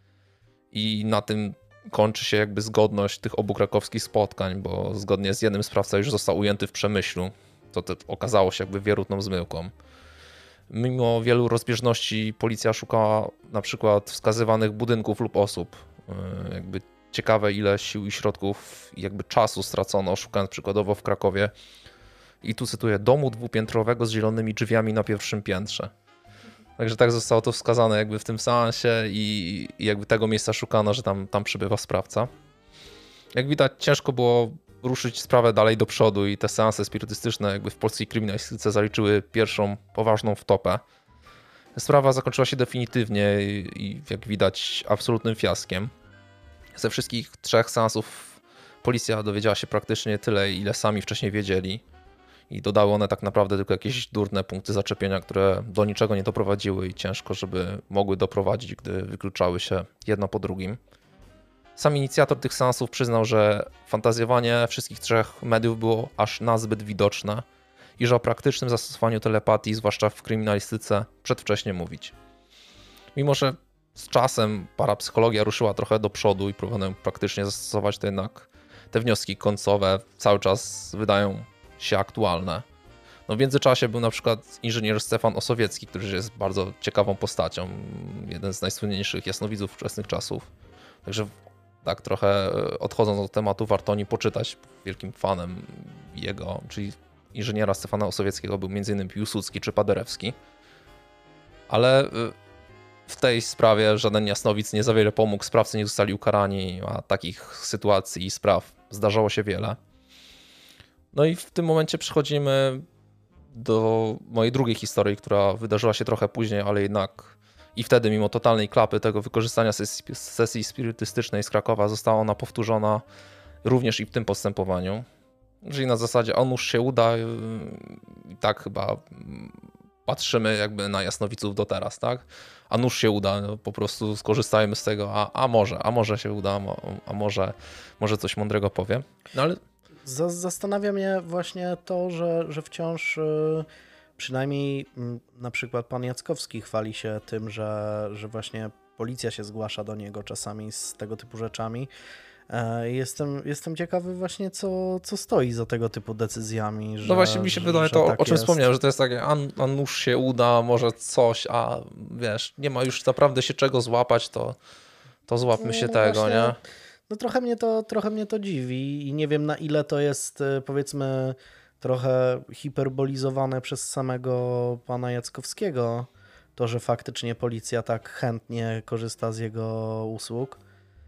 I na tym kończy się jakby zgodność tych obu krakowskich spotkań, bo zgodnie z jednym sprawca już został ujęty w Przemyślu, To te, okazało się jakby wierutną zmyłką. Mimo wielu rozbieżności policja szukała na przykład wskazywanych budynków lub osób. Jakby ciekawe, ile sił i środków i jakby czasu stracono, szukając przykładowo w Krakowie. I tu cytuję, domu dwupiętrowego z zielonymi drzwiami na pierwszym piętrze. Także tak zostało to wskazane jakby w tym seansie i, i jakby tego miejsca szukano, że tam, tam przybywa sprawca. Jak widać, ciężko było ruszyć sprawę dalej do przodu i te seanse spirytystyczne jakby w polskiej kryminalistyce zaliczyły pierwszą poważną wtopę. Sprawa zakończyła się definitywnie i, i jak widać absolutnym fiaskiem. Ze wszystkich trzech seansów policja dowiedziała się praktycznie tyle, ile sami wcześniej wiedzieli. I dodały one tak naprawdę tylko jakieś durne punkty zaczepienia, które do niczego nie doprowadziły i ciężko, żeby mogły doprowadzić, gdy wykluczały się jedno po drugim. Sam inicjator tych seansów przyznał, że fantazjowanie wszystkich trzech mediów było aż nazbyt widoczne i że o praktycznym zastosowaniu telepatii, zwłaszcza w kryminalistyce, przedwcześnie mówić. Mimo że z czasem parapsychologia ruszyła trochę do przodu i próbowano praktycznie zastosować, to jednak te wnioski końcowe cały czas wydają się aktualne. No w międzyczasie był na przykład inżynier Stefan Osowiecki, który jest bardzo ciekawą postacią, jeden z najsłynniejszych jasnowidzów wczesnych czasów. Także tak trochę odchodząc od tematu, warto o nim poczytać. Wielkim fanem jego, czyli inżyniera Stefana Osowieckiego był między innymi Piłsudski czy Paderewski. Ale w tej sprawie żaden jasnowic nie za wiele pomógł, sprawcy nie zostali ukarani, a takich sytuacji i spraw zdarzało się wiele. No i w tym momencie przechodzimy do mojej drugiej historii, która wydarzyła się trochę później, ale jednak i wtedy mimo totalnej klapy tego wykorzystania sesji, sesji spirytystycznej z Krakowa została ona powtórzona również i w tym postępowaniu. Czyli na zasadzie, a nuż się uda i tak chyba patrzymy jakby na jasnowiców do teraz, tak? A nuż się uda, no po prostu skorzystajmy z tego, a, a może, a może się uda, a może, może coś mądrego powie. No ale Zastanawia mnie właśnie to, że, że wciąż przynajmniej na przykład pan Jackowski chwali się tym, że, że właśnie policja się zgłasza do niego czasami z tego typu rzeczami. Jestem, jestem ciekawy właśnie, co, co stoi za tego typu decyzjami. Że, no właśnie mi się wydaje to, tak o czym jest. wspomniałem, że to jest takie, a, a nuż się uda, może coś, a wiesz, nie ma już naprawdę się czego złapać, to, to złapmy no, się no tego, właśnie, nie? No trochę mnie, to, trochę mnie to dziwi i nie wiem, na ile to jest, powiedzmy, trochę hiperbolizowane przez samego pana Jackowskiego, to, że faktycznie policja tak chętnie korzysta z jego usług,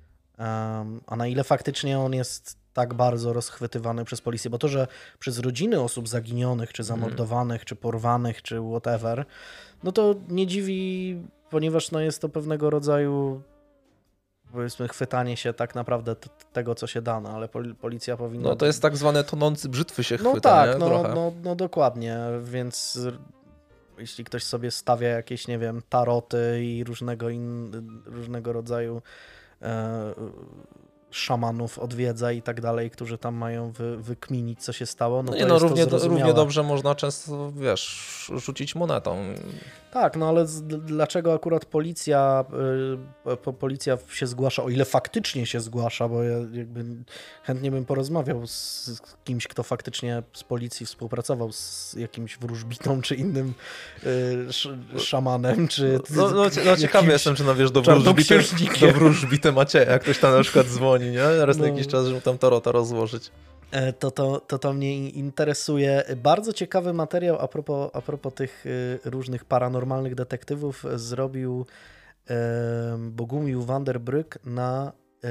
um, a na ile faktycznie on jest tak bardzo rozchwytywany przez policję, bo to, że przez rodziny osób zaginionych, czy zamordowanych, czy porwanych, czy whatever, no to nie dziwi, ponieważ no jest to pewnego rodzaju, powiedzmy, chwytanie się tak naprawdę t- tego, co się da, no, ale pol- policja powinna... No to jest tak zwany tonący brzytwy się no chwyta, tak, nie? no, Trochę. no, no dokładnie, więc jeśli ktoś sobie stawia jakieś, nie wiem, taroty i różnego, in, różnego rodzaju e, szamanów odwiedza i tak dalej, którzy tam mają wy, wykminić, co się stało, no, No to nie, no jest równie, to równie dobrze można często, wiesz, rzucić monetą. Tak, no ale z, dlaczego akurat policja, y, po, policja się zgłasza, o ile faktycznie się zgłasza, bo ja jakby chętnie bym porozmawiał z, z kimś, kto faktycznie z policji współpracował z jakimś wróżbitą, czy innym y, sz, szamanem, czy... No, no, no ciekawy jestem, czy no wiesz, do wróżbity, do wróżbity Macieja, jak ktoś tam na przykład dzwoni, nie? Raz na No. jakiś czas, żeby tam tarota rozłożyć. To, to, to, to mnie interesuje. Bardzo ciekawy materiał a propos, a propos tych różnych paranormalnych detektywów zrobił e, Bogumił Vanderbrück na e,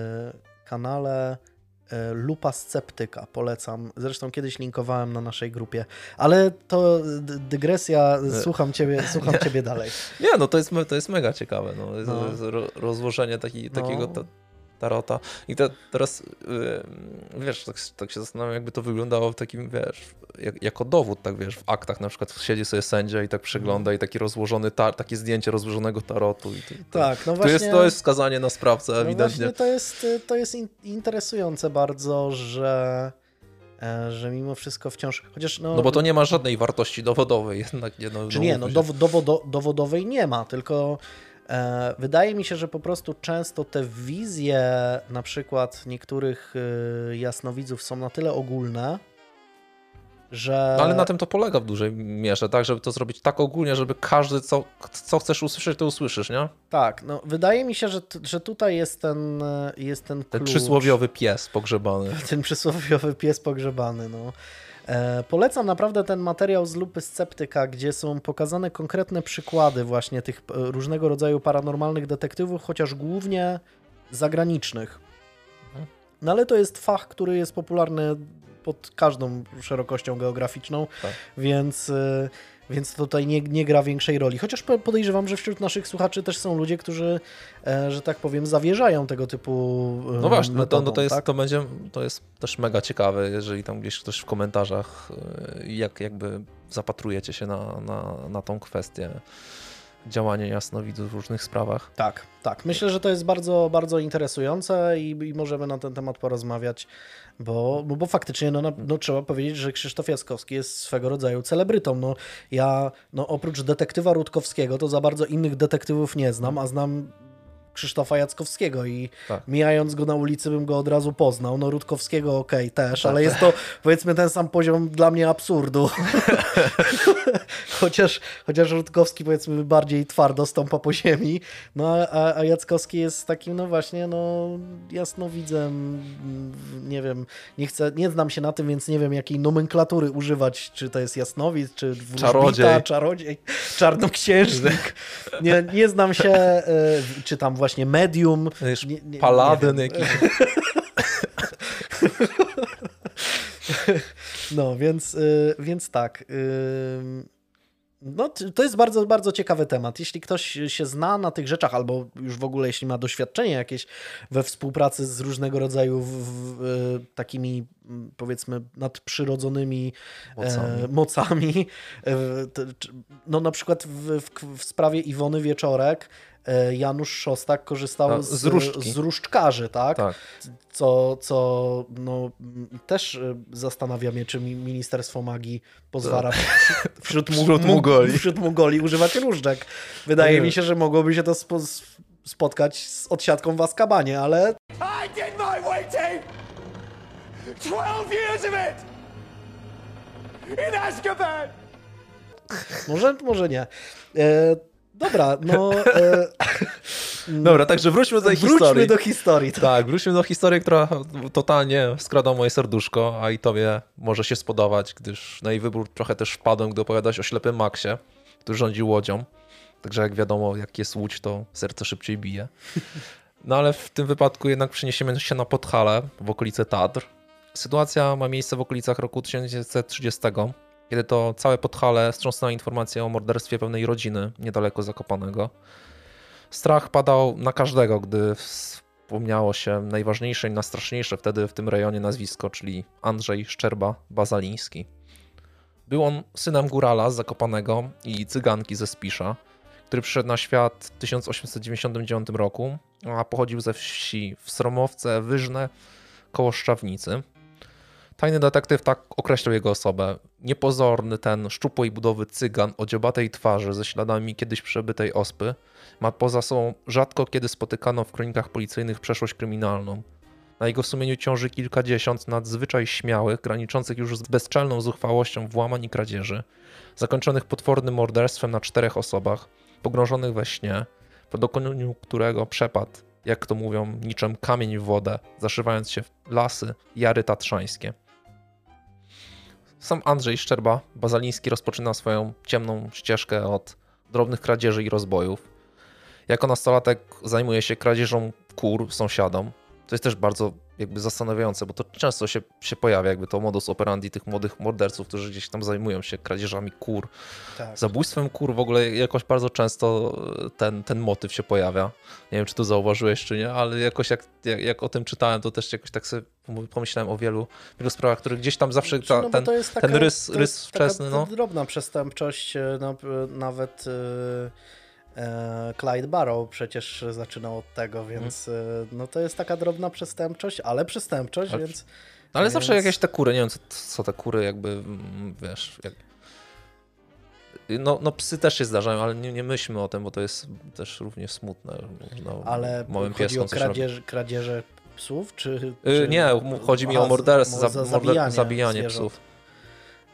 kanale e, Lupa Sceptyka. Polecam. Zresztą kiedyś linkowałem na naszej grupie. Ale to dygresja. Słucham ciebie, słucham ciebie dalej. Nie, no to jest, to jest mega ciekawe. No. Jest, No. jest rozłożenie taki, No. takiego... Ta... tarota. I te, teraz, yy, wiesz, tak, tak się zastanawiam, jakby to wyglądało w takim, wiesz, jak, jako dowód, tak wiesz, w aktach na przykład siedzi sobie sędzia i tak przegląda i taki rozłożony, tar, takie zdjęcie rozłożonego tarotu. I to, to, Tak, no to właśnie. Jest, to jest wskazanie na sprawcę, no ewidentnie. Właśnie to jest, to jest in, interesujące bardzo, że że mimo wszystko wciąż, chociaż no... No bo to nie ma żadnej wartości dowodowej jednak. Nie, no, czy no, nie, no dow, dowodo, dowodowej nie ma, tylko e, wydaje mi się, że po prostu często te wizje na przykład niektórych e, jasnowidzów są na tyle ogólne, że... No ale na tym to polega w dużej mierze, tak, żeby to zrobić tak ogólnie, żeby każdy, co, co chcesz usłyszeć, to usłyszysz, nie? Tak, no wydaje mi się, że, że tutaj jest ten, jest ten klucz. Ten przysłowiowy pies pogrzebany. Ten przysłowiowy pies pogrzebany, no. E, polecam naprawdę ten materiał z Lupy Sceptyka, gdzie są pokazane konkretne przykłady właśnie tych różnego rodzaju paranormalnych detektywów, chociaż głównie zagranicznych. No ale to jest fach, który jest popularny pod każdą szerokością geograficzną, Tak. więc, więc tutaj nie, nie gra większej roli. Chociaż podejrzewam, że wśród naszych słuchaczy też są ludzie, którzy, że tak powiem, zawierzają tego typu No właśnie, metodą, no to, no to, jest, tak? to będzie, to jest też mega ciekawe, jeżeli tam gdzieś ktoś w komentarzach, jak jakby zapatrujecie się na, na, na tą kwestię działania jasnowidzów w różnych sprawach. Tak, tak. Myślę, że to jest bardzo, bardzo interesujące i, i możemy na ten temat porozmawiać, bo, bo, bo faktycznie no, no, trzeba powiedzieć, że Krzysztof Jackowski jest swego rodzaju celebrytą. No, ja no, oprócz detektywa Rutkowskiego to za bardzo innych detektywów nie znam, a znam Krzysztofa Jackowskiego i Tak. mijając go na ulicy bym go od razu poznał. No Rutkowskiego okej, okay, też, ale jest to powiedzmy ten sam poziom dla mnie absurdu. chociaż, chociaż Rutkowski powiedzmy bardziej twardo stąpa po ziemi, no a, a Jackowski jest takim no właśnie no jasnowidzem, nie wiem, nie chcę, nie znam się na tym, więc nie wiem jakiej nomenklatury używać, czy to jest jasnowidz, czy wróżbita, Czarodziej, czarodziej, czarnoksiężnik. Nie, nie znam się, y, czy tam właśnie medium. Nie, nie, paladyn nie jakiś. No, więc, y, więc tak. Y, no, to jest bardzo, bardzo ciekawy temat. Jeśli ktoś się zna na tych rzeczach, albo już w ogóle jeśli ma doświadczenie jakieś we współpracy z różnego rodzaju w, w, takimi powiedzmy nadprzyrodzonymi mocami, e, mocami e, to, no na przykład w, w, w sprawie Iwony Wieczorek Janusz Szostak korzystał A, z, z, różdżki. z różdżkarzy, tak? tak. Co, co no, też zastanawia mnie, czy Ministerstwo Magii pozwala wśród, wśród, wśród Mugoli. wśród Mugoli używać różdżek. Wydaje mi się, że mogłoby się to spo, spotkać z odsiadką w Azkabanie, ale... I did my waiting! Twelve years of it! In Azkaban! Może, może nie. E, Dobra, no... E, Dobra, także wróćmy do tej wróćmy historii. do historii. Tak. tak, wróćmy do historii, która totalnie skrada moje serduszko, a i tobie może się spodobać, gdyż na jej wybór trochę też wpadłem, gdy opowiadałeś o ślepym Maxie, który rządzi łodzią. Także jak wiadomo, jak jest łódź, to serce szybciej bije. No ale w tym wypadku jednak przeniesiemy się na Podhale, w okolice Tatr. Sytuacja ma miejsce w okolicach roku tysiąc dziewięćset trzydziestego, kiedy to całe Podhale wstrząsnęła informacja o morderstwie pewnej rodziny niedaleko Zakopanego. Strach padał na każdego, gdy wspomniało się najważniejsze i najstraszniejsze wtedy w tym rejonie nazwisko, czyli Andrzej Szczerba-Bazaliński. Był on synem górala z Zakopanego i cyganki ze Spisza, który przyszedł na świat w tysiąc osiemset dziewięćdziesiątym dziewiątym roku, a pochodził ze wsi w Sromowce Wyżne koło Szczawnicy. Tajny detektyw tak określał jego osobę. Niepozorny ten szczupłej budowy cygan o dziobatej twarzy ze śladami kiedyś przebytej ospy ma poza sobą rzadko kiedy spotykaną w kronikach policyjnych przeszłość kryminalną. Na jego sumieniu ciąży kilkadziesiąt nadzwyczaj śmiałych, graniczących już z bezczelną zuchwałością włamań i kradzieży, zakończonych potwornym morderstwem na czterech osobach, pogrążonych we śnie, po dokonaniu którego przepadł, jak to mówią, niczym kamień w wodę, zaszywając się w lasy jary tatrzańskie. Sam Andrzej Szczerba-Bazaliński rozpoczyna swoją ciemną ścieżkę od drobnych kradzieży i rozbojów. Jako nastolatek zajmuje się kradzieżą kur sąsiadom. To jest też bardzo jakby zastanawiające, bo to często się, się pojawia, jakby to modus operandi tych młodych morderców, którzy gdzieś tam zajmują się kradzieżami kur. Tak. Zabójstwem kur w ogóle jakoś bardzo często ten, ten motyw się pojawia. Nie wiem, czy to zauważyłeś, czy nie, ale jakoś jak, jak, jak o tym czytałem, to też jakoś tak sobie pomyślałem o wielu, wielu sprawach, których gdzieś tam zawsze ta, no, ten, to jest taka, ten rys, to rys jest wczesny. taka No. drobna przestępczość, no, nawet Clyde Barrow przecież zaczynał od tego, więc hmm. no to jest taka drobna przestępczość, ale przestępczość, ale, więc... Ale więc... zawsze jakieś te kury, nie wiem co, co te kury jakby, wiesz... Jak... No, no psy też się zdarzają, ale nie, nie myślmy o tym, bo to jest też równie smutne. Można ale małym chodzi pieskom o kradzież, kradzieże psów, czy... Yy, czy... nie, chodzi mi o morderstwo, za, za, zabijanie, zabijanie zwierząt. psów.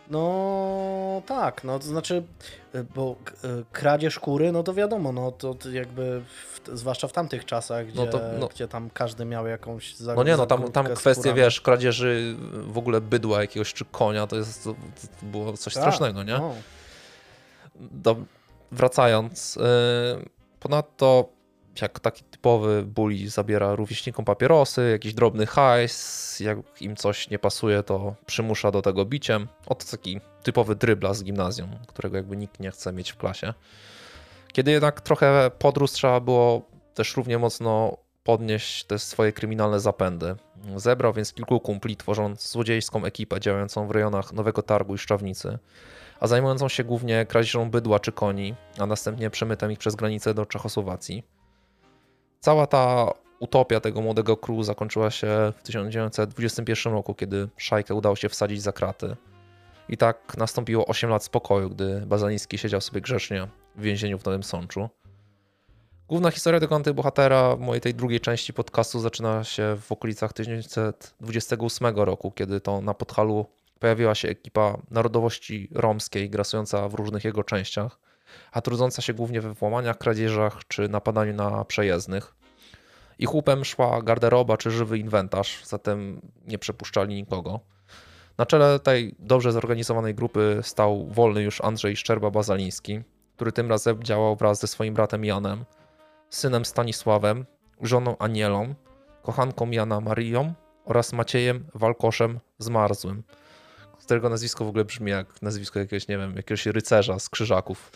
No tak, no to znaczy, bo kradzież kury, no to wiadomo, no to jakby, w, zwłaszcza w tamtych czasach, gdzie, No to, no. gdzie tam każdy miał jakąś za, No nie, no tam, tam kwestie, skórami. wiesz, kradzieży w ogóle bydła jakiegoś czy konia, to, jest, to, to było coś tak, strasznego, nie? No. Do, wracając, yy, ponadto jak taki typowy bully zabiera rówieśnikom papierosy, jakiś drobny hajs, jak im coś nie pasuje, to przymusza do tego biciem. Oto taki typowy drybla z gimnazjum, którego jakby nikt nie chce mieć w klasie. Kiedy jednak trochę podrósł, trzeba było też równie mocno podnieść te swoje kryminalne zapędy. Zebrał więc kilku kumpli, tworząc złodziejską ekipę działającą w rejonach Nowego Targu i Szczawnicy, a zajmującą się głównie kradzieżą bydła czy koni, a następnie przemytem ich przez granicę do Czechosłowacji. Cała ta utopia tego młodego crew zakończyła się w tysiąc dziewięćset dwudziestym pierwszym roku, kiedy szajkę udało się wsadzić za kraty. I tak nastąpiło osiem lat spokoju, gdy Bazaliński siedział sobie grzecznie w więzieniu w Nowym Sączu. Główna historia tego antybohatera mojej tej drugiej części podcastu zaczyna się w okolicach tysiąc dziewięćset dwudziestego ósmego roku, kiedy to na Podhalu pojawiła się ekipa narodowości romskiej grasująca w różnych jego częściach, a trudząca się głównie we włamaniach, kradzieżach czy napadaniu na przejezdnych. Ich łupem szła garderoba czy żywy inwentarz, zatem nie przepuszczali nikogo. Na czele tej dobrze zorganizowanej grupy stał wolny już Andrzej Szczerba-Bazaliński, który tym razem działał wraz ze swoim bratem Janem, synem Stanisławem, żoną Anielą, kochanką Jana Marią oraz Maciejem Walkoszem Zmarzłym, którego nazwisko w ogóle brzmi jak nazwisko jakiegoś, nie wiem, jakiegoś rycerza z Krzyżaków.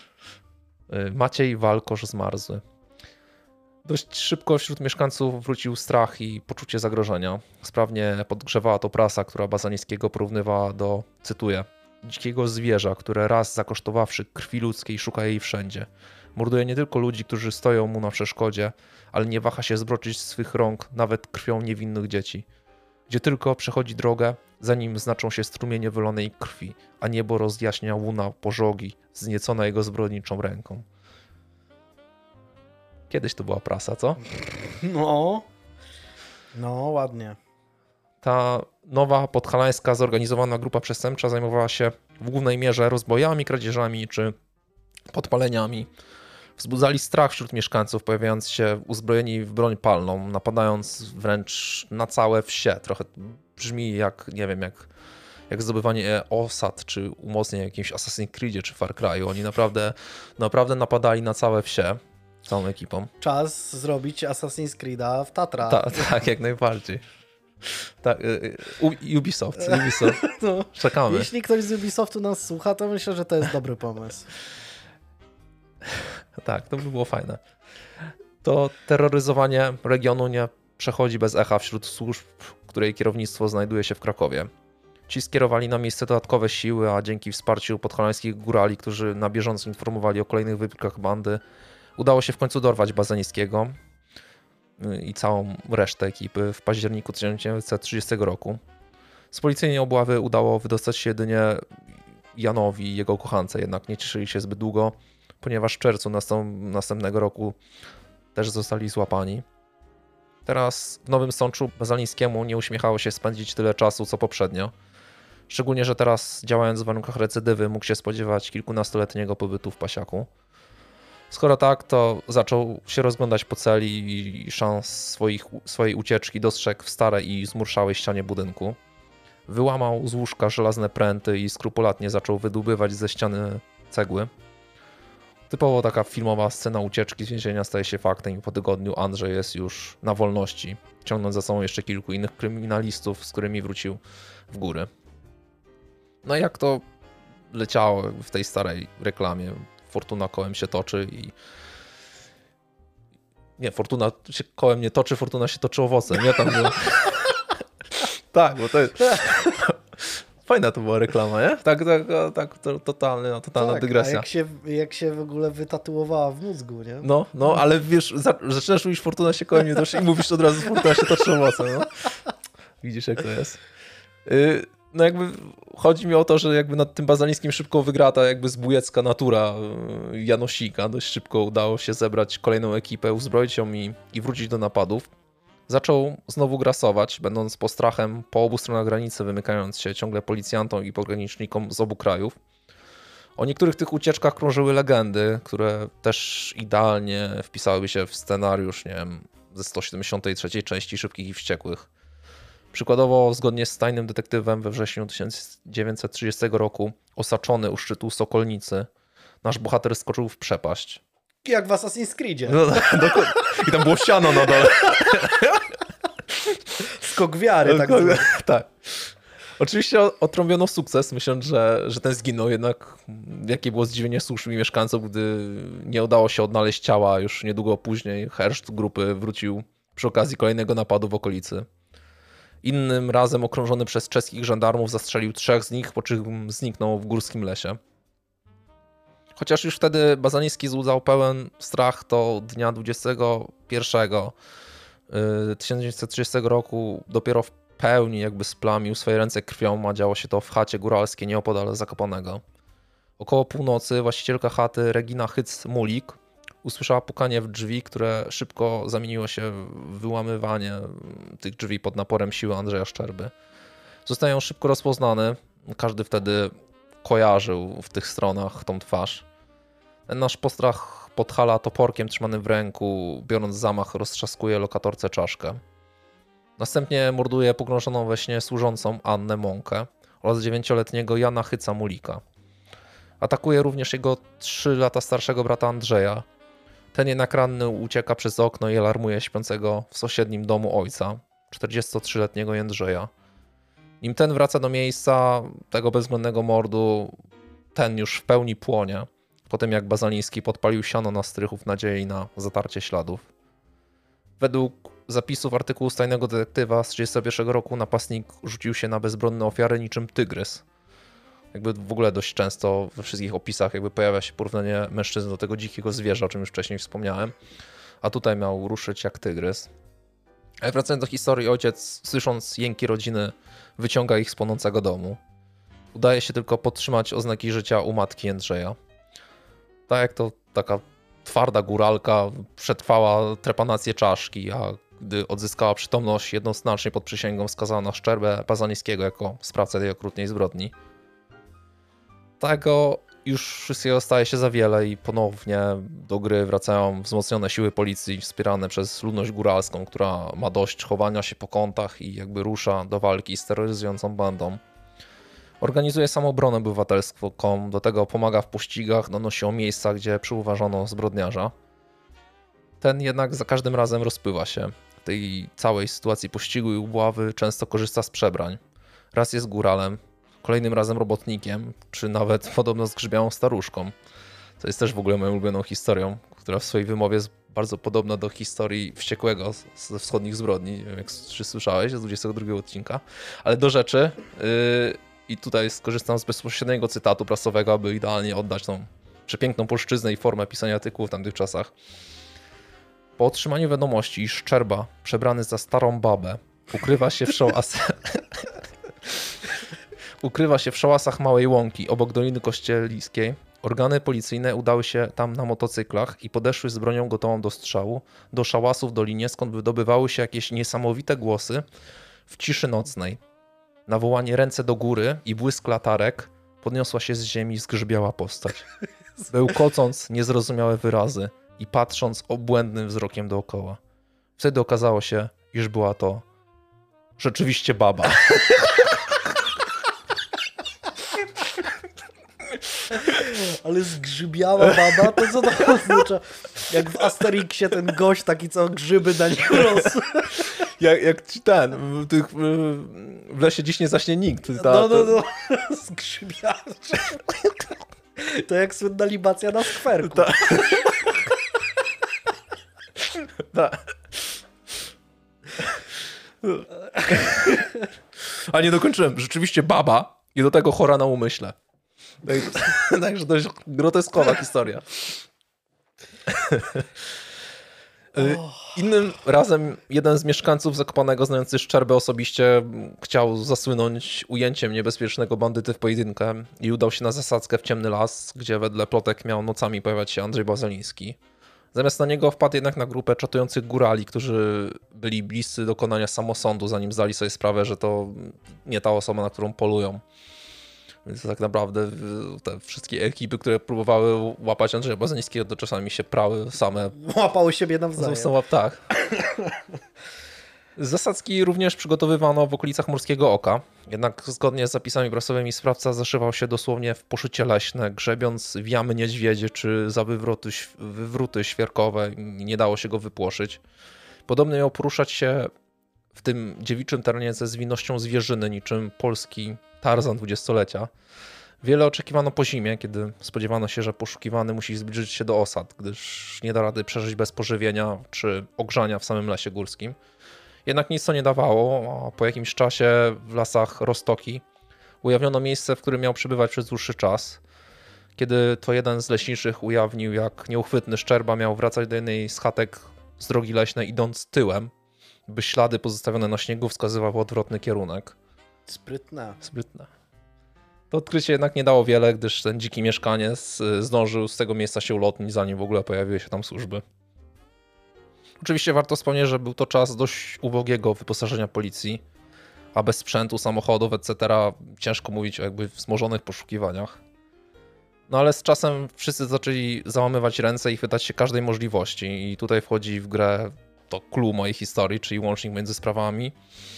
Maciej Walkosz Zmarzły. Dość szybko wśród mieszkańców wrócił strach i poczucie zagrożenia. Sprawnie podgrzewała to prasa, która Bazalińskiego porównywała do, cytuję, dzikiego zwierza, które raz zakosztowawszy krwi ludzkiej szuka jej wszędzie. Morduje nie tylko ludzi, którzy stoją mu na przeszkodzie, ale nie waha się zbroczyć swych rąk nawet krwią niewinnych dzieci. Gdzie tylko przechodzi drogę, za nim znaczą się strumienie wylonej krwi, a niebo rozjaśnia łuna pożogi zniecona jego zbrodniczą ręką. Kiedyś to była prasa, co? No, no ładnie. Ta nowa podhalańska zorganizowana grupa przestępcza zajmowała się w głównej mierze rozbojami, kradzieżami czy podpaleniami. Wzbudzali strach wśród mieszkańców, pojawiając się uzbrojeni w broń palną, napadając wręcz na całe wsie. Trochę brzmi jak, nie wiem, jak, jak zdobywanie osad, czy umocnienie w jakimś Assassin's Creedzie, czy Far Cry'u. Oni naprawdę, naprawdę napadali na całe wsie, całą ekipą. Czas zrobić Assassin's Creed'a w Tatra. Ta, tak, jak najbardziej. Tak, Ubisoft, Ubisoft. No, Czekamy. jeśli ktoś z Ubisoftu nas słucha, to myślę, że to jest dobry pomysł. Tak, to by było fajne. To terroryzowanie regionu nie przechodzi bez echa wśród służb, której kierownictwo znajduje się w Krakowie. Ci skierowali na miejsce dodatkowe siły, a dzięki wsparciu podhalańskich górali, którzy na bieżąco informowali o kolejnych wypadkach bandy, udało się w końcu dorwać Bazalińskiego i całą resztę ekipy w październiku tysiąc dziewięćset trzydziestego roku. Z policyjnej obławy udało wydostać się jedynie Janowi i jego kochance, jednak nie cieszyli się zbyt długo, ponieważ w czerwcu następnego roku też zostali złapani. Teraz w Nowym Sączu Bazalińskiemu nie uśmiechało się spędzić tyle czasu co poprzednio. Szczególnie, że teraz działając w warunkach recydywy mógł się spodziewać kilkunastoletniego pobytu w pasiaku. Skoro tak, to zaczął się rozglądać po celi i szans swoich, swojej ucieczki dostrzegł w starej i zmurszałej ścianie budynku. Wyłamał z łóżka żelazne pręty i skrupulatnie zaczął wydłubywać ze ściany cegły. Typowo taka filmowa scena ucieczki z więzienia staje się faktem i po tygodniu Andrzej jest już na wolności, ciągnąc za sobą jeszcze kilku innych kryminalistów, z którymi wrócił w góry. No i jak to leciało w tej starej reklamie, fortuna kołem się toczy i... Nie, fortuna się kołem nie toczy, fortuna się toczy owocem, nie tam było... Tak, bo to jest... Fajna to była reklama, nie? Tak, tak, tak, to, totalna, totalna tak, dygresja. A jak się, jak się w ogóle wytatuowała w mózgu, nie? No, no, ale wiesz, za, zaczynasz mówić fortuna się kołem nie toczy i mówisz od razu fortuna się toczy owocem, no. Widzisz, jak to jest. Yy, no jakby chodzi mi o to, że jakby nad tym Bazalińskim szybko wygra ta jakby zbójecka natura Janosika. Dość szybko udało się zebrać kolejną ekipę, uzbroić ją i, i wrócić do napadów. Zaczął znowu grasować, będąc postrachem po obu stronach granicy, wymykając się ciągle policjantom i pogranicznikom z obu krajów. O niektórych tych ucieczkach krążyły legendy, które też idealnie wpisałyby się w scenariusz, nie wiem, ze sto siedemdziesiątej trzeciej części Szybkich i Wściekłych. Przykładowo, zgodnie z tajnym detektywem we wrześniu tysiąc dziewięćset trzydziestego roku, osaczony u szczytu Sokolnicy, nasz bohater skoczył w przepaść. Jak w Assassin's Creedzie. No, dokładnie. I tam było siano na dole. Skok wiary, tak zwany. Tak. Oczywiście otrąbiono sukces, myśląc, że, że ten zginął, jednak jakie było zdziwienie służb i mieszkańców, gdy nie udało się odnaleźć ciała. Już niedługo później herszt grupy wrócił przy okazji kolejnego napadu w okolicy. Innym razem okrążony przez czeskich żandarmów zastrzelił trzech z nich, po czym zniknął w górskim lesie. Chociaż już wtedy Bazaniski złudzał pełen strach, to dnia dwudziestego pierwszego tysiąc dziewięćset trzydziestego roku dopiero w pełni jakby splamił swoje ręce krwią, a działo się to w chacie góralskiej nieopodal Zakopanego. Około północy właścicielka chaty Regina Hyc-Mulik usłyszała pukanie w drzwi, które szybko zamieniło się w wyłamywanie tych drzwi pod naporem siły Andrzeja Szczerby. Został ją szybko rozpoznany, każdy wtedy kojarzył w tych stronach tą twarz. Ten nasz postrach podhala toporkiem trzymanym w ręku, biorąc zamach roztrzaskuje lokatorce czaszkę. Następnie morduje pogrążoną we śnie służącą Annę Mąkę oraz dziewięcioletniego Jana Hyca-Mulika. Atakuje również jego trzy lata starszego brata Andrzeja. Ten jednak ranny ucieka przez okno i alarmuje śpiącego w sąsiednim domu ojca, czterdziestotrzyletniego Jędrzeja. Nim ten wraca do miejsca tego bezwzględnego mordu, ten już w pełni płonie, po tym jak Bazaliński podpalił siano na strychu w nadziei na zatarcie śladów. Według zapisów artykułu z tajnego detektywa z tysiąc dziewięćset trzydziestego pierwszego roku napastnik rzucił się na bezbronne ofiary niczym tygrys. Jakby w ogóle dość często we wszystkich opisach jakby pojawia się porównanie mężczyzny do tego dzikiego zwierza, o czym już wcześniej wspomniałem. A tutaj miał ruszyć jak tygrys. Ale wracając do historii, ojciec, słysząc jęki rodziny, wyciąga ich z płonącego domu. Udaje się tylko podtrzymać oznaki życia u matki Jędrzeja. Tak jak to taka twarda góralka przetrwała trepanację czaszki, a gdy odzyskała przytomność, jednoznacznie pod przysięgą wskazała na Szczerbę Bazaniskiego jako sprawcę tej okrutnej zbrodni. Tego już wszystkiego staje się za wiele i ponownie do gry wracają wzmocnione siły policji wspierane przez ludność góralską, która ma dość chowania się po kątach i jakby rusza do walki z terroryzującą bandą. Organizuje samoobronę obywatelską, do tego pomaga w pościgach, donosi o miejscach, gdzie przyuważono zbrodniarza. Ten jednak za każdym razem rozpływa się. W tej całej sytuacji pościgu i obławy często korzysta z przebrań. Raz jest góralem, kolejnym razem robotnikiem, czy nawet podobno zgrzybiałą staruszką. To jest też w ogóle moją ulubioną historią, która w swojej wymowie jest bardzo podobna do historii Wściekłego ze wschodnich zbrodni, nie wiem jak czy słyszałeś, z dwudziestego drugiego odcinka. Ale do rzeczy, yy, i tutaj skorzystam z bezpośredniego cytatu prasowego, aby idealnie oddać tą przepiękną polszczyznę i formę pisania artykułów w tamtych czasach. Po otrzymaniu wiadomości, iż Szczerba, przebrany za starą babę, ukrywa się w szałasach... ukrywa się w szałasach Małej Łąki, obok Doliny Kościeliskiej, organy policyjne udały się tam na motocyklach i podeszły z bronią gotową do strzału do szałasu w dolinie, skąd wydobywały się jakieś niesamowite głosy w ciszy nocnej. Na wołanie ręce do góry i błysk latarek podniosła się z ziemi zgrzybiała postać. Bełkocąc niezrozumiałe wyrazy i patrząc obłędnym wzrokiem dookoła. Wtedy okazało się, iż była to rzeczywiście baba. Ale zgrzybiała baba, to co to oznacza? Jak w Asterixie ten gość taki, co grzyby na nim rosły. Jak, jak ci ten, w, tych, w lesie dziś nie zaśnie nikt. Ta, no, no, no. Zgrzybiała. To jak słynna libacja na skwerku. Ta. Ta. A nie dokończyłem. Rzeczywiście baba i do tego chora na umyśle. Także dość groteskowa historia. Innym razem jeden z mieszkańców Zakopanego, znający Szczerbę osobiście, chciał zasłynąć ujęciem niebezpiecznego bandyty w pojedynkę i udał się na zasadzkę w ciemny las, gdzie wedle plotek miał nocami pojawiać się Andrzej Bazaliński. Zamiast na niego wpadł jednak na grupę czatujących górali, którzy byli bliscy dokonania samosądu, zanim zdali sobie sprawę, że to nie ta osoba, na którą polują. Więc tak naprawdę te wszystkie ekipy, które próbowały łapać Andrzeja Bazanińskiego, to czasami się prały same. Łapały siebie nawzajem. Są, tak. Zasadzki również przygotowywano w okolicach Morskiego Oka, jednak zgodnie z zapisami prasowymi sprawca zaszywał się dosłownie w poszycie leśne, grzebiąc w jamy niedźwiedzie czy za wywroty, wywróty świerkowe, nie dało się go wypłoszyć. Podobnie miał poruszać się w tym dziewiczym terenie ze zwinnością zwierzyny, niczym polski Tarzan dwudziestolecia. Wiele oczekiwano po zimie, kiedy spodziewano się, że poszukiwany musi zbliżyć się do osad, gdyż nie da rady przeżyć bez pożywienia czy ogrzania w samym lesie górskim. Jednak nic to nie dawało, a po jakimś czasie w lasach Roztoki ujawniono miejsce, w którym miał przebywać przez dłuższy czas. Kiedy to jeden z leśniczych ujawnił, jak nieuchwytny Szczerba miał wracać do jednej z chatek z drogi leśnej idąc tyłem, by ślady pozostawione na śniegu wskazywały odwrotny kierunek. Sprytne. Sprytne. To odkrycie jednak nie dało wiele, gdyż ten dziki mieszkaniec zdążył z tego miejsca się ulotnić, zanim w ogóle pojawiły się tam służby. Oczywiście warto wspomnieć, że był to czas dość ubogiego wyposażenia policji, a bez sprzętu, samochodów, et cetera ciężko mówić o jakby wzmożonych poszukiwaniach. No ale z czasem wszyscy zaczęli załamywać ręce i chwytać się każdej możliwości i tutaj wchodzi w grę to clue mojej historii, czyli łącznik między sprawami.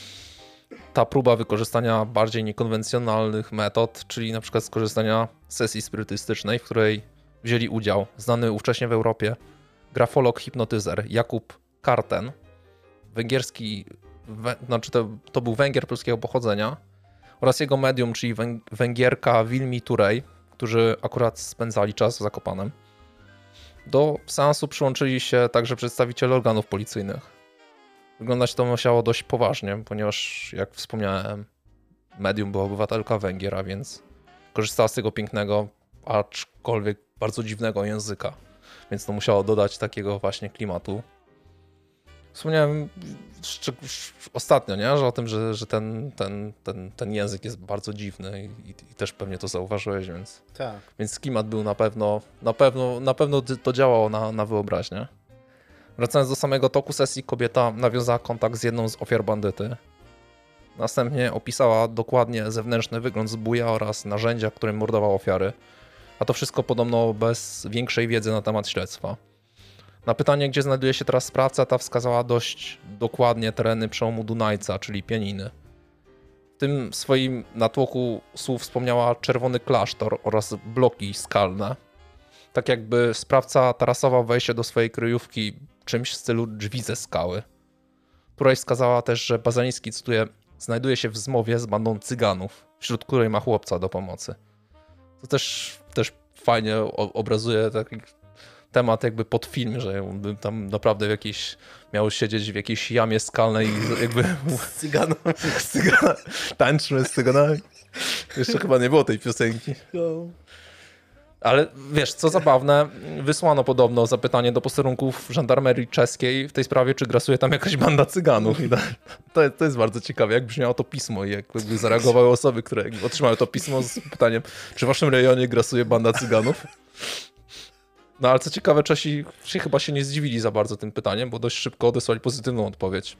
Ta próba wykorzystania bardziej niekonwencjonalnych metod, czyli na przykład skorzystania z sesji spirytystycznej, w której wzięli udział znany ówcześnie w Europie grafolog, hipnotyzer Jakub Karten, węgierski, wę, znaczy to, to był Węgier polskiego pochodzenia, oraz jego medium, czyli Węgierka Wilmi Turej, którzy akurat spędzali czas w Zakopanem. Do seansu przyłączyli się także przedstawiciele organów policyjnych. Wyglądać to musiało dość poważnie, ponieważ, jak wspomniałem, medium była obywatelka Węgier, a więc korzystała z tego pięknego, aczkolwiek bardzo dziwnego języka. Więc to musiało dodać takiego właśnie klimatu. Wspomniałem ostatnio, nie? Że o tym, że, że ten, ten, ten, ten język jest bardzo dziwny i, i też pewnie to zauważyłeś, więc, tak. więc klimat był na pewno, na pewno, na pewno to działało na, na wyobraźnię. Wracając do samego toku sesji, kobieta nawiązała kontakt z jedną z ofiar bandyty. Następnie opisała dokładnie zewnętrzny wygląd zbója oraz narzędzia, którym mordował ofiary. A to wszystko podobno bez większej wiedzy na temat śledztwa. Na pytanie, gdzie znajduje się teraz sprawca, ta wskazała dość dokładnie tereny przełomu Dunajca, czyli Pieniny. W tym swoim natłoku słów wspomniała czerwony klasztor oraz bloki skalne. Tak jakby sprawca tarasował wejście do swojej kryjówki czymś w stylu drzwi ze skały. Któraś wskazała też, że Bazaniński, cytuję, znajduje się w zmowie z bandą cyganów, wśród której ma chłopca do pomocy. To też, też fajnie obrazuje taki temat jakby pod film, że tam naprawdę w jakiejś, miał siedzieć w jakiejś jamie skalnej i jakby z cyganami. z cyganami. Tańczmy z cyganami. Jeszcze chyba nie było tej piosenki. No. Ale wiesz, co zabawne, wysłano podobno zapytanie do posterunków żandarmerii czeskiej w tej sprawie, czy grasuje tam jakaś banda cyganów. I to, to jest bardzo ciekawe, jak brzmiało to pismo i jak zareagowały osoby, które otrzymały to pismo z pytaniem, czy w waszym rejonie grasuje banda cyganów. No ale co ciekawe, Czesi się chyba się nie zdziwili za bardzo tym pytaniem, bo dość szybko odesłali pozytywną odpowiedź,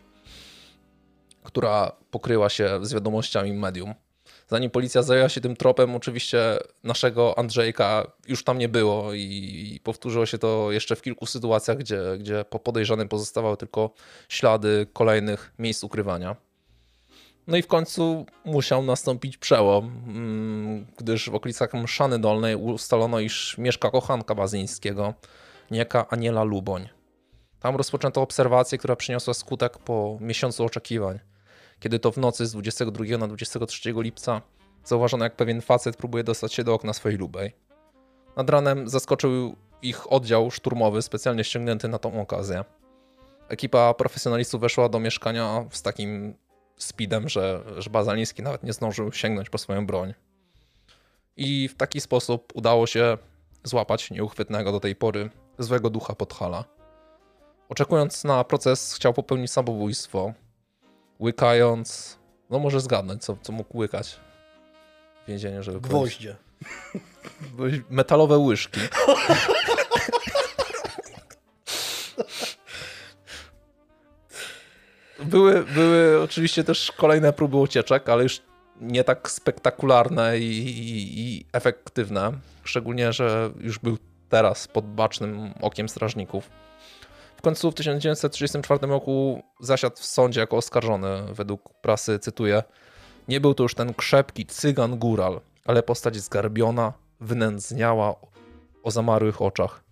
która pokryła się z wiadomościami medium. Zanim policja zajęła się tym tropem, oczywiście naszego Andrzejka już tam nie było i powtórzyło się to jeszcze w kilku sytuacjach, gdzie, gdzie po podejrzanym pozostawały tylko ślady kolejnych miejsc ukrywania. No i w końcu musiał nastąpić przełom, gdyż w okolicach Mszany Dolnej ustalono, iż mieszka kochanka Bazyńskiego, niejaka Aniela Luboń. Tam rozpoczęto obserwację, która przyniosła skutek po miesiącu oczekiwań. Kiedy to w nocy z dwudziestego drugiego na dwudziestego trzeciego lipca zauważono, jak pewien facet próbuje dostać się do okna swojej lubej. Nad ranem zaskoczył ich oddział szturmowy specjalnie ściągnięty na tą okazję. Ekipa profesjonalistów weszła do mieszkania z takim speedem, że, że Bazaniński nawet nie zdążył sięgnąć po swoją broń. I w taki sposób udało się złapać nieuchwytnego do tej pory złego ducha Podhala. Oczekując na proces, chciał popełnić samobójstwo, łykając, no może zgadnąć, co, co mógł łykać w więzieniu, żeby Gwoździe. Metalowe łyżki. oczywiście też kolejne próby ucieczek, ale już nie tak spektakularne i, i, i efektywne. Szczególnie, że już był teraz pod bacznym okiem strażników. W końcu w tysiąc dziewięćset trzydziestym czwartym roku zasiadł w sądzie jako oskarżony. Według prasy, cytuję, nie był to już ten krzepki cygan góral, ale postać zgarbiona, wynędzniała, o zamarłych oczach.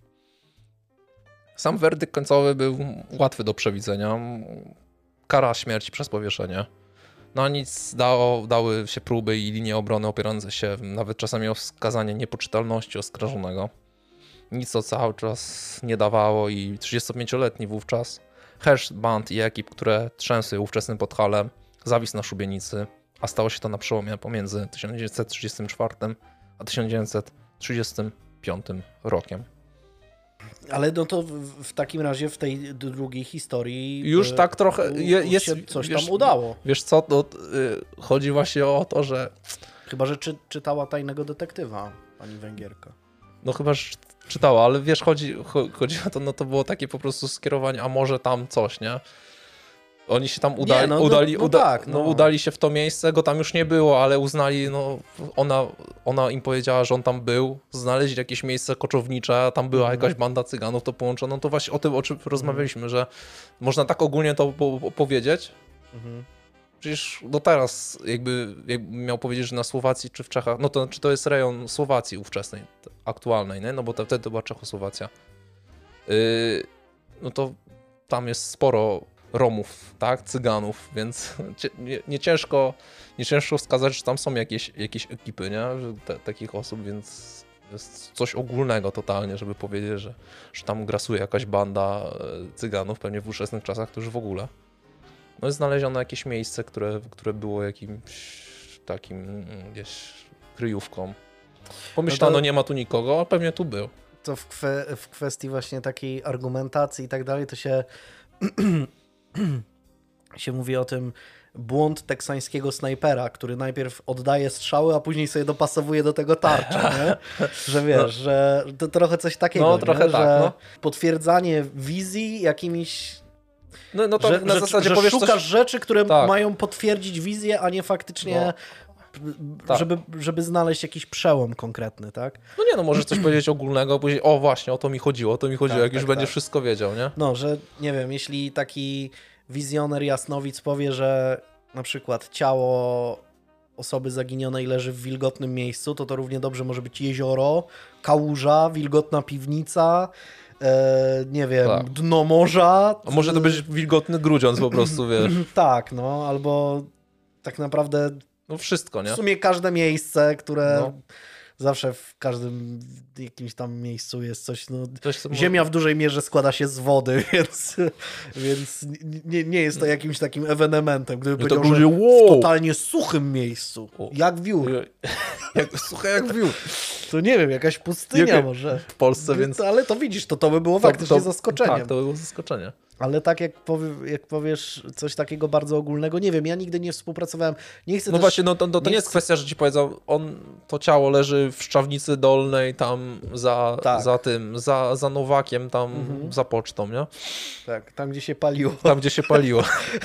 Sam werdykt końcowy był łatwy do przewidzenia. Kara śmierci przez powieszenie. No a nic dało, dały się próby i linie obrony opierające się nawet czasami o wskazanie niepoczytalności oskarżonego. Nic to cały czas nie dawało i trzydziestopięcioletni wówczas Hersh, Band i ekip, które trzęsły ówczesnym Podhalem, zawisł na szubienicy, a stało się to na przełomie pomiędzy tysiąc dziewięćset trzydziestym czwartym a tysiąc dziewięćset trzydziestym piątym rokiem. Ale no to w, w takim razie w tej drugiej historii już y, tak trochę je, jest, się coś wiesz, tam udało. Wiesz co, to, y, chodzi właśnie o to, że Chyba, że czy, czytała Tajnego Detektywa pani Węgierka. no chyba że czytała, ale wiesz, chodzi, chodzi o to, no to było takie po prostu skierowanie, a może tam coś, nie? Oni się tam udali, Nie, no, no, udali, no uda, tak, no. no. udali się w to miejsce, go tam już nie było, ale uznali, no ona, ona im powiedziała, że on tam był, znaleźli jakieś miejsce koczownicze, a tam była Mhm. jakaś banda cyganów, to połączono, to właśnie o tym, o czym rozmawialiśmy, że można tak ogólnie to po, po, powiedzieć. Mhm. Przecież do teraz jakby, jakby miał powiedzieć, że na Słowacji czy w Czechach, no to czy to jest rejon Słowacji ówczesnej, aktualnej, nie? No bo to, wtedy to była Czechosłowacja. Yy, no to tam jest sporo Romów, tak, Cyganów, więc nie, nie, ciężko, nie ciężko wskazać, że tam są jakieś, jakieś ekipy, nie? Że te, takich osób, więc jest coś ogólnego totalnie, żeby powiedzieć, że, że tam grasuje jakaś banda Cyganów, pewnie w ówczesnych czasach to już w ogóle. No jest znalezione jakieś miejsce, które, które było jakimś takim gdzieś kryjówką. Pomyślano, No to... nie ma tu nikogo, a pewnie tu był. To w, kwe, w kwestii właśnie takiej argumentacji i tak dalej, to się się mówi o tym błąd teksańskiego snajpera, który najpierw oddaje strzały, a później sobie dopasowuje do tego tarczę, nie? Że wiesz, no. że to trochę coś takiego, no, trochę nie? tak, że no. potwierdzanie wizji jakimiś No, no to że, na że, zasadzie że powiesz szukasz coś... rzeczy, które tak. mają potwierdzić wizję, a nie faktycznie no. żeby, żeby znaleźć jakiś przełom konkretny, tak? No nie, no możesz coś powiedzieć ogólnego, powiedzieć, o właśnie, o to mi chodziło, o to mi chodziło, tak, jak tak, już będziesz tak. wszystko wiedział, nie? No, że nie wiem, jeśli taki wizjoner jasnowic powie, że na przykład ciało osoby zaginionej leży w wilgotnym miejscu, to to równie dobrze może być jezioro, kałuża, wilgotna piwnica, e, nie wiem, tak. dno morza. A może to być wilgotny grudziądz po prostu, wiesz. Tak, no, albo tak naprawdę no wszystko, nie? W sumie każde miejsce, które no. zawsze w każdym jakimś tam miejscu jest coś, no, coś ziemia w dużej mierze składa się z wody, więc, więc nie, nie jest to jakimś takim ewenementem, gdyby to powiedział, że wow. w totalnie suchym miejscu, o. jak wiór. jak, suche jak wiór. To nie wiem, jakaś pustynia jak może. W Polsce, więc... Ale to widzisz, to to by było to, faktycznie to, zaskoczeniem. Tak, to by było zaskoczenie. Ale tak jak, powie, jak powiesz coś takiego bardzo ogólnego, nie wiem, ja nigdy nie współpracowałem, nie chcę No też, właśnie, no to, to, to nie nie jest chcę... kwestia, że ci powiedzą, on, to ciało leży w Szczawnicy Dolnej, tam za, tak. za tym, za, za Nowakiem, tam mhm. za pocztą, nie? Tak, tam gdzie się paliło. Tam gdzie się paliło.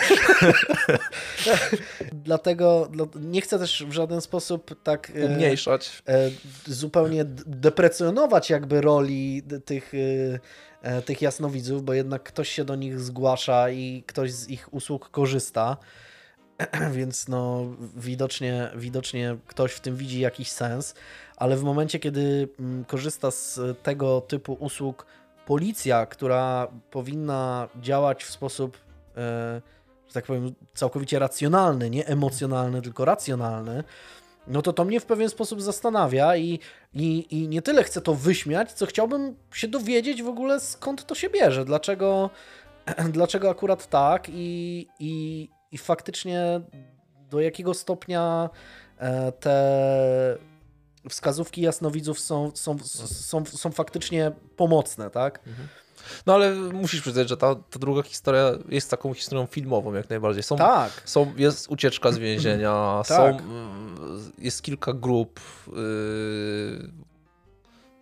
Dlatego nie chcę też w żaden sposób tak umniejszać, e, zupełnie deprecjonować jakby roli tych tych jasnowidzów, bo jednak ktoś się do nich zgłasza i ktoś z ich usług korzysta, więc no widocznie, widocznie ktoś w tym widzi jakiś sens, ale w momencie, kiedy korzysta z tego typu usług policja, która powinna działać w sposób, że tak powiem, całkowicie racjonalny, nie emocjonalny, tylko racjonalny, no to to mnie w pewien sposób zastanawia i, i, i nie tyle chcę to wyśmiać, co chciałbym się dowiedzieć w ogóle, skąd to się bierze, dlaczego, dlaczego akurat tak i, i, i faktycznie do jakiego stopnia te wskazówki jasnowidzów są, są, są, są faktycznie pomocne, tak? Mhm. No ale musisz przyznać, że ta, ta druga historia jest taką historią filmową jak najbardziej. Są, tak. Są, jest ucieczka z więzienia, tak. są, jest kilka grup, yy,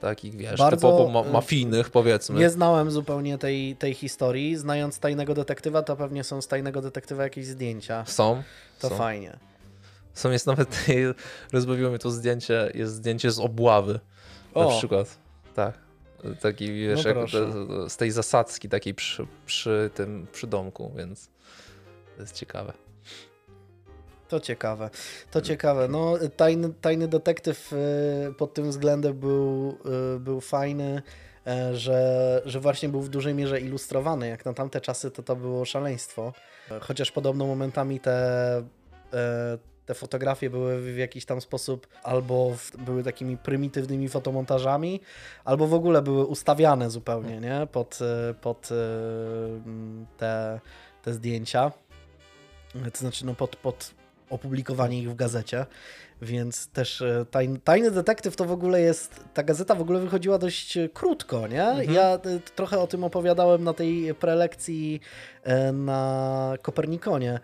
takich, wiesz, Bardzo, typowo ma mafijnych, powiedzmy. Nie znałem zupełnie tej, tej historii. Znając Tajnego Detektywa, to pewnie są z Tajnego Detektywa jakieś zdjęcia. Są. To są. fajnie. Są, jest nawet, rozbawiło mnie to zdjęcie, jest zdjęcie z obławy. O. Na przykład. Tak. Taki, wiesz, No jak proszę. te, z tej zasadzki takiej przy, przy tym, przy domku, więc to jest ciekawe. To ciekawe. To ciekawe. No, tajny, tajny detektyw y, pod tym względem był, y, był fajny, y, że, że właśnie był w dużej mierze ilustrowany. Jak na tamte czasy, to to było szaleństwo. Chociaż podobno momentami te, y, te fotografie były w jakiś tam sposób albo w, były takimi prymitywnymi fotomontażami, albo w ogóle były ustawiane zupełnie, nie? Pod, y, pod y, te, te zdjęcia. To znaczy, no pod, pod opublikowanie ich w gazecie, więc też tajny, tajny detektyw to w ogóle jest, ta gazeta w ogóle wychodziła dość krótko, nie? Mhm. Ja trochę o tym opowiadałem na tej prelekcji na Kopernikonie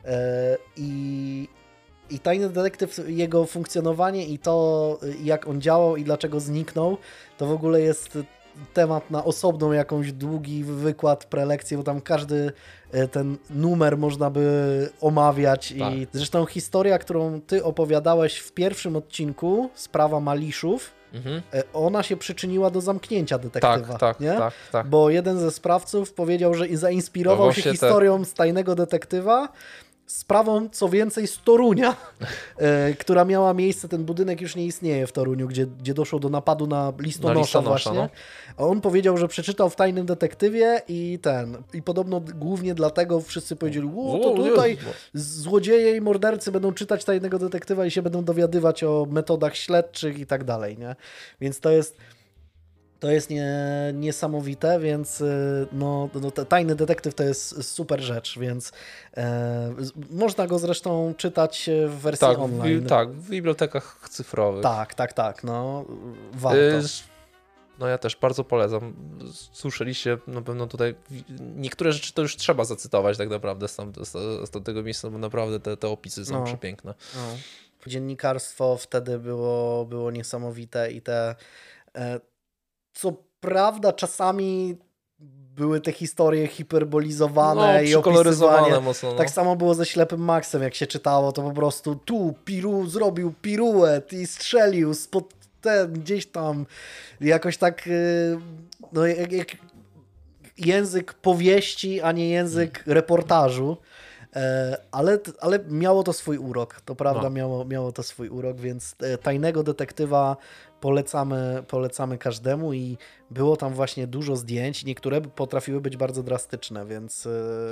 i i Tajny Detektyw, jego funkcjonowanie i to, jak on działał i dlaczego zniknął, to w ogóle jest temat na osobną jakąś długi wykład, prelekcję, bo tam każdy ten numer można by omawiać. Tak. I zresztą historia, którą ty opowiadałeś w pierwszym odcinku, sprawa Maliszów, Mhm. ona się przyczyniła do zamknięcia detektywa. Tak, tak, nie? tak, tak. Bo jeden ze sprawców powiedział, że i zainspirował No się właśnie historią z Tajnego Detektywa, sprawą, co więcej, z Torunia, e, która miała miejsce, ten budynek już nie istnieje w Toruniu, gdzie, gdzie doszło do napadu na listonosza, Na listonosza, właśnie. no. A on powiedział, że przeczytał w Tajnym Detektywie i ten, i podobno głównie dlatego wszyscy powiedzieli, o, to O, tutaj Jezu. złodzieje i mordercy będą czytać Tajnego Detektywa i się będą dowiadywać o metodach śledczych i tak dalej, nie? Więc to jest To jest nie, niesamowite, więc no, no, Tajny Detektyw to jest super rzecz, więc e, można go zresztą czytać w wersji Tak, online. w, tak, w bibliotekach cyfrowych. tak, tak, tak, no warto. Y, No ja też bardzo polecam. Słyszeliście na pewno tutaj, niektóre rzeczy to już trzeba zacytować tak naprawdę z, tam, z, z tego miejsca, bo naprawdę te, te opisy są No. przepiękne. No. Dziennikarstwo wtedy było, było niesamowite i te e, co prawda czasami były te historie hiperbolizowane No, i przykoloryzowane opisywanie. mocno. No. Tak samo było ze Ślepym Maxem, jak się czytało, to po prostu tu piru zrobił piruet i strzelił spod ten gdzieś tam jakoś tak yy, no jak, jak język powieści, a nie język reportażu. E, ale, ale miało to swój urok, to prawda, No. miało, miało to swój urok, więc e, Tajnego Detektywa polecamy, polecamy każdemu i było tam właśnie dużo zdjęć, niektóre potrafiły być bardzo drastyczne, więc, e,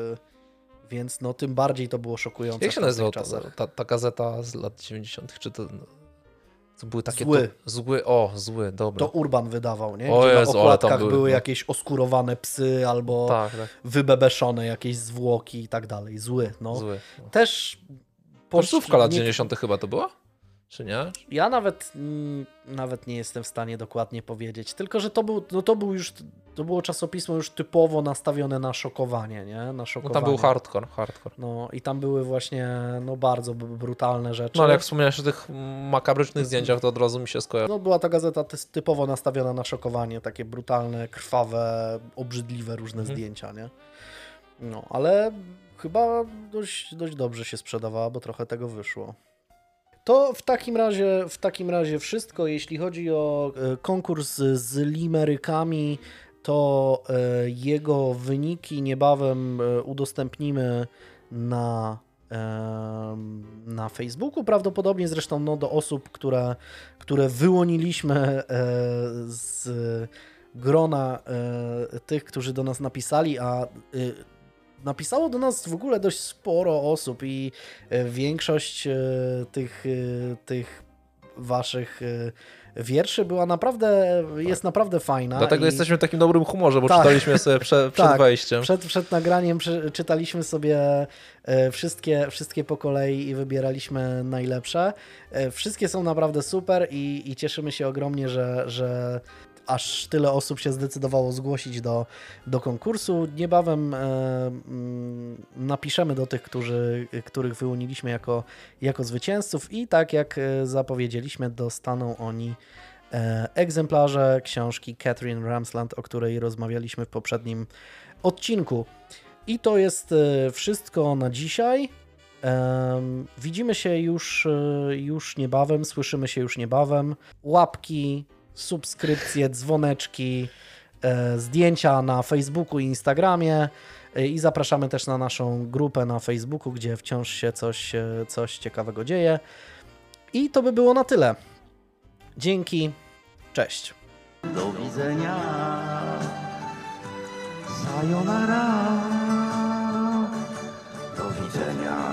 więc no tym bardziej to było szokujące. Jak się w tamtych nazywa ta, czasach. ta, ta gazeta z lat dziewięćdziesiątych? Czy to, to były takie... Zły. To, zły, o, zły, dobra. To Urban wydawał, nie? O Gdzie Jezu, na ale tam okładkach były, były no. jakieś oskurowane psy albo Tak, tak, wybebeszone jakieś zwłoki i tak dalej. Zły, no. zły. No. Też... Pocztówka lat nie- dziewięćdziesiątych chyba to była? Czy nie? Ja nawet, mm, nawet nie jestem w stanie dokładnie powiedzieć, tylko że to był, no to był już, to było czasopismo już typowo nastawione na szokowanie, nie? Na No szokowanie. tam był hardcore, hardcore. No i tam były właśnie no bardzo b- brutalne rzeczy. No ale jak wspomniałeś o tych makabrycznych zdjęciach, to od razu mi się skojarzy. No była ta gazeta ty- typowo nastawiona na szokowanie, takie brutalne, krwawe, obrzydliwe różne Mhm. zdjęcia, nie? No, ale chyba dość, dość dobrze się sprzedawała, bo trochę tego wyszło. To w takim razie, w takim razie wszystko, jeśli chodzi o e, konkurs z limerykami, to e, jego wyniki niebawem e, udostępnimy na, e, na Facebooku prawdopodobnie, zresztą no, do osób, które, które wyłoniliśmy e, z grona e, tych, którzy do nas napisali, a e, napisało do nas w ogóle dość sporo osób i e, większość e, tych, e, tych waszych e, wierszy była naprawdę, jest naprawdę fajna. Dlatego i jesteśmy w takim dobrym humorze, bo Tak. czytaliśmy sobie prze, przed Tak. wejściem. Przed, przed nagraniem przy, czytaliśmy sobie e, wszystkie, wszystkie po kolei i wybieraliśmy najlepsze. E, wszystkie są naprawdę super i, i cieszymy się ogromnie, że, że aż tyle osób się zdecydowało zgłosić do, do konkursu. Niebawem e, mm, napiszemy do tych, którzy, których wyłoniliśmy jako, jako zwycięzców i tak jak e, zapowiedzieliśmy, dostaną oni egzemplarze książki Catherine Ramsland, o której rozmawialiśmy w poprzednim odcinku. I to jest wszystko na dzisiaj. Widzimy się już, już niebawem, słyszymy się już niebawem. Łapki, subskrypcje, dzwoneczki, zdjęcia na Facebooku i Instagramie i zapraszamy też na naszą grupę na Facebooku, gdzie wciąż się coś, coś ciekawego dzieje. I to by było na tyle. Dzięki, cześć. Do widzenia. Sayonara. Do widzenia.